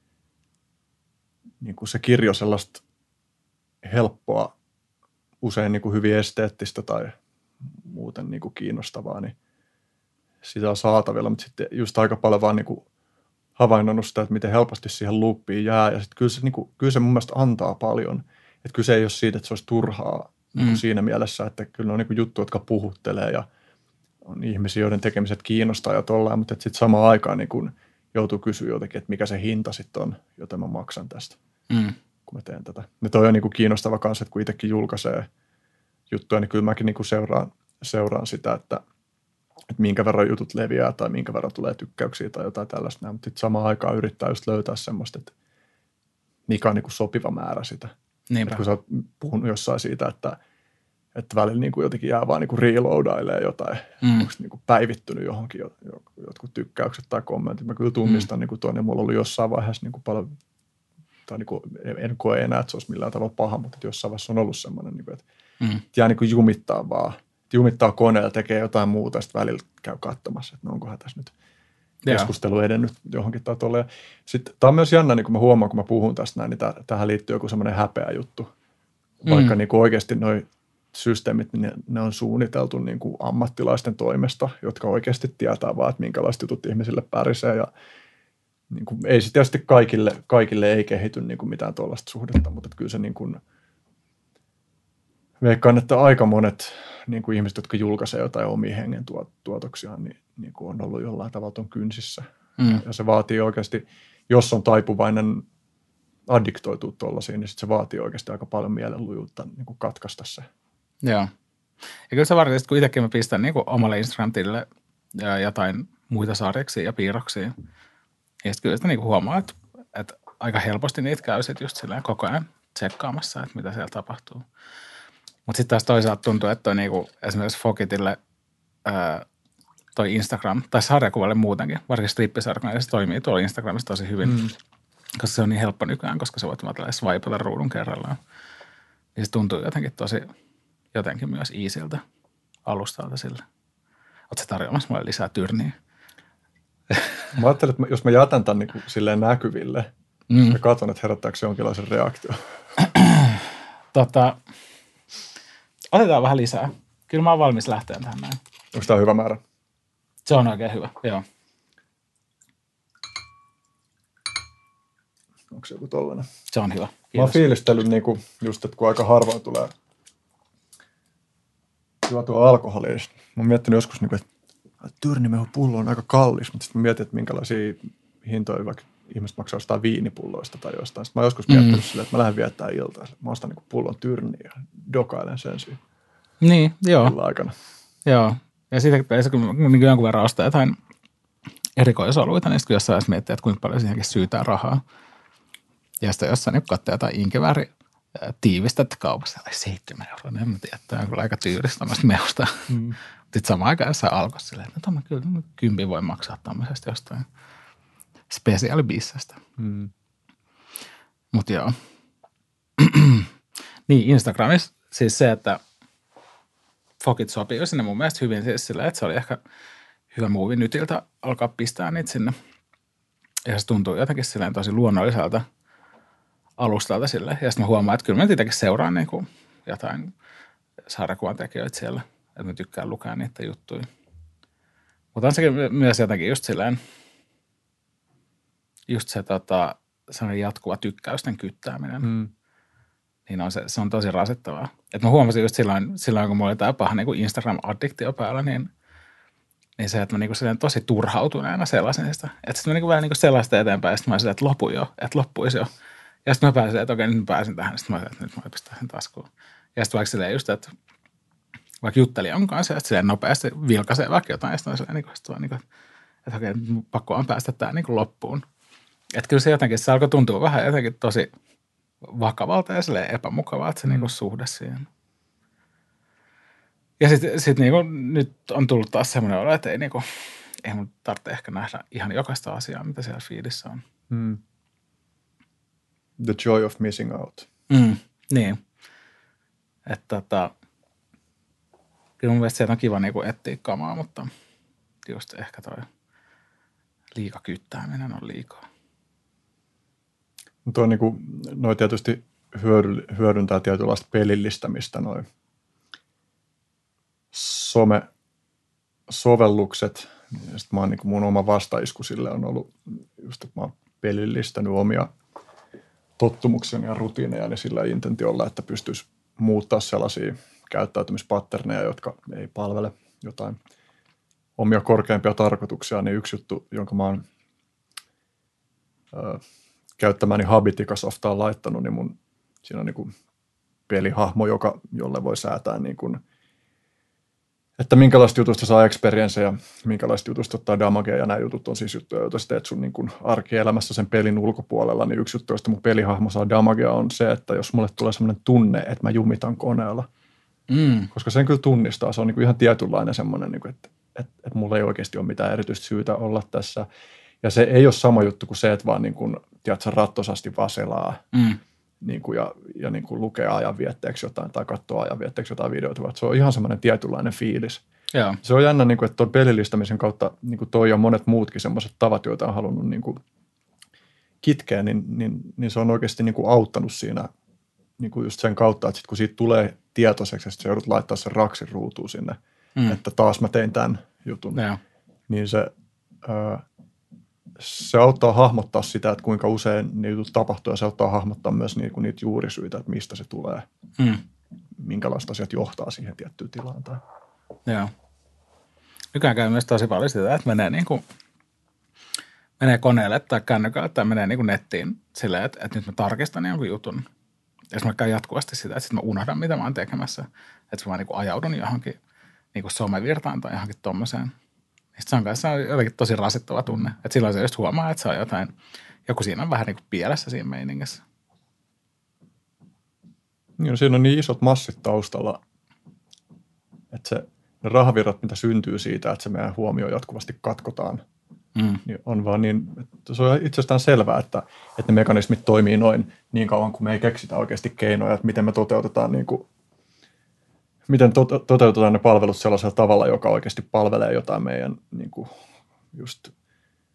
niin kuin se kirjo sellaista helppoa, usein niin kuin hyvin esteettistä tai muuten niin kuin kiinnostavaa, niin sitä on saatavilla, mutta sitten just aika paljon vaan niin kuin havainnut sitä, että miten helposti siihen loopiin jää, ja sitten kyllä se mun mielestä antaa paljon, että kyse ei ole siitä, että se olisi turhaa niin siinä mielessä, että kyllä ne on niin kuin juttuja, jotka puhuttelee ja on ihmisiä, joiden tekemiset kiinnostaa ja tollain, mutta sitten samaan aikaan niin kuin joutuu kysyä jotenkin, että mikä se hinta sitten on, joten mä maksan tästä, kun mä teen tätä. Ja toi on niin kuin kiinnostava kanssa, että kun itsekin julkaisee juttuja, niin kyllä mäkin niin kuin seuraan sitä, että minkä verran jutut leviää tai minkä verran tulee tykkäyksiä tai jotain tällaista. Mutta sitten samaan aikaan yrittää just löytää semmoista, että mikä on niin kuin sopiva määrä sitä. Että kun sä oot puhunut jossain siitä, että välillä niin kuin jotenkin jää vaan niin kuin reloadailee jotain, onko niin kuin päivittynyt johonkin jotkut tykkäykset tai kommentit. Mä kyllä tunnistan niin kuin tuon, ja mulla on ollut jossain vaiheessa niin kuin paljon, tai niin kuin en koe enää, että se olisi millään tavalla paha, mutta jossain vaiheessa on ollut semmoinen, niin kuin, että jää niin kuin jumittaa vaan. Jumittaa koneella, tekee jotain muuta, sitten välillä käy katsomassa, että no onkohan tässä nyt keskustelu edennyt johonkin tai tolle. Sitten tämä on myös jännä, niin kun mä huomaan, kun mä puhun tästä näin, niin tähän liittyy joku semmoinen häpeä juttu. Vaikka niin kuin oikeasti noi systeemit, niin ne on suunniteltu niin kuin ammattilaisten toimesta, jotka oikeasti tietää vaan, että minkälaiset jutut ihmisille pärisee. Ja niin kuin, ei sitten tietysti kaikille ei kehity niin kuin mitään tuollaista suhdetta, mutta kyllä se niin kuin, veikkaan, että aika monet niin kuin ihmiset, jotka julkaisee jotain omia hengen tuotoksia, niin kuin on ollut jollain tavalla ton kynsissä. Ja se vaatii oikeasti, jos on taipuvainen addiktoituu tuollaisiin, niin sit se vaatii oikeasti aika paljon mielenlujuutta niin kuin katkaista se. Joo. Ja kyllä se varmasti, kun itsekin mä pistän niin kuin omalle Instagram-tilille jotain muita sarjaksia ja piirroksia. Ja sitten kyllä sitä niin kuin huomaa, että aika helposti niitä käy sitten just silleen koko ajan tsekkaamassa, että mitä siellä tapahtuu. Mutta sitten taas toisaalta tuntuu, että toi niinku, esimerkiksi Fokitille toi Instagram, tai sarjakuvalle muutenkin, varsinkin strippisarjana, se toimii tuolla Instagramissa tosi hyvin, koska se on niin helppo nykyään, koska se voit vaan swipata ruudun kerrallaan. Niin se tuntuu jotenkin myös easyltä alustalta sille. Oletko sä tarjoamassa mulle lisää tyrniä? Mä ajattelin, että jos mä jätän tämän niin kuin silleen näkyville ja katson, että herättääkö se jonkinlaisen reaktio. Otetaan vähän lisää. Kyllä mä oon valmis lähteen tähän näin. Onko tämä hyvä määrä? Se on oikein hyvä, joo. Onko se joku tollainen? Se on hyvä. Kiitos. Kiitos. Mä oon fiilistellyt niin just, että kun aika harvoin tulee juotua alkoholia. Mä oon miettinyt joskus, niin kuin, että Tyrnimehupullo on aika kallis, mutta sitten mä mietin, että minkälaisia hintoja vaikka ihmiset maksaa jostain viinipulloista tai jostain. Sitten mä oon joskus miettinyt silleen, että mä lähden viettää iltaa. Mä ostan niin pullon Tyrniä ja dokailen sen siinä Niin, joo. aikana. Joo. Ja sitten kun jonkun verran ostaa jotain erikoisoluita, niin sitten jossain vaiheessa miettii, että kuinka paljon siihenkin syytää rahaa. Ja sitten jossain niin katsoo jotain inkivääri tiivistä, että kaupassa 7 €, niin en mä tiedä, tämä on kyllä aika tyylistä tämmöistä mehusta. Sitten samaan aikaan jossain alkoi silleen, että no kyllä 10 voi maksaa tämmöisestä jostain spesiaalibissestä. Mutta joo. Niin, Instagramissa siis se, että fokit sopii sinne mun mielestä hyvin siis silleen, että se oli ehkä hyvä muuvi nytiltä alkaa pistää niitä sinne. Ja se tuntuu jotenkin silleen tosi luonnolliselta alustalta silleen. Ja sitten mä huomaan, että kyllä mä tietenkin seuraan niin kuin jotain sarjakuvan tekijöitä siellä, että mä tykkään lukea niitä juttuja. Mutta on sekin myös jotenkin just silleen, just se sellainen jatkuva tykkäysten kyttääminen. Niin se on tosi rasittavaa. Et mä huomasin just silloin kun mulla oli tää paha niin kuin Instagram-addiktio päällä, niin se, että mä niin kuin tosi turhautuneena sellaisesta. Että sitten mä niin kuin vähän niin kuin sellaista eteenpäin, ja sitten mä silleen, että loppuisi jo. Ja sitten mä pääsin, että okei, nyt mä pääsin tähän. Sitten mä sanoin, että nyt mä pistän sen taskuun. Ja sitten vaikka silleen just, että vaikka juttelin jonkun kanssa, että silleen nopeasti vilkaisee vaikka jotain, ja sitten mä silleen, että okei, pakko on päästä tää niin kuin loppuun. Että kyllä se jotenkin, se alkoi tuntua vähän jotenkin tosi vakavalta ja silleen epämukavalta se niinku suhde siihen. Ja sit niinku nyt on tullut taas semmoinen olo, että ei mun tarvitse ehkä nähdä ihan jokaista asiaa, mitä siellä feedissä on. The joy of missing out. Niin. Että kyllä mun mielestä sieltä on kiva niinku etsiä kamaa, mutta just ehkä toi liikakyttääminen on liikaa. Tuo niinku, noi tietysti hyödyntää tietynlaista pelillistämistä, noi some-sovellukset. Ja sitten mä oon niinku mun oma vastaisku sille on ollut just, että mä oon pelillistänyt omia tottumuksiani ja rutiineja, niin sillä intentiolla, että pystyisi muuttaa sellaisia käyttäytymispatterneja, jotka ei palvele jotain omia korkeampia tarkoituksia. Niin yksi juttu, jonka mä oon käyttämäni Habitica-softaan laittanut, niin siinä on niin kuin pelihahmo, jolle voi säätää, niin kuin, että minkälaista jutusta saa experience ja minkälaista jutusta ottaa damagea, ja nämä jutut on siis juttuja, joita sä teet sun niin kuin arkielämässä sen pelin ulkopuolella, niin yksi juttu, josta mun pelihahmo saa damagea, on se, että jos mulle tulee sellainen tunne, että mä jumitan koneella, koska sen kyllä tunnistaa, se on niin kuin ihan tietynlainen semmoinen, niin kuin, että mulla ei oikeasti ole mitään erityistä syytä olla tässä. Ja se ei ole sama juttu kuin se, että vaan niin kuin, tiedätkö, rattosasti vaan selaa niin kuin, ja niin kuin lukee ajanvietteeksi jotain tai katsoo ajanvietteeksi jotain videoita, vaan se on ihan semmoinen tietynlainen fiilis. Joo. Se on jännä, niin kuin, että tuon pelillistämisen kautta niin kuin toi ja monet muutkin semmoiset tavat, joita on halunnut niin kuin kitkeä, niin se on oikeasti niin kuin auttanut siinä niin kuin just sen kautta, että sit, kun siitä tulee tietoiseksi, että sä joudut laittaa sen raksin ruutuun sinne, että taas mä tein tämän jutun, niin se auttaa hahmottaa sitä, että kuinka usein niitä jutut tapahtuu, ja se auttaa hahmottaa myös niitä juurisyitä, että mistä se tulee, minkälaiset asiat johtaa siihen tiettyyn tilaan. Joo. Nykyään käy myös tosi paljon sitä, että menee koneelle tai kännykälle tai menee niin kuin nettiin silleen, että nyt mä tarkistan jonkun jutun. Ja mä käyn jatkuvasti sitä, että sitten mä unohdan, mitä mä oon tekemässä. Että mä niin kuin ajaudun johonkin niin kuin somevirtaan tai johonkin tommoseen. Sitten se on jotenkin tosi rasittava tunne. Että silloin se just huomaa, että se on joku siinä on vähän niin kuin pielessä siinä meiningissä. Niin, siinä on niin isot massit taustalla, että ne rahavirrat, mitä syntyy siitä, että se meidän huomio jatkuvasti katkotaan, niin on vaan niin, että se on itsestään selvää, että ne mekanismit toimii noin niin kauan, kun me ei keksitä oikeasti keinoja, että miten me toteutetaan toteutetaan ne palvelut sellaisella tavalla, joka oikeasti palvelee jotain meidän niin kuin just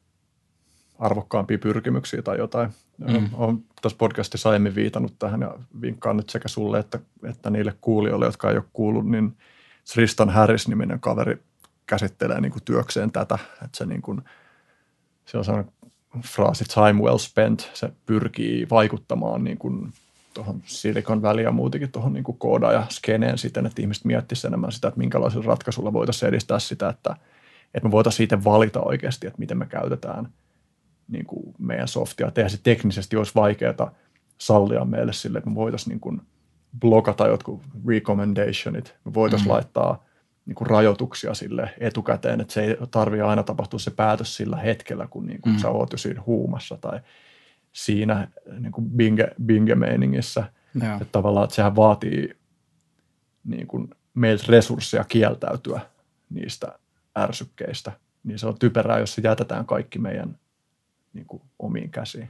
arvokkaampia pyrkimyksiä tai jotain. Olen tässä podcastissa aiemmin viitannut tähän ja vinkkaan nyt sekä sulle että niille kuulijoille, jotka ei ole kuullut, niin Tristan Harris-niminen kaveri käsittelee niin kuin työkseen tätä, että se, niin kuin, se on sellainen fraasi time well spent, se pyrkii vaikuttamaan niin kuin tuohon Silicon Valley ja muutenkin tuohon niin kuin koodaaja-skeneen siten, että ihmiset miettisivät enemmän sitä, että minkälaisella ratkaisulla voitaisiin edistää sitä, että me voitaisiin itse valita oikeasti, että miten me käytetään niin kuin meidän softia. Tehdä se teknisesti olisi vaikeaa sallia meille sille, että me voitaisiin niin kuin blokata jotkut recommendationit, me voitaisiin laittaa niin kuin rajoituksia sille etukäteen, että se ei tarvitse aina tapahtua se päätös sillä hetkellä, kun niin kuin sä oot jo siinä huumassa tai siinä niin kuin binge-meiningissä. Että tavallaan että sehän vaatii niin kuin meiltä resursseja kieltäytyä niistä ärsykkeistä. Niin se on typerää, jos se jätetään kaikki meidän niin kuin omiin käsiin.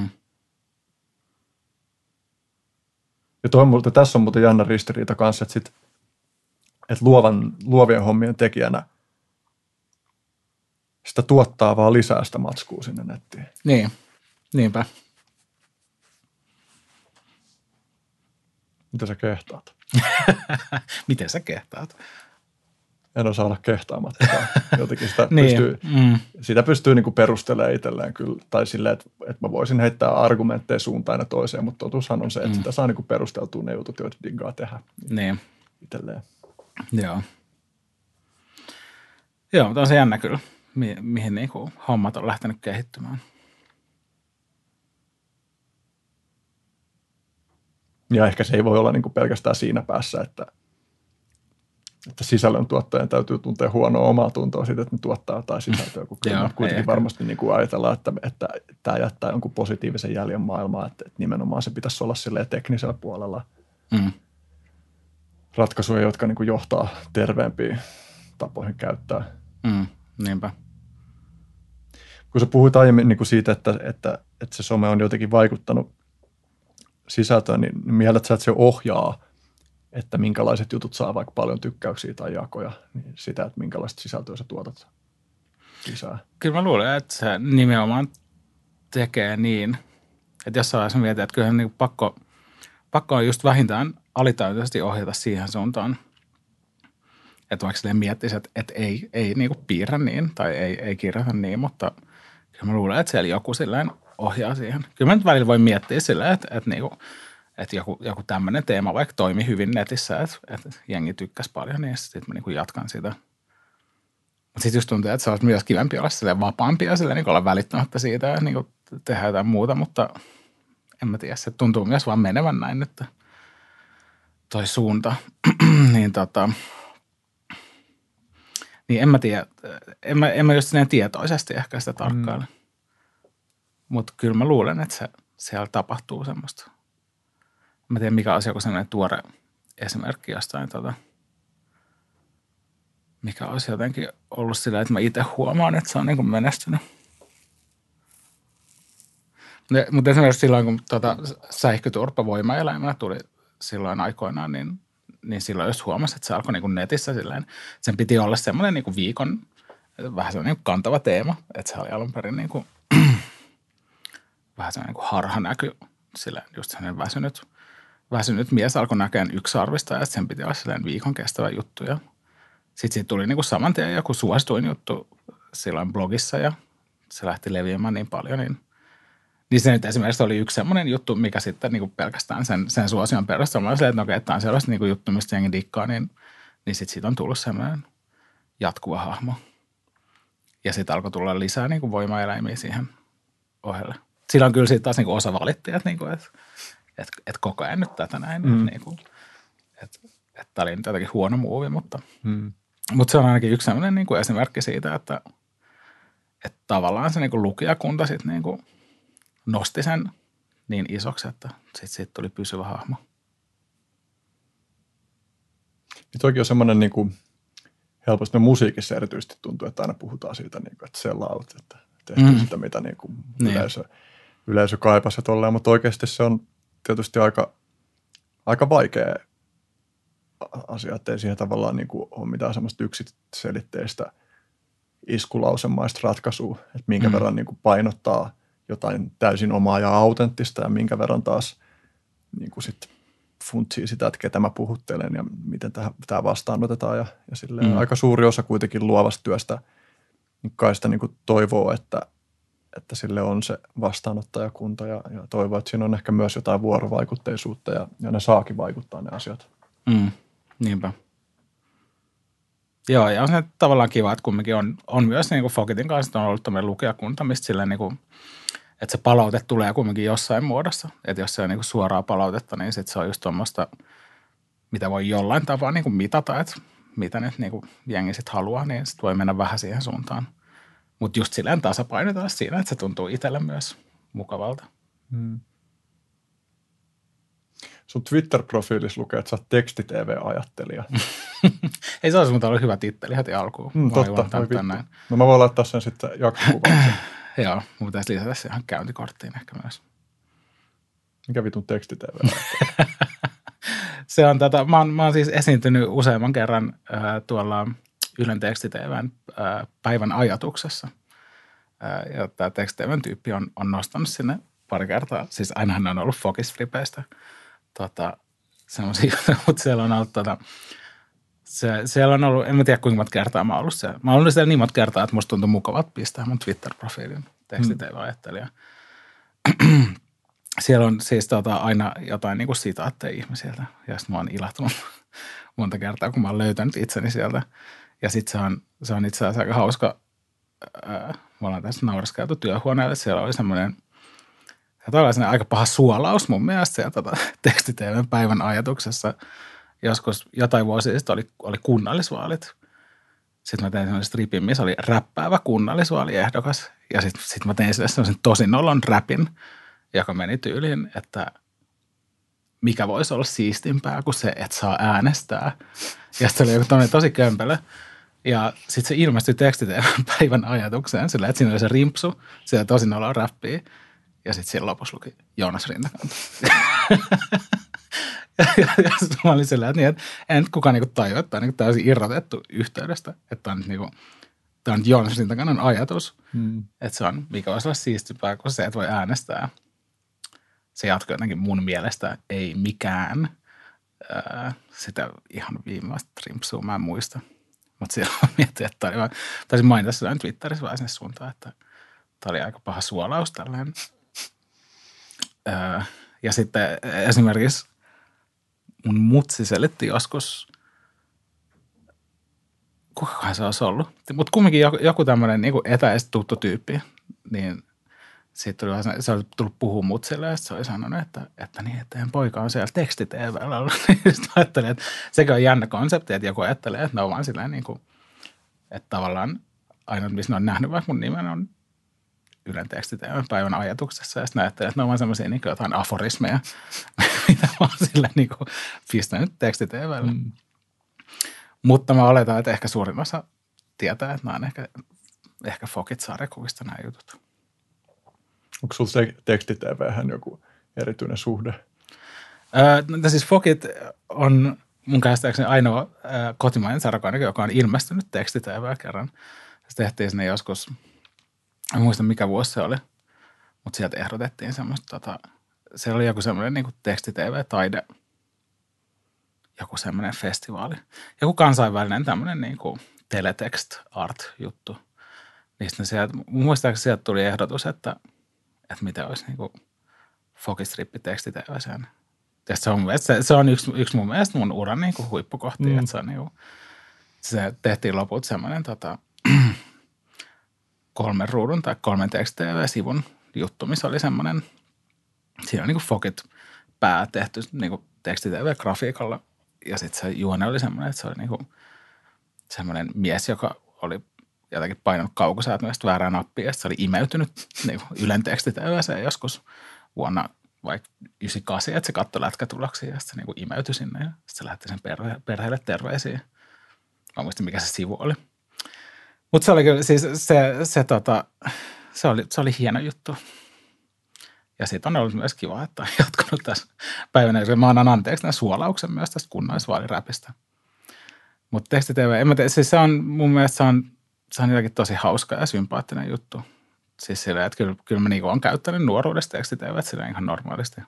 Ja tässä on muuten jännä ristiriita kanssa, että luovien hommien tekijänä sitä tuottaa vaan lisää sitä matskua sinne nettiin. Niin, niinpä. Mitä sä kehtaat? Miten sä kehtaat? En osaa olla kehtaamatta. Jotenkin sitä pystyy niin kuin perustelemaan itselleen kyllä. Tai silleen, että mä voisin heittää argumentteja suuntaan ja toiseen, mutta totuushan on se, että sitä saa niin kuin perusteltua ne jutut, joita diggaa tehdä niin itselleen. Joo. Joo, mutta on se jännä kyllä, mihin niin kuin hommat on lähtenyt kehittymään. Ja ehkä se ei voi olla niin kuin pelkästään siinä päässä, että sisällöntuottajan täytyy tuntea huonoa omaa tuntoa siitä, että ne tuottaa jotain sisältöä, kun kuitenkin varmasti niin kuin ajatellaan, että tämä jättää jonkun positiivisen jäljen maailmaan, että nimenomaan se pitäisi olla silleen teknisellä puolella ratkaisuja, jotka niin kuin johtaa terveempiin tapoihin käyttää. Niinpä. Kun sä puhuit aiemmin niin kuin siitä, että se some on jotenkin vaikuttanut sisältöön, niin mielet sä, että se ohjaa, että minkälaiset jutut saa vaikka paljon tykkäyksiä tai jakoja, niin sitä, että minkälaista sisältöä sä tuotat lisää. Kyllä mä luulen, että se nimenomaan tekee niin, että jossain vaiheessa mietin, että kyllähän niin pakko on just vähintään alitajuisesti ohjata siihen suuntaan, että vaikka silleen miettisi, että ei niin kuin piirrä niin tai ei kirjoita niin, mutta kyllä mä luulen, että siellä joku silleen ohjaa siihen. Kyllä mä nyt välillä voi miettiä silleen, että joku tämmöinen teema vaikka toimi hyvin netissä, että jengi tykkäsi paljon, niin sitten mä niin jatkan sitä. Mutta sitten just tuntuu, että se olisi myös kivempi olla silleen vapaampi ja silleen niin olla välittämättä siitä ja niin tehdä jotain muuta, mutta en mä tiedä, se tuntuu myös vaan menevän näin nyt toi suunta. niin en mä tiedä, en mä just silleen tietoisesti ehkä sitä tarkkaile. Mutta kyllä mä luulen, että siellä tapahtuu semmoista. Mä tiedän, mikä olisi joku sellainen tuore esimerkki jostain, mikä olisi jotenkin ollut sillä, että mä itse huomaan, että se on niin kuin menestynyt. Mutta esimerkiksi silloin, kun sähköturpa voimaeläimenä tuli silloin aikoinaan, niin silloin just huomasi, että se alkoi niin kuin netissä silleen. Sen piti olla semmoinen niin kuin viikon, vähän semmoinen niin kantava teema, että se oli alun perin niin kuin, vähän semmoinen niin kuin harhanäky, silleen just semmoinen väsynyt mies alkoi näkemään yksarvista ja sen piti olla silleen viikon kestävä juttu. Ja sitten siitä tuli niinku saman tien joku suosituin juttu silloin blogissa ja se lähti leviämään niin paljon. Niin se nyt esimerkiksi oli yksi semmoinen juttu, mikä sitten niinku pelkästään sen suosion perusteella oli silleen, että okei, tämä on sellaista niinku juttu, mistä jengi dikkaa, niin sitten siitä on tullut semmoinen jatkuva hahmo. Ja sitten alkoi tulla lisää niinku voimaeläimiä siihen ohelle. Silloin kyllä siitä taas niinku osa valittiin, että että koko ajan nyt tätä näin, että tämä oli nyt jotenkin huono muuvi, mutta se on ainakin yksi sellainen niin kuin esimerkki siitä, että tavallaan se niin kuin lukijakunta sitten niin kuin nosti sen niin isoksi, että sitten siitä tuli pysyvä hahmo. Toikin on semmoinen niin kuin helposti musiikissa erityisesti tuntuu, että aina puhutaan siitä, niin kuin, että sell out, että tehtiin sitä, mitä niin kuin yleisö kaipasi tolleen, mutta oikeasti se on tietysti aika vaikea asia, että ei siihen tavallaan niin kuin ole mitään semmoista yksiselitteistä iskulausemaista ratkaisua, että minkä verran niin kuin painottaa jotain täysin omaa ja autenttista ja minkä verran taas niin kuin sit funtsii sitä, että ketä mä puhuttelen ja miten tämä vastaanotetaan ja silleen aika suuri osa kuitenkin luovasta työstä niin kai sitä niin kuin toivoo, että sille on se vastaanottajakunta ja toivoo, että siinä on ehkä myös jotain vuorovaikutteisuutta ja ne saakin vaikuttaa ne asiat. Niinpä. Joo, ja on se tavallaan kiva, että kumminkin on myös niin kuin Fokitin kanssa on ollut tämmöinen lukijakunta, mistä silleen niin kuin, että se palaute tulee kumminkin jossain muodossa. Että jos se on niin kuin suoraa palautetta, niin sitten se on just tuommoista, mitä voi jollain tapaa niin kuin mitata, että mitä nyt niin kuin jengi sitten haluaa, niin sitten voi mennä vähän siihen suuntaan. Mutta just silleen tasapainotaan siinä, että se tuntuu itselle myös mukavalta. Sun Twitter-profiilissa lukee, että sä oot teksti-tv-ajattelija. Ei se olisi mutta ollut hyvä titteli heti alkuun. Totta, voi vittu. No mä voin laittaa sen sitten jaksokuvaan. Joo, mun pitäisi lisätä se ihan käyntikorttiin ehkä myös. Mikä vitun teksti-tv-ajattelija? Se on mä oon siis esiintynyt useamman kerran tuolla Ylen teksti-tv:n päivän ajatuksessa. Ja tämä teksti-tv:n tyyppi on nostanut sinne pari kertaa. Siis ainahan on ollut Fokis-flipeistä semmoisia, mutta siellä on ollut siellä on ollut, en mä tiedä kuinka monta kertaa mä oon ollut siellä. Mä oon ollut siellä niin monta kertaa, että musta tuntui mukavat pistää mun Twitter-profiilin teksti-tv-ajattelija. Siellä on siis aina jotain niin kuin sitaatteja ihmisiltä, ja sitten mä oon ilahtunut monta kertaa, kun mä oon löytänyt itseni sieltä. Ja sitten se on itse asiassa aika hauska. Me ollaan tässä nauraskeltu työhuoneelle. Siellä oli semmoinen aika paha suolaus mun mielestä siellä teksti-tv:n päivän ajatuksessa. Joskus jotain vuosia sitten oli kunnallisvaalit. Sitten mä tein semmoinen stripin, missä oli räppäävä kunnallisvaaliehdokas. Ja sitten mä tein semmoisen tosi nolon räpin, joka meni tyyliin, että mikä voisi olla siistimpää kuin se, että saa äänestää. Ja sitten oli joku tosi kömpelö. Ja sitten se ilmestyi teksti-tv:n päivän ajatukseen, sillä että siinä oli se rimpsu, siellä tosi nolon räppiä. Ja sitten siellä lopussa luki Joonas Rintakanta. ja mä olin sillä, että en nyt kukaan niinku tajua, että tämä on niinku täysin irrotettu yhteydestä. Että tämä on nyt tämä on Joonas Rintakannan ajatus. Että se on, mikä voisi olla siistimpää kuin se, että voi äänestää. Se jatkoi jotenkin mun mielestä ei mikään. Sitä ihan viimeistä rimpsua mä en muista. Mutta siellä mietin, että taisin mainita sitä Twitterissä vähän sinne suuntaan, että tämä oli aika paha suolaus tällainen. Ja sitten esimerkiksi mun mutsi selitti joskus, kukahan se olisi ollut, mutta kumminkin joku tämmöinen niin etäisesti tuttu tyyppi, niin sitten se oli tullut puhua mutsille ja se oli sanonut, että teidän poika on siellä teksti-tv:llä ollut. Sitten ajattelin, että sekin on jännä konsepti, että joku ajattelee, että ne on vaan silleen niin kuin, että tavallaan ainoa, missä ne on nähnyt vaikka mun nimen on Ylen teksti-tv:n päivän ajatuksessa ja sitten ajattelee, että ne on vaan semmoisia niin kuin jotain aforismeja, mitä mä oon silleen niin kuin pistänyt teksti-tv:llä. Mutta mä oletan, että ehkä suurin osa tietää, että nämä on ehkä Fokit-sarjakuvista nämä jutut. Onko sulla teksti-tv:hän joku erityinen suhde? Siis Fokit on mun käsittääkseni ainoa kotimainen sarjakuva, joka on ilmestynyt teksti-tv:llä kerran. Se tehtiin sinne joskus, en muista mikä vuosi se oli, mutta sieltä ehdotettiin semmoista, siellä oli joku semmoinen niin kuin teksti-tv-taide, joku semmoinen festivaali. Joku kansainvälinen tämmöinen niin kuin teletext-art-juttu. Niistä sieltä, muistaakseni sieltä tuli ehdotus, että miten olisi niin kuin Fokistrippi teksti-tv-sään. Ja se on yksi mun mielestä mun uran niin kuin huippukohtia, että se on niin kuin, se tehtiin loput semmoinen 3 ruudun tai 3 teksti-tv-sivun juttu, missä oli semmoinen, siinä on niin kuin Fokit pää tehty niin kuin teksti-tv-grafiikalla ja sitten se juone oli semmoinen, että se oli niin kuin semmoinen mies, joka oli jotenkin painanut kaukosäätimmästä väärää nappia ja se oli imeytynyt niin kuin Ylen teksti-tv:seen joskus vuonna vaikka 98, että se katsoi lätkätuloksia ja sitten se niin kuin imeytyi sinne ja sitten se lähetti sen perheelle terveisiä. Mä muistin, mikä se sivu oli. Mutta se oli kyllä, siis se oli hieno juttu. Ja siitä on ollut myös kiva, että on jatkunut tässä päivänä. Mä annan anteeksi tämän suolauksen myös tästä kunnallisvaaliräpistä. Mutta teksti-tv, en mä tiedä, siis se on mun mielestä se on jotenkin tosi hauska ja sympaattinen juttu. Siis silleen, että kyllä mä niinku olen käyttänyt nuoruudesta teksti-TV:tä silleen ihan normaalisti.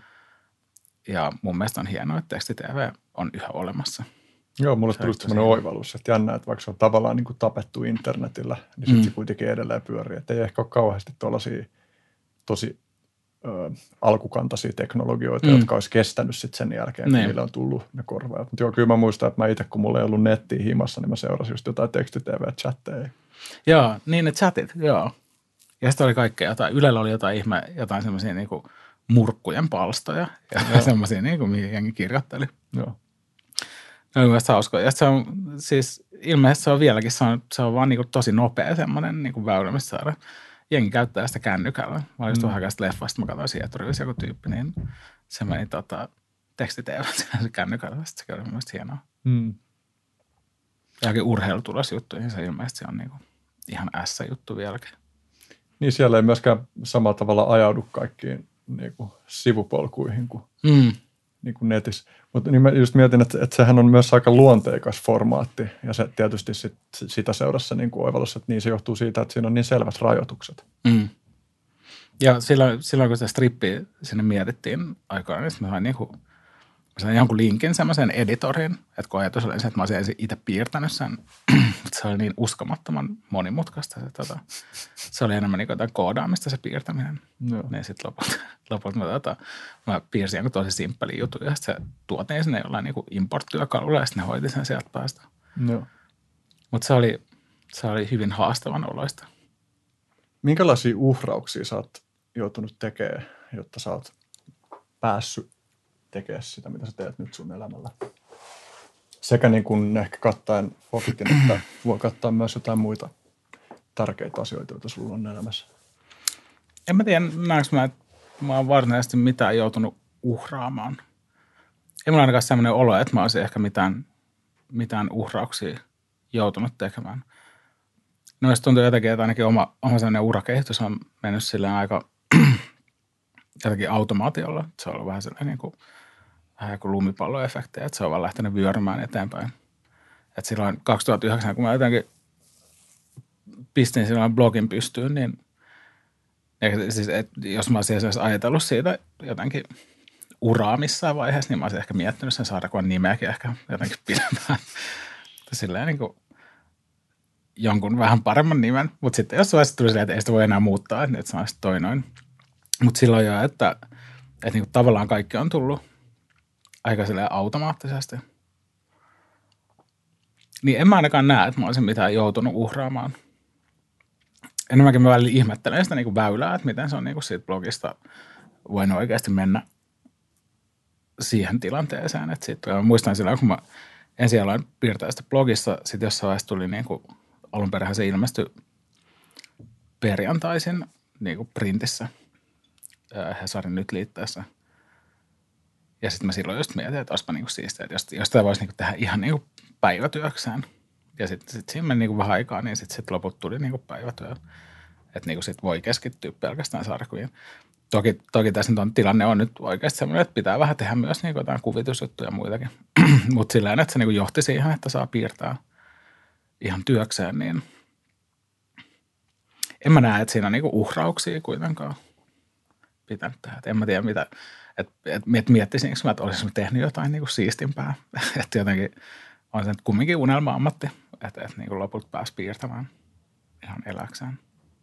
Ja mun mielestä on hienoa, että teksti-TV on yhä olemassa. Joo, mulle tuli sellainen oivallus, että jännä, että vaikka se on tavallaan niin kuin tapettu internetillä, niin sitten se kuitenkin edelleen pyörii. Että ei ehkä ole kauheasti tuollaisia tosi alkukantaisia teknologioita, jotka olisi kestänyt sitten sen jälkeen, kun niille on tullut ne korvaajat. Mutta joo, kyllä mä muistan, että mä itse, kun mulla ei ollut nettiä himassa, niin mä seurasin just jotain teksti-TV-chatteja. Joo, niin ne chatit, joo. Ja sitten oli kaikkea jotain, Ylellä oli jotain semmoisia niinku murkkujen palstoja ja semmoisia, niinku, mihin jengi kirjoitteli. Joo. Ne oli mielestäni hauskoja. Ja se on siis, ilmeisesti se on vieläkin, se on vaan niinku tosi nopea semmoinen niinku väylä, missä saada. Jengi käyttää sitä kännykällä. Mä olin just vähän sitä leffasta, mä katsoin Sieturissa joku tyyppi, niin se meni teksti-TV kännykällä. Sitten se oli mielestäni hienoa. Jälkeen urheilutulosjuttuihin se ilmeisesti on niinku ihan S-juttu vieläkin. Niin siellä ei myöskään samalla tavalla ajaudu kaikkiin niinku sivupolkuihin kuin niinku netissä. Mutta niin mä just mietin, että sehän on myös aika luonteikas formaatti ja se tietysti sitä seurassa niinku oivallus, että niin se johtuu siitä, että siinä on niin selvät rajoitukset. Ja silloin kun sitä strippiä sinne mietittiin aikoina, niin mä sain jonkun linkin semmoiseen editoriin, että kun ajatus oli se, että mä olisin itse piirtänyt sen, se oli niin uskomattoman monimutkaista. Se oli enemmän niin jotain koodaamista se piirtäminen. Joo. Niin sitten lopulta mä piirsin jonkun tosi simppeli jutun ja sitten se tuotiin sinne jollain niin import-työkalulla ja sitten ne hoiti sen sieltä päästä. Mutta se oli hyvin haastavan oloista. Minkälaisia uhrauksia sä oot joutunut tekemään, jotta sä oot päässyt tekemään sitä, mitä sä teet nyt sun elämällä? Sekä niin kuin ehkä kattaen Fokitin, että voi kattaa myös jotain muita tärkeitä asioita, joita sulla on elämässä. En mä tiedä, näenkö mä, että mä oon varsinaisesti mitään joutunut uhraamaan. Ei mulla ainakaan sellainen olo, että mä olisin ehkä mitään uhrauksia joutunut tekemään. No se tuntuu jotenkin, että ainakin oma sellainen urakehitys on mennyt silleen aika jotenkin automaatiolla. Se on ollut vähän sellainen vähän kuin lumipalloefekti, että se on vaan lähtenyt vyörymään eteenpäin. Että silloin 2009, kun mä jotenkin pistin silloin blogin pystyyn, niin siis, jos mä olisin esimerkiksi ajatellut siitä jotenkin uraa missään vaiheessa, niin mä olisin ehkä miettinyt sen sarjakuvan nimeäkin ehkä jotenkin pidemmään. Silleen niin kuin jonkun vähän paremman nimen, mutta sitten jos vaiheessa tuli silleen, että ei sitä voi enää muuttaa, että se on sitten toi noin. Mutta silloin jo, että niin kuin tavallaan kaikki on tullut aika silleen automaattisesti. Niin en mä ainakaan näe, että mä olisin mitään joutunut uhraamaan. Enemmänkin mä välillä ihmettelen sitä niin kuin väylää, että miten se on niin kuin siitä blogista voinut oikeasti mennä siihen tilanteeseen. Että sit, mä muistan silloin, kun mä ensin aloin piirtää sitä blogissa, sitten jossain vaiheessa tuli niin kuin alun perin se ilmestyi perjantaisin niin kuin printissä Hesarin nyt liitteessä. Ja sitten mä silloin just mietin, että olisipa niinku siistiä, että jos tämä voisi niinku tehdä ihan niinku päivätyöksään. Ja sitten siinä meni niinku vähän aikaa, niin sitten loput tuli niinku päivätyö. Että niinku sitten voi keskittyä pelkästään sarkuihin. Toki tässä nyt tilanne on nyt oikeasti sellainen, että pitää vähän tehdä myös niinku jotain kuvitusjuttuja ja muitakin. Mutta sillä että se niinku johti siihen, että saa piirtää ihan työkseen, niin en mä näe, että siinä on niinku uhrauksia kuitenkaan pitänyt tehdä. Et en mä tiedä, mitä, että miettisinkö mä, että olisin tehnyt jotain niinku siistimpää. Että jotenkin on se kumminkin unelma-ammatti, että niinku lopulta pääsi piirtämään ihan eläkseen.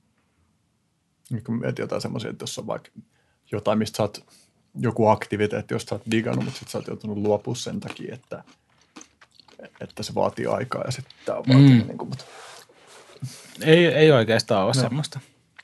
Kun mietit jotain semmoisia, että jos on vaikka jotain, mistä sä oot joku aktiviteetti, josta sä oot digannut, mutta sit sä oot joutunut luopua sen takia, että se vaatii aikaa ja sitten tää on vaatinut niin kuin, mutta Ei oikeastaan ole semmoista.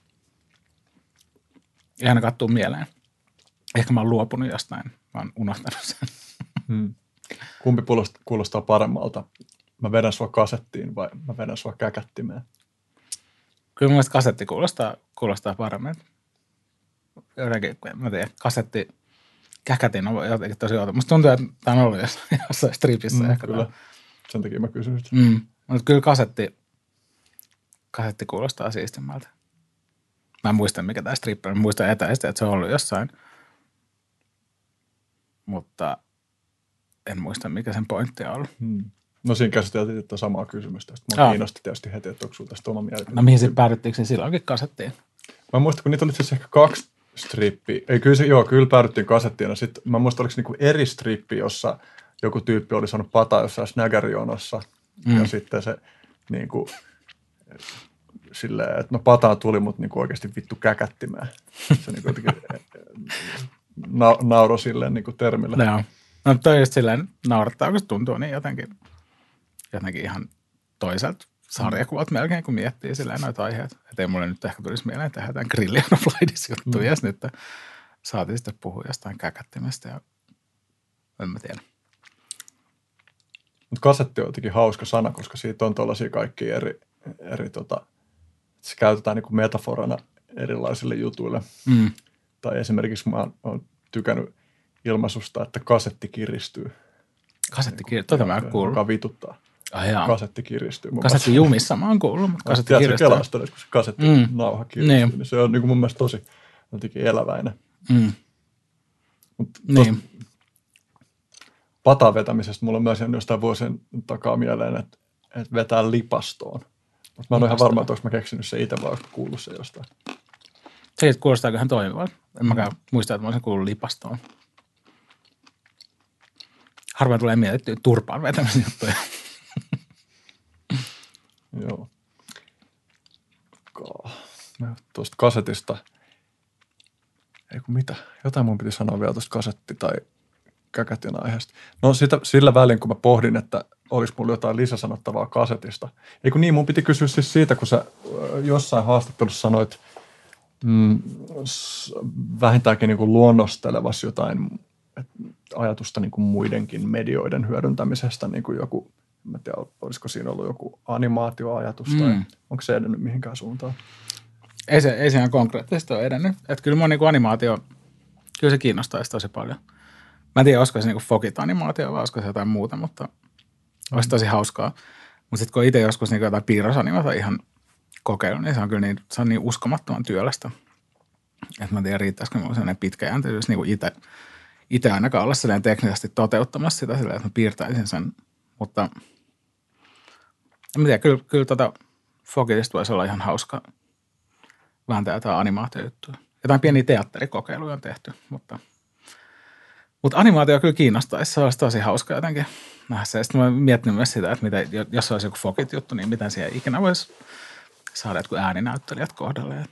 Ei ainakaan tuu mieleen. Ehkä mä oon luopunut jostain. Mä oon unohtanut sen. Kumpi kuulostaa paremmalta? Mä vedän sua kasettiin vai mä vedän sua käkättimeen? Kyllä mun mielestä kasetti kuulostaa paremmin. Jotenkin, mä tiedän, kasetti käkätin on jotenkin tosi outo. Musta tuntuu, että tää on ollut jossain stripissä. Ehkä kyllä. Sen takia mä kysyn. Mutta kyllä kasetti kuulostaa siistimmältä. Mä en muista, mikä tää strippi on. Mä muistan etäisesti, että se on ollut jossain. Mutta en muista, mikä sen pointti on ollut. No siinä käsiteltiin tätä samaa kysymystä. Sitten mua kiinnosti tietysti heti, että onko sinulla tästä oma mielipide. No mihin sitten päädyttiinkö se silloinkin kasettiin? Mä muistan, kun niitä oli siis ehkä 2 strippiä. Ei, kyllä päädyttiin kasettiin. Sitten mä muistan, oliko niinku eri strippi, jossa joku tyyppi oli saanut pataa jossain snägärjonossa. Ja sitten se niinku silleen, että no pataa tuli, mutta niinku oikeasti vittu käkättimään. Se niinku jotenkin nauroi silleen niinku termillä. Joo. No toi just silleen naurattaa, kun se tuntuu niin jotenkin ihan toiselta sarjakuvat melkein, kun miettii silleen noita aiheita. Että ei mulle nyt ehkä tulisi mieleen tehdä jotain Grillion of Ladies-juttuja, jos nyt saatiin sitten puhua jostain käkättimestä ja en mä tiedä. Mutta kasetti on jotenkin hauska sana, koska siitä on tuollaisia kaikki eri se käytetään niin kuin metaforana erilaisille jutuille. Tai esimerkiksi mä oon tykännyt ilmaisusta, että kasetti kiristyy. Kasetti kiristyy? Tota mä en kuullut. Joka vituttaa. Kasetti kiristyy. Kasetti jumissa mä oon kuullut, mutta kasetti kiristyy. Tiedätkö Kelasta, kun se kasetti nauha kiristyy, niin se on niin kuin mun mielestä tosi jotenkin eläväinen. Niin. Pataan vetämisestä mulla on myös jostain vuosien takaa mieleen, että vetää lipastoon. Mutta mä en ole ihan varma, että onko mä keksinyt se itse vai olisiko kuullut se jostain. Se kuulostaa ihan toimivalta. En mäkään muista, että mä olisin kuullut lipastoon. Harvoin tulee mietittyä turpaan vetämisen juttuja. Joo. Tuosta kasetista. Ei kun mitä. Jotain mun piti sanoa vielä tuosta kasetti- tai käkätin aiheesta. No sillä välin, kun mä pohdin, että olisi mulla jotain lisäsanottavaa kasetista. Ei kun niin, mun piti kysyä siis siitä, kun sä jossain haastattelussa sanoit vähintäänkin niin kuin luonnostelevasi jotain ajatusta niin kuin muidenkin medioiden hyödyntämisestä, niin kuin joku, en tiedä, olisiko siinä ollut joku animaatioajatus tai onko se edennyt mihinkään suuntaan? Ei se ihan konkreettisesti ole edennyt. Että kyllä mun niin kuin animaatio, kyllä se kiinnostaisi tosi paljon. Mä en tiedä, olisiko se niin kuin Fokit-animaatio vai olisiko se jotain muuta, mutta olisi tosi hauskaa. Mutta sitten kun itse joskus niin jotain piirrosanimata ihan kokeillut, niin se on kyllä niin uskomattoman työlästä. Että mä en tiedä, riittäisikö minulla sellainen pitkäjänteisyys niin kuin itse ainakaan olla sellainen teknisesti toteuttamassa sitä silleen, että mä piirtäisin sen. Mutta en tiedä, kyllä Fokitista voisi olla ihan hauska vääntää jotain animaatiojuttuja. Jotain pieniä teatterikokeiluja on tehty, mutta animaatio kyllä kiinnostaisi. Se olisi tosi hauska jotenkin nähdä se. Sitten mä oon miettinyt myös sitä, että jos olisi joku Fokit-juttu, niin miten siihen ikinä voisi saada jotkut ääninäyttelijät kohdalle.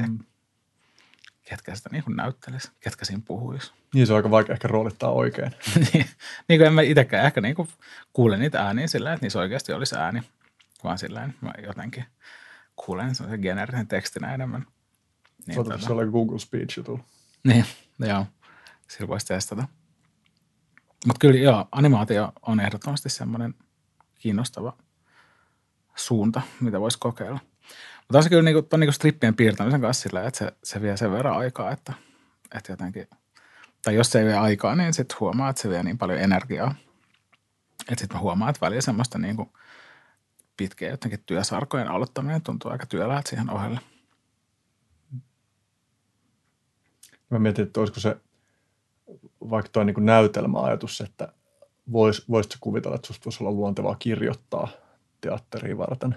Ketkä sitä niin kuin näyttelisi, ketkä siinä puhuisi. Niin se on aika vaikea ehkä roolittaa oikein. Niin kuin en mä itsekään ehkä niin kuin kuule niitä ääniä sillä, että niissä oikeasti olisi ääni, vaan sillä mä jotenkin kuulen sellaisen geneerisen tekstinä enemmän. Niin, se oli Google Speech jutulla. Niin, joo. Sillä voisi testata. Mutta kyllä joo, animaatio on ehdottomasti semmoinen kiinnostava suunta, mitä voisi kokeilla. Mutta on se kyllä niinku strippien piirtämisen kanssa sillä, että se vie sen verran aikaa, että jotenkin, tai jos se ei vie aikaa, niin sitten huomaa, että se vie niin paljon energiaa. Että sitten mä huomaan, että välillä semmoista niinku pitkiä jotenkin työsarkojen aloittaminen tuntuu aika työläältä siihen ohelle. Mä mietin, että olisiko se vaikka tuo niin näytelmäajatus, että voisitko kuvitella, että susta voisi olla luontevaa kirjoittaa teatteriin varten?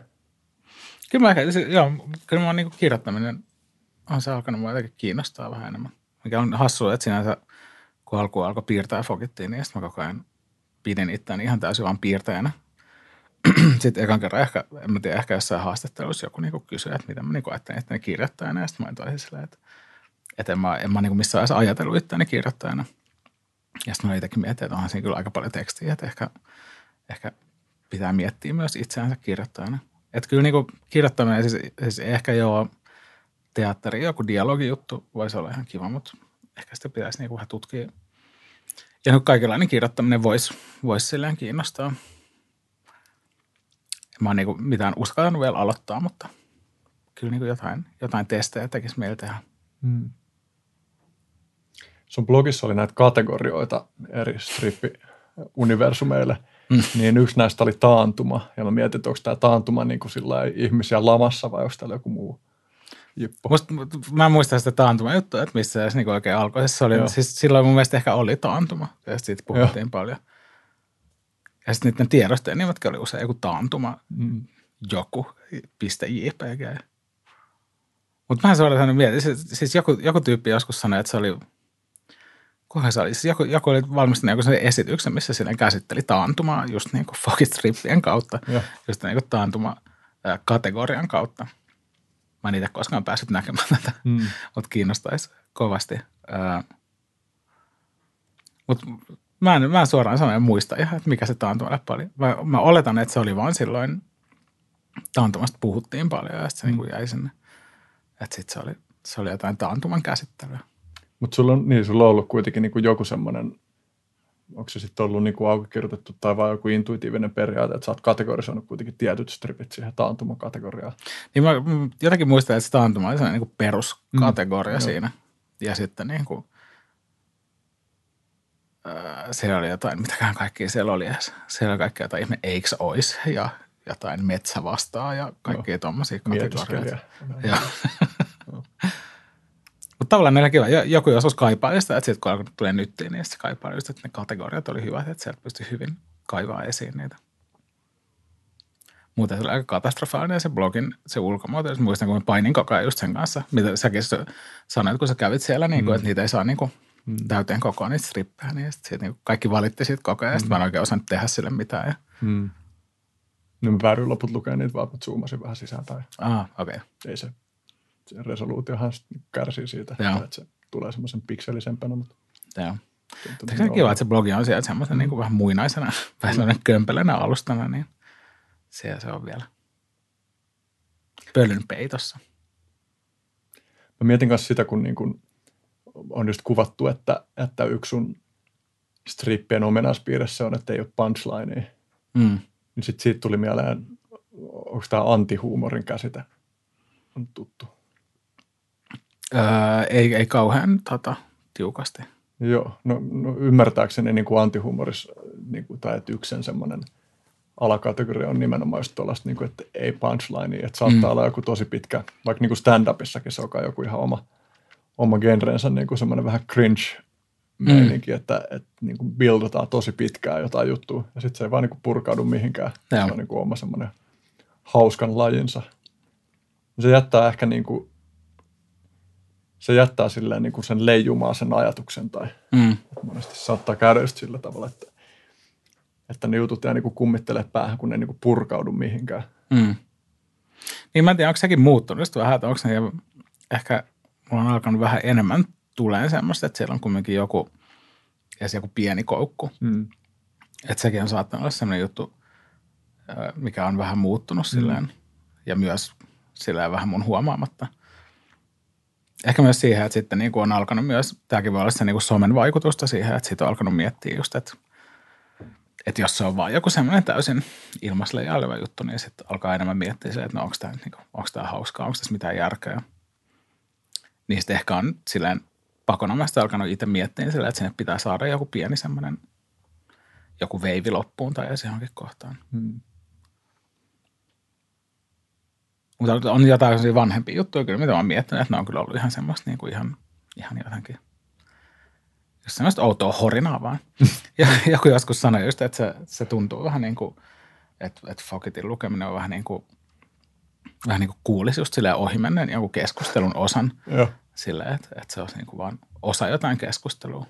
Kyllä mä niin kirjoittaminen on se alkanut mua jotenkin kiinnostaa vähän enemmän. Mikä on hassua, että sinänsä kun alkoi piirtää Fokittiin, niin sitten mä koko ajan pidin itseäni ihan täysin vaan piirtäjänä. Sitten ekan kerran ehkä jossain haastattelussa joku niin kysyi, että mitä mä niin ajattelin itseäni kirjoittajana. Ja sitten mä toisin silleen, että en mä niin missään ajassa ajatellut itseäni kirjoittajana. Ja sitten mä itsekin mietin, että onhan siinä kyllä aika paljon tekstiä, että ehkä pitää miettiä myös itseänsä kirjoittajana. Että kyllä niin kirjoittaminen, siis ehkä joo, teatteri, joku dialogijuttu voisi olla ihan kiva, mutta ehkä sitä pitäisi niin vähän tutkia. Ja kaikenlainen kirjoittaminen voisi silleen kiinnostaa. Mä oon niin mitään uskaltanut vielä aloittaa, mutta kyllä niin jotain testejä tekisi meillä tehdä. Sun blogissa oli näitä kategorioita eri strippi-universumeille, niin yksi näistä oli taantuma. Ja mä mietin, että onko tämä taantuma niin kuin ihmisiä lamassa vai onko täällä joku muu jippo? Mä en muista sitä taantuma-juttua, että missä se niin oikein alkoi. Siis silloin mun mielestä ehkä oli taantuma, ja siitä puhuttiin paljon. Ja sitten niiden tiedostojen nimetkin oli usein joku taantuma, joku, .jpg. Mutta mä suoraan mietin, siis joku tyyppi joskus sanoi, että se oli, kunhan se oli, siis joku oli valmistanut joku sellainen esityksen, missä sinne käsitteli taantumaa just niin kuin Fogistrippien kautta, just niin kuin taantuma-kategorian kautta. Mä en itse koskaan päässyt näkemään tätä, mutta kiinnostaisi kovasti. Mutta mä en suoraan sanoen muista ihan, että mikä se taantuma-läppä oli. Mä oletan, että se oli vaan silloin, taantumasta puhuttiin paljon ja sitten se niin jäi sinne. Että sitten se oli jotain taantuman käsittelyä. Mutta sulla on ollut kuitenkin niin kuin joku semmoinen, onko se sitten ollut niin kuin aukikirjoitettu tai vai joku intuitiivinen periaate, että sä oot kategorisoinut kuitenkin tietyt stripit siihen taantumakategoriaan. Niin mä jotenkin muistan, että se taantuma oli sellainen niin kuin peruskategoria siinä. Ja sitten niin kuin, siellä oli jotain, mitäkään kaikkia siellä oli. Siellä oli kaikkea jotain ihme eiks ois ja jotain metsä vastaa ja kaikkia tommosia kategorioita. Mutta tavallaan meillä kiva. Joku joskus kaipaili sitä, että sitten kun alkoi tulee nyttiin, niin se kaipaili just, että ne kategoriat oli hyvät, että sieltä pystyi hyvin kaivaa esiin niitä. Muuten se oli aika katastrofaalinen se blogin, se ulkomuoto. Muistan, kun mä painin koko ajan just sen kanssa, mitä säkin sanoit, kun sä kävit siellä, niin kuin, että niitä ei saa niin kuin täyteen kokoa niitä strippejä, niin sitten niin kaikki valitti siitä koko ajan, ja sitten mä en oikein osannut tehdä sille mitään. No mä päädyin loput lukemaan niitä, vaan zoomasin vähän sisään. Tai okei. Ei se resoluutiohan kärsii siitä, että se tulee semmoisen pikselisempänä. Mutta joo. Se on kiva, että se blogi on siellä semmoisen niin kuin vähän muinaisena, vähän semmoinen kömpelönä alustana, niin se on vielä pölyn peitossa. Mä mietin kanssa sitä, kun niin kuin on just kuvattu, että yksi sun strippien ominaispiirre on, että ei ole punchlinea. Niin sitten siitä tuli mieleen, onko tämä antihuumorin käsite on tuttu? Ei kauhean tiukasti. Joo, no ymmärtääkseni niin kuin antihuumorissa, niin kuin, tai että yksi semmoinen alakategoria on nimenomaan just tuollaista, niin kuin, että ei punchlinea, että saattaa olla joku tosi pitkä, vaikka niin kuin stand-upissakin se on joku ihan oma genrensä, niin kuin semmoinen vähän cringe-meininki, että niin kuin buildataan tosi pitkään jotain juttua, ja sitten se ei vaan niin kuin purkaudu mihinkään. Se on niin kuin oma semmoinen hauskan lajinsa. Se jättää ehkä niin kuin, se jättää silleen niin kuin sen leijumaan sen ajatuksen, tai monesti saattaa käydä just sillä tavalla, että ne jutut ei niin kuin kummittele päähän, kun ne niin kuin purkaudu mihinkään. Niin mä en tiedä, onko sekin muuttunut vähän, että onko ne ehkä mulla on alkanut vähän enemmän tulemaan semmoista, että siellä on kumminkin joku pieni koukku. Että sekin on saattanut olla semmoinen juttu, mikä on vähän muuttunut silleen, ja myös silleen vähän mun huomaamatta. Ehkä myös siihen, että sitten niin kuin on alkanut myös, tämäkin voi olla se niin kuin somen vaikutusta siihen, että sitten on alkanut miettiä just, että jos se on vaan joku semmoinen täysin ilmasleijaileva juttu, niin sitten alkaa enemmän miettiä se, että no onko tämä hauskaa, onko tässä mitään järkeä. Niin sitten ehkä on silleen pakonomaisesti alkanut itse miettiä silleen, että sinne pitää saada joku pieni semmoinen, joku veivi loppuun tai edes johonkin kohtaan. Mutta on jotain vanhempia juttuja kyllä, mitä mä oon miettinyt, että ne on kyllä ollut ihan semmoista niin kuin ihan jotenkin, jos semmoista outoa horinaa vaan. Ja joku joskus sanoi just, että se tuntuu vähän niin kuin, että Fogitin lukeminen on vähän niin kuin kuulisi just silleen ohimenneen jonkun keskustelun osan. Joo. Silleen, että se olisi niin kuin vaan osa jotain keskustelua.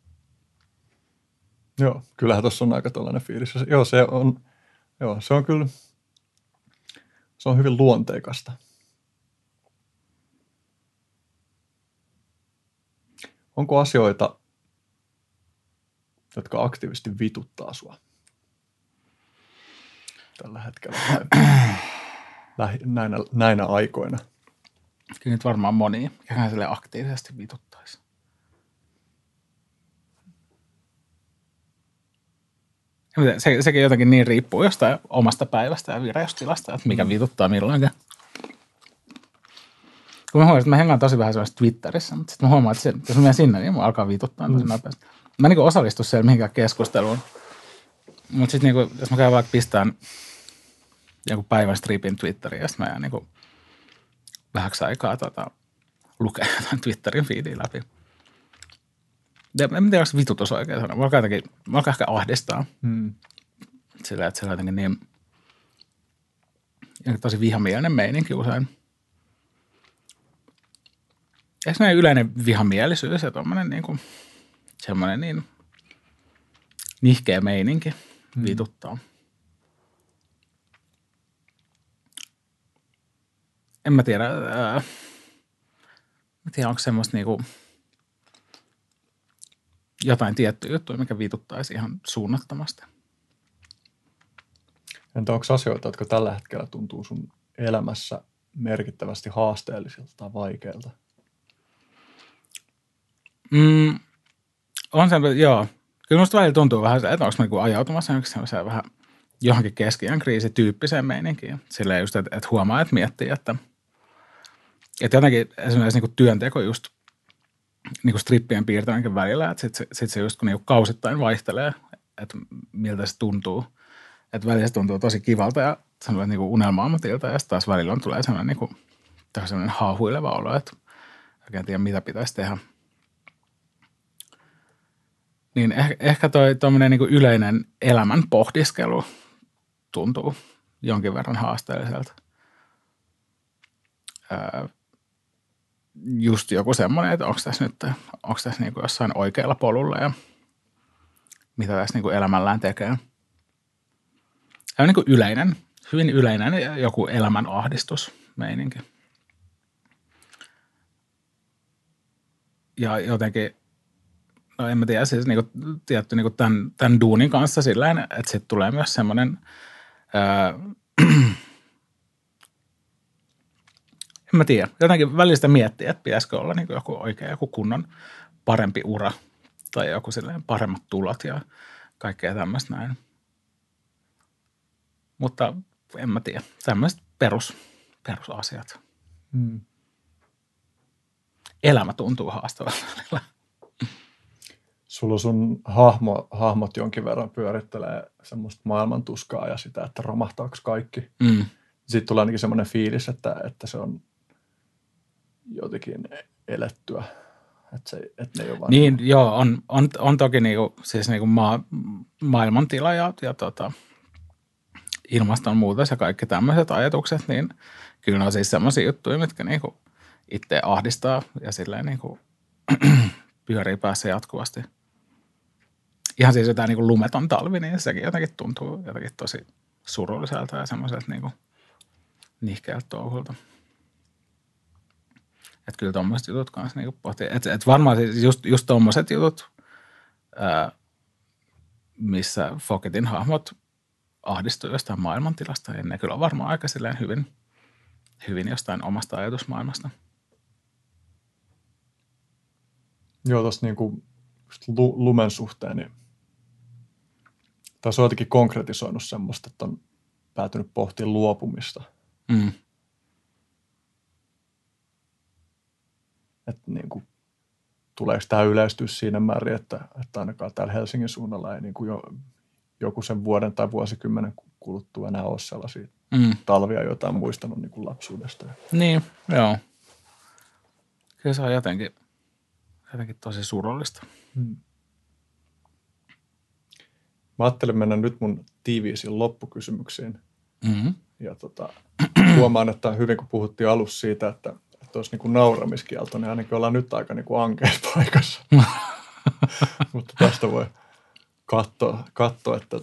Joo, kyllähän tuossa on aika tällainen fiilis. Se on kyllä, se on hyvin luonteikasta. Onko asioita, jotka aktiivisesti vituttaa sua tällä hetkellä näinä aikoina? Kyllä nyt varmaan monia, mikä sille aktiivisesti vituttaisi. Sekin jotenkin niin riippuu jostain omasta päivästä ja vireystilasta, että mikä vituttaa milloinkin. Kun mä huomaan, että mä hengaan tosi vähän sellaista Twitterissä, mutta sitten mä huomaan, että jos mä menen sinne, niin mä alkaa vituttaa tosi nopeasti. Mä en niin osallistu siellä mihinkään keskusteluun. Mutta sitten niin jos mä käyn vaikka pistään joku päivän stripin Twitteriin, ja sitten mä jään niin vähäksi aikaa lukea jotain Twitterin feediä läpi. En tiedä, onko vitutus oikein sana. Mä alkaa ehkä ahdistaa. Sillä, että se on jotenkin niin tosi vihamielinen meininki usein. Eikö semmoinen yleinen vihamielisyys ja tommoinen niinku, semmoinen niin nihkeä meininki vituttaa. En mä tiedä, onko semmoista niinku jotain tiettyä juttua, mikä vituttaisi ihan suunnattomasti. Entä onko asioita, jotka tällä hetkellä tuntuu sun elämässä merkittävästi haasteellisilta tai vaikeilta? On se, joo. Kyllä musta välillä tuntuu vähän, että onko mä niinku ajautumassa semmoiseen vähän johonkin keski-iän kriisityyppiseen meininkiin. Silleen just, että huomaa, että miettii, että jotenkin esimerkiksi niinku työnteko just niinku strippien piirtämänkin välillä, että sit se just kun niinku kausittain vaihtelee, että miltä se tuntuu. Että välillä se tuntuu tosi kivalta ja sellainen niinku unelma-ammatilta ja sitten taas välillä tulee sellainen niinku sellainen haahuileva olo, että oikein tiedä mitä pitäisi tehdä. Niin ehkä toi tommoinen niinku yleinen elämän pohdiskelu tuntuu jonkin verran haasteelliselta. Just joku semmoinen, että onko tässä niinku jossain oikealla polulla ja mitä tässä niinku elämällään tekee. Tämä on niinku yleinen, hyvin yleinen joku elämän ahdistusmeininki. Ja jotenkin, no en mä tiedä, siis niinku, tietty niinku tämän duunin kanssa silleen, että sitten tulee myös semmoinen, en mä tiedä, jotenkin välistä miettiä, että pitäisikö olla niinku joku kunnon parempi ura tai joku silleen paremmat tulot ja kaikkea tämmöistä näin. Mutta en mä tiedä, tämmöiset perusasiat. Elämä tuntuu haastavalta. Sulla sun hahmot jonkin verran pyörittelee semmoista maailmantuskaa ja sitä, että romahtaako kaikki. Sitten tulee ainakin semmoinen fiilis, että se on jotenkin elettyä. Että ne ei ole vaan niin, joo, on toki niinku, siis niinku maailmantila ja ilmastonmuutos ja kaikki tämmöiset ajatukset, niin kyllä ne on siis semmoisia juttuja, mitkä niinku itse ahdistaa ja silleen niinku pyörii päässä jatkuvasti. Ihan siis jotain niinku lumeton talvi, niin sekin jotenkin tuntuu jotenkin tosi surulliselta ja semmoiselta niinku nihkeältä touhulta. Että kyllä tommoiset jutut kanssa niinku pohtii. Että varmaan siis just tommoiset jutut, missä Focketin hahmot ahdistuu jostain maailmantilasta, ja ne kyllä on varmaan aika silleen hyvin jostain omasta ajatusmaailmasta. Joo, tuossa niinku lumen suhteen, niin tässä on jotenkin konkretisoinut semmoista, että on päätynyt pohtimaan luopumista. Että niinku, tuleeko tämä yleistyä siinä määrin, että ainakaan täällä Helsingin suunnalla ei niinku joku sen vuoden tai vuosikymmenen kuluttua enää ole sellaisia talvia, joita on muistanut niinku lapsuudesta. Niin, joo. Kyllä se on jotenkin tosi surullista. Mä ajattelin mennä nyt mun tiiviisiin loppukysymyksiin. Ja huomaan, että hyvin kun puhuttiin alussa siitä, että olisi niinku nauramiskielto, niin ainakin ollaan nyt aika niinku ankeassa paikassa. Mutta tästä voi katsoa että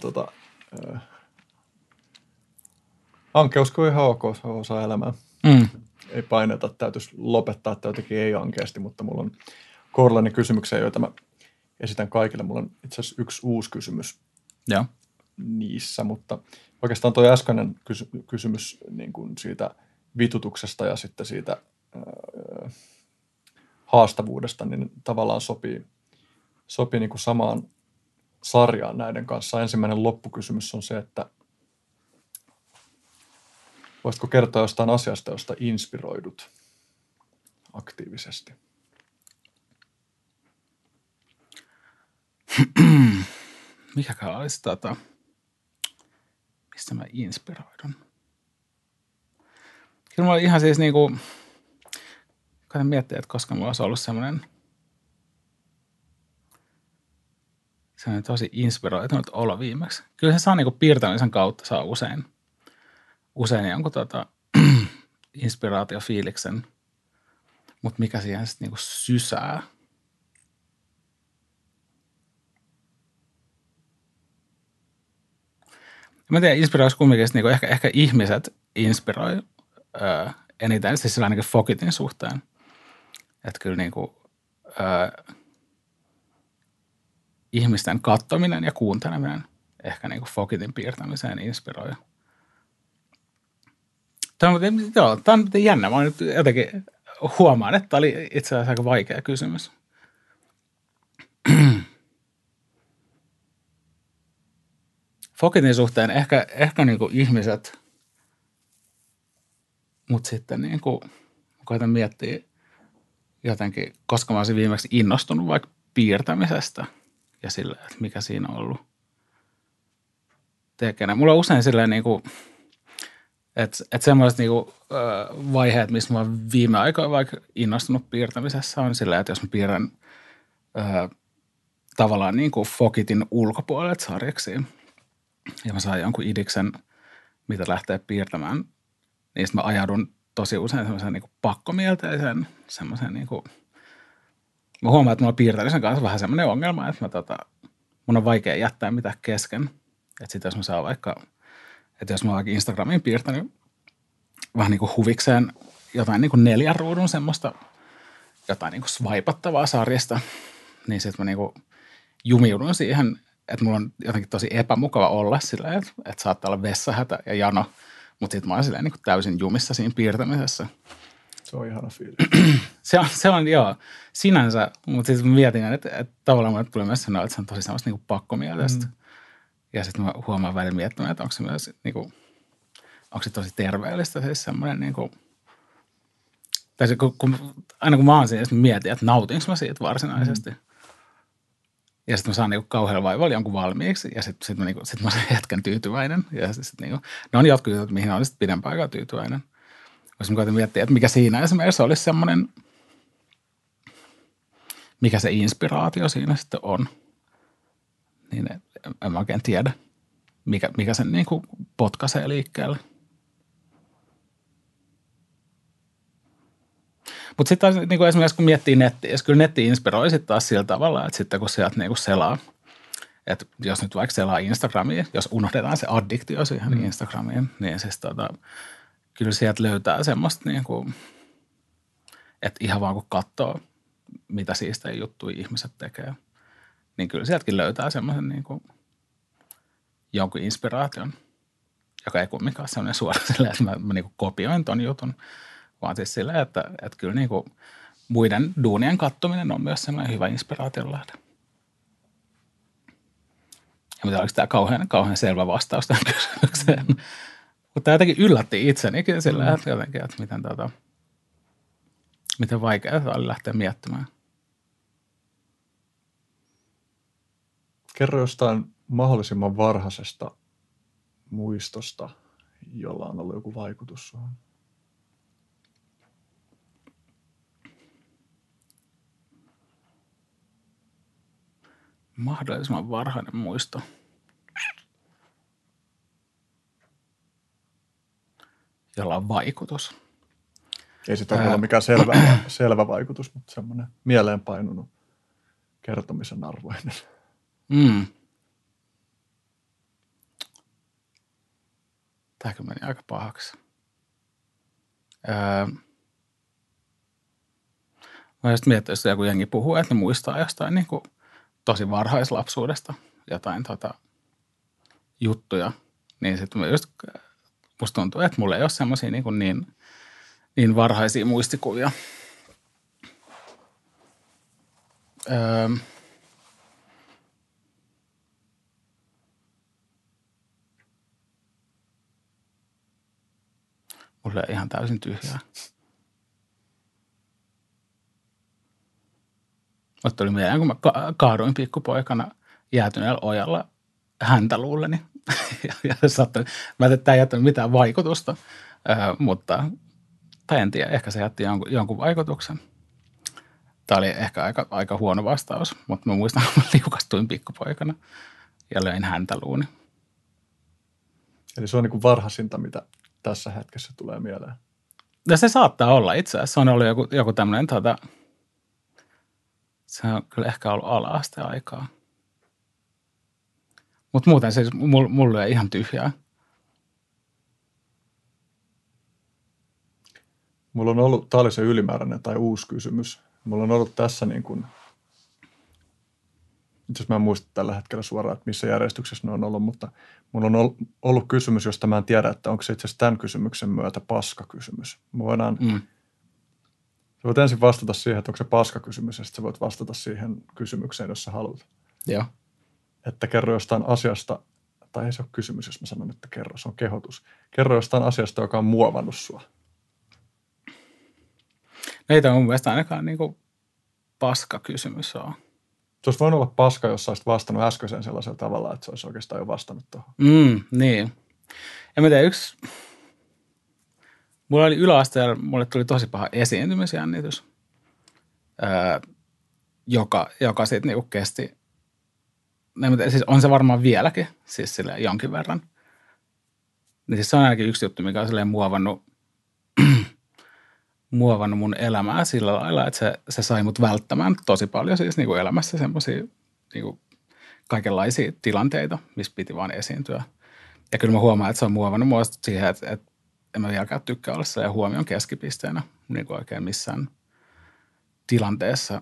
ankeus on ihan ok, se on osa elämää. Ei paineta, että täytyisi lopettaa, että jotenkin ei ankeasti, mutta mulla on kohdallani kysymyksiä, joita mä esitän kaikille. Mulla on itse asiassa yksi uusi kysymys niissä, mutta oikeastaan tuo äskeinen kysymys niin kuin siitä vitutuksesta ja sitten siitä haastavuudesta, niin tavallaan sopii niin kuin samaan sarjaan näiden kanssa. Ensimmäinen loppukysymys on se, että voisitko kertoa jostain asiasta, josta inspiroidut aktiivisesti? Mikäkään olisi mistä mä inspiroidun? Kyllä mulla ihan siis niinku, koitan miettiä, että koska mulla olisi ollut semmoinen Se on tosi inspiroitunut olo viimeksi. Kyllä se saa niinku piirtämisen kautta saa usein jonkun inspiraatiofiiliksen, mutta mikä siihen sitten niinku sysää. Mä tiedän, inspiroisi kumminkin, niinku ehkä ihmiset inspiroi eniten, siis sillä ainakin Fokitin suhteen. Että kyllä niinku, ihmisten katsominen ja kuunteleminen ehkä niinku Fokitin piirtämiseen inspiroi. Tämä on jännä. Mä nyt jotenkin huomaan, että tämä oli itse asiassa aika vaikea kysymys. Fokitin suhteen ehkä niinku ihmiset, mutta sitten niinku, koitan miettiä jotenkin, koska mä olisin viimeksi innostunut vaikka piirtämisestä ja sillä, että mikä siinä on ollut tekemään. Mulla on usein silleen niinku, että semmoiset niinku, vaiheet, missä mä oon viime aikoina vaikka innostunut piirtämisessä on silleen, että jos mä piirrän tavallaan niinku Fokitin ulkopuolelle sarjaksiin ja mä saan jonkun idiksen, mitä lähtee piirtämään, niin sitten mä ajaudun tosi usein semmoisen niinku pakkomielteisen, semmoisen niinku, mä huomaan, että mulla on piirtämisen kanssa vähän semmoinen ongelma, että mun on vaikea jättää mitään kesken. Että sitten jos mä saan vaikka, että jos mä vaikka Instagramiin piirtänyt vähän niin kuin huvikseen jotain niin kuin 4 ruudun semmoista, jotain niin kuin swipattavaa sarjasta, niin sitten mä niin kuin jumiudun siihen, että mulla on jotenkin tosi epämukava olla sillä, että saattaa olla vessahätä ja jano, mutta sitten mä oon silleen niin kuin täysin jumissa siinä piirtämisessä. Se on ihana fiilis. Se on joo, sinänsä, mutta sitten mietin, että tavallaan mulle tuli myös sanoa, että se on tosi semmoista niinku pakkomielteistä. Ja sitten mä huomaan välillä miettimään, että onko se myös niinku, onko se tosi terveellistä siis semmoinen niinku, tai se, aina kun mä oon siinä, mä mietin, että nautinko mä siitä varsinaisesti. Ja sitten mä saan niinku kauhealla vaivalla jonkun valmiiksi ja sitten mä oon sen hetken tyytyväinen. Ja sitten niinku, ne on jotkut jutut, mihin on sitten pidempään aikaa tyytyväinen. Jos mä koitan miettiä, että mikä siinä esimerkiksi olisi semmoinen, mikä se inspiraatio siinä sitten on, niin en mä oikein tiedä, mikä sen niin kuin potkaisee liikkeelle. Mutta sitten niin esimerkiksi kun miettii nettiä, kyllä netti inspiroi sitten taas sillä tavalla, että sitten kun sieltä niin kuin selaa, että jos nyt vaikka selaa Instagramia, jos unohdetaan se addiktio siihen Instagramiin, niin siis kyllä sieltä löytää semmoista, niin kuin, että ihan vaan kun katsoo, mitä siistejä juttuja ihmiset tekee, niin kyllä sieltäkin löytää semmoisen niin kuin, jonkun inspiraation, joka ei kumminkaan ole semmoinen suora silleen, että mä niin kuin kopioin ton jutun, vaan siis silleen, että kyllä niin kuin muiden duunien kattominen on myös semmoinen hyvä inspiraation lähde. Ja mitä oliko tämä kauhean selvä vastaus tähän kysymykseen? Mutta tämä jotenkin yllätti itsenikin sillä, että jotenkin, että miten vaikeaa oli lähteä miettimään. Kerro jostain mahdollisimman varhaisesta muistosta, jolla on ollut joku vaikutus suhun. Mahdollisimman varhainen muisto. Jolla on vaikutus. Ei se tarvitse olla mikään selvä vaikutus, mutta semmoinen mieleenpainunut kertomisen arvoinen. Tämäkin meni aika pahaksi. Mä just mietin, jos joku jengi puhuu, että ne muistaa jostain niin kuin tosi varhaislapsuudesta jotain juttuja, niin sitten musta tuntuu, että mulla ei ole semmoisia niin varhaisia muistikuvia. Mulla ei ihan täysin tyhjää. Mutta tuli mieleen, kun mä kaaduin pikkupoikana jäätyneellä ojalla häntä luulleni. ja mä en tämä ei jättänyt mitään vaikutusta, mutta tai en tiedä, ehkä se jätti jonkun vaikutuksen. Tämä oli ehkä aika huono vastaus, mutta mä muistan, että mä liukastuin pikkupoikana ja löin häntä luuni. Eli se on niin kuin varhaisinta, mitä tässä hetkessä tulee mieleen. Ja se saattaa olla itse asiassa. Se on ollut joku tämmöinen, se on kyllä ehkä ollut ala-asteaikaa. Mutta muuten siis mulla ei ihan tyhjää. Mulla on ollut, tämä oli se ylimääräinen tai uusi kysymys. Mulla on ollut tässä niin kuin, itse asiassa mä en muista tällä hetkellä suoraan, että missä järjestyksessä ne on ollut, mutta mulla on ollut kysymys, josta mä en tiedä, että onko se itse asiassa tämän kysymyksen myötä paskakysymys. Me voidaan, sä voit ensin vastata siihen, että onko se paskakysymys, ja sitten sä voit vastata siihen kysymykseen, jos sä haluat. Joo. Että kerro jostain asiasta, tai ei se ole kysymys, jos mä sanon, että kerro, se on kehotus. Kerro jostain asiasta, joka on muovannut sua. Ei tämä mun mielestä ainakaan niin paskakysymys ole. Se olisi voinut olla paska, jos sä olisit vastannut äskeiseen sellaisella tavalla, että se olisi oikeastaan jo vastannut tuohon. Niin. En mä tiedä, mulla oli yläasteella, mulle tuli tosi paha esiintymisjännitys, joka sitten niinku kesti, siis on se varmaan vieläkin, siis silleen jonkin verran. Niin siis se on ainakin yksi juttu, mikä on silleen muovannut mun elämää sillä lailla, että se sai mut välttämään tosi paljon siis niinku elämässä semmoisia niinku kaikenlaisia tilanteita, missä piti vaan esiintyä. Ja kyllä mä huomaan, että se on muovannut mua siihen, että en mä vieläkään tykkää olla sellainen huomion keskipisteenä niin kuin oikein missään tilanteessa.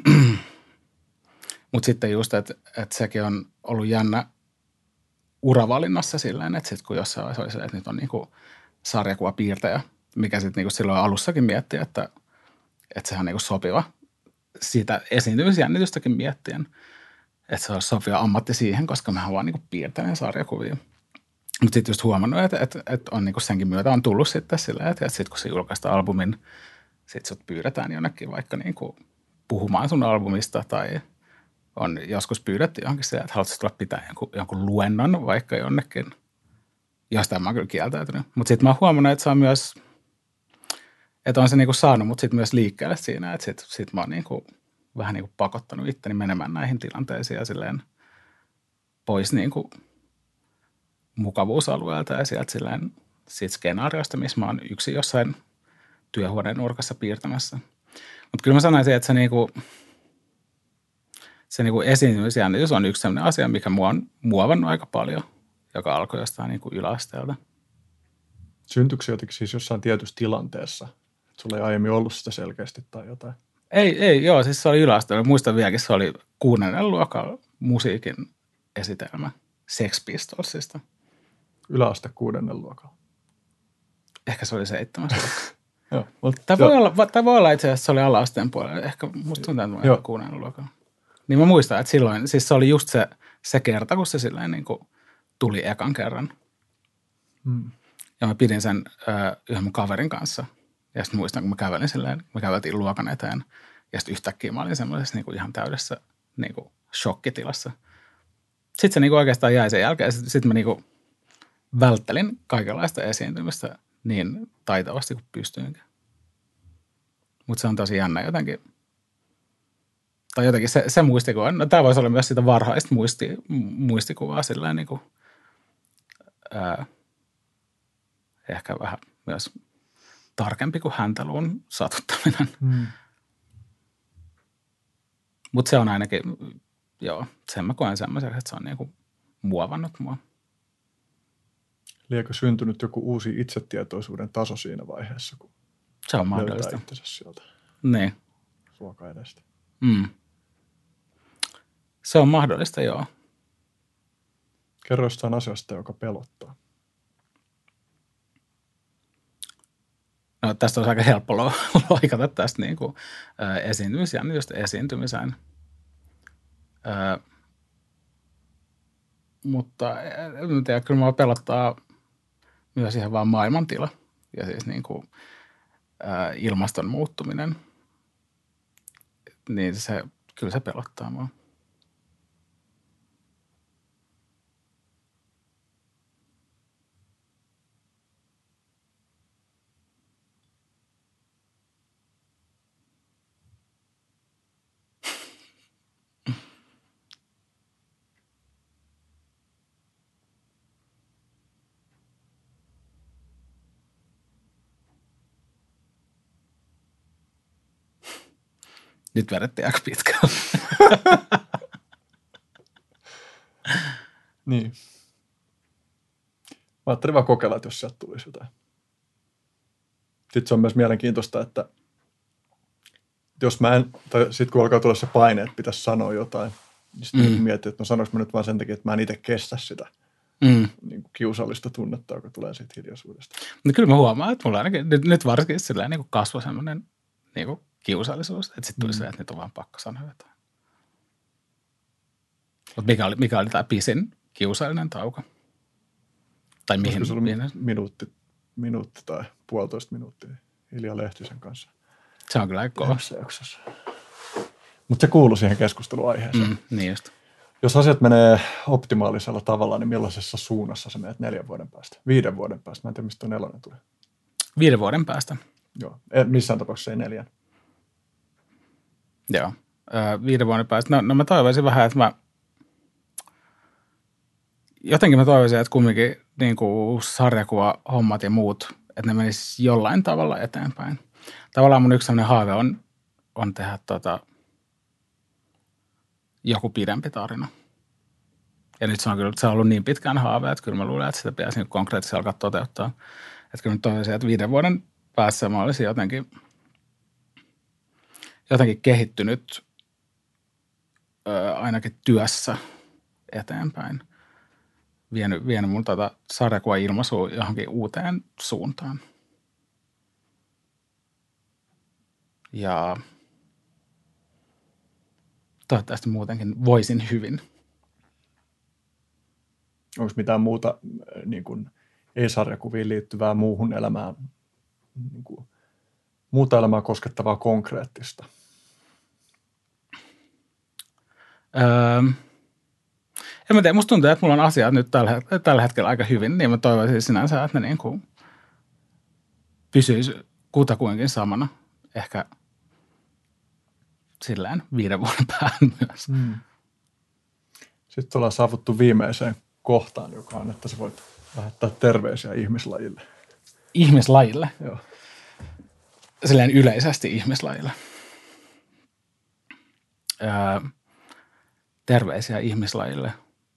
Mutta sitten just, että sekin on ollut jännä uravalinnassa silleen, että sitten kun jossain vaiheessa oli se, että nyt on niin kuin sarjakuvapiirtäjä, mikä sitten niin silloin alussakin miettii, että sehän on niin kuin sopiva siitä esiintymisjännitystäkin miettien, että se olisi sopiva ammatti siihen, koska mä vaan niin piirtänyt sarjakuvia. Mutta sitten just huomannut, että on niinku senkin myötä on tullut sitten silleen, että sitten kun se julkaista albumin, sitten sut pyydetään jonnekin vaikka niinku puhumaan sun albumista tai on joskus pyydetty johonkin silleen, että haluatko tulla pitää jonkun luennon vaikka jonnekin. Jostain mä oon kyllä kieltäytynyt. Mutta sitten mä oon huomannut, että se on myös, että on se niinku saanut mut sitten myös liikkeelle siinä, että sit mä oon niinku vähän niinku pakottanut itteni menemään näihin tilanteisiin ja silleen pois niinku mukavuusalueelta ja sieltä silleen siitä skenaariosta, missä mä oon yksin jossain työhuoneen nurkassa piirtämässä. Mutta kyllä mä sanoisin, että se niinku esiintymisjännitys on yksi sellainen asia, mikä mua on muovannut aika paljon, joka alkoi jostain niinku yläasteelta. Syntyykö se jotenkin siis jossain tietyssä tilanteessa? Että sulla ei aiemmin ollut sitä selkeästi tai jotain? Ei, joo, siis se oli yläasteella. Muistan vieläkin, se oli 6. luokalla musiikin esitelmä Sex Pistolsista. Yläaste 6. luokalla. Ehkä se oli 7. Joo. Tai voi olla itse asiassa, se oli ala-asteen puolella. Ehkä musta tuntuu, että mä olin 6. luokalla. Niin mä muistan, että silloin, siis se oli just se kerta, kun se silleen niin kuin tuli ekan kerran. Ja mä pidin sen yhden mun kaverin kanssa. Ja sitten muistan, kun mä kävelin silleen, me käveltiin luokan eteen. Ja sitten yhtäkkiä mä olin semmoisessa niin kuin ihan täydessä niin kuin shokkitilassa. Sitten se niin kuin oikeastaan jäi sen jälkeen. Sitten mä niin kuin välttelin kaikenlaista esiintymistä niin taitavasti kuin pystyinkin. Mutta se on tosi jännä jotenkin. Tai jotenkin se muistikuva. No, tämä voisi olla myös sitä varhaista muistikuvaa silleen niin kuin, ehkä vähän myös tarkempi kuin häntäluun satuttaminen. Mutta se on ainakin, joo, sen mä koen semmoiseksi, että se on niin kuin muovannut mua. Liekö syntynyt joku uusi itsetietoisuuden taso siinä vaiheessa, kun se on mahdollista. löytää itsensä sieltä niin ruoka-edestä? Se on mahdollista, joo. Kerro jostain asiasta, joka pelottaa. No, tästä olisi aika helppo loikata tästä niin kuin, esiintymisjännitystä esiintymiseen. Mutta en tiedä, kyllä minua pelottaa myös ihan vaan maailmantila ja siis niin kuin, ilmaston muuttuminen. Niin kyllä se pelottaa minua. Nyt vedettiin aika pitkällä. Niin. Mä ajattelin vaan kokeilla, että jos sieltä tulisi jotain. Sitten se on myös mielenkiintoista, että jos mä en, tai sitten kun alkaa tulla se paine, että pitäisi sanoa jotain, niin sitten mietin, että no sanoinko mä nyt vaan sen takia, että mä en itse kestä sitä niin kuin kiusallista tunnetta, joka tulee siitä hiljaisuudesta. No kyllä mä huomaan, että mulla ainakin nyt varsinkin silleen niin kuin kasvoi semmoinen niin kuin kiusallisuus, että sitten tuli se, että nyt on vaan pakko sanoa jotain. Mutta mikä oli tämä pisin kiusallinen tauko? Tai mihin? Olisiko se minuutti tai 1,5 minuuttia Ilja Lehtisen kanssa. Se on kyllä aika kova. Mutta se kuuluu siihen keskusteluaiheeseen. Niin just. Jos asiat menee optimaalisella tavalla, niin millaisessa suunnassa se menet 4 vuoden päästä? 5 vuoden päästä? Mä en tiedä, mistä tuo 4 tuli. 5 vuoden päästä. Joo, missään tapauksessa ei 4. Joo, 5 vuoden päästä. No mä toivoisin vähän, että jotenkin mä toivoisin, että kumminkin niin kuin sarjakuva-hommat ja muut, että ne menis jollain tavalla eteenpäin. Tavallaan mun yksi sellainen haave on tehdä joku pidempi tarina. Ja nyt se on ollut niin pitkään haave, että kyllä mä luulen, että sitä pitäisi konkreettisesti alkaa toteuttaa. Että kyllä mä toivoisin, että 5 vuoden päässä mä olisin jotenkin kehittynyt ainakin työssä eteenpäin. Vienyt mun sarjakuva-ilmaisua johonkin uuteen suuntaan. Ja toivottavasti muutenkin voisin hyvin. Onko mitään muuta niin kuin ei-sarjakuviin liittyvää muuhun elämään, niin kuin, muuta elämää koskettavaa konkreettista? En mä tiedä, musta tuntuu, että mulla on asiat nyt tällä hetkellä aika hyvin, niin mä toivoisin sinänsä, että ne niin kuin pysyisi kutakuinkin samana. Ehkä sillään 5 vuoden päähän myös. Sitten ollaan saavuttu viimeiseen kohtaan, joka on, että sä voit lähettää terveisiä ihmislajille. Ihmislajille? Joo. Silleen yleisesti ihmislajille. Terveisiä ihmislajille.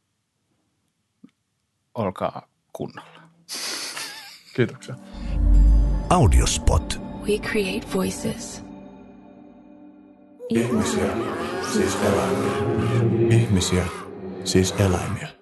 Olkaa kunnolla. Kiitoksia. Audiospot. We create voices. Ihmisiä, siis eläimiä. Ihmisiä, siis eläimiä.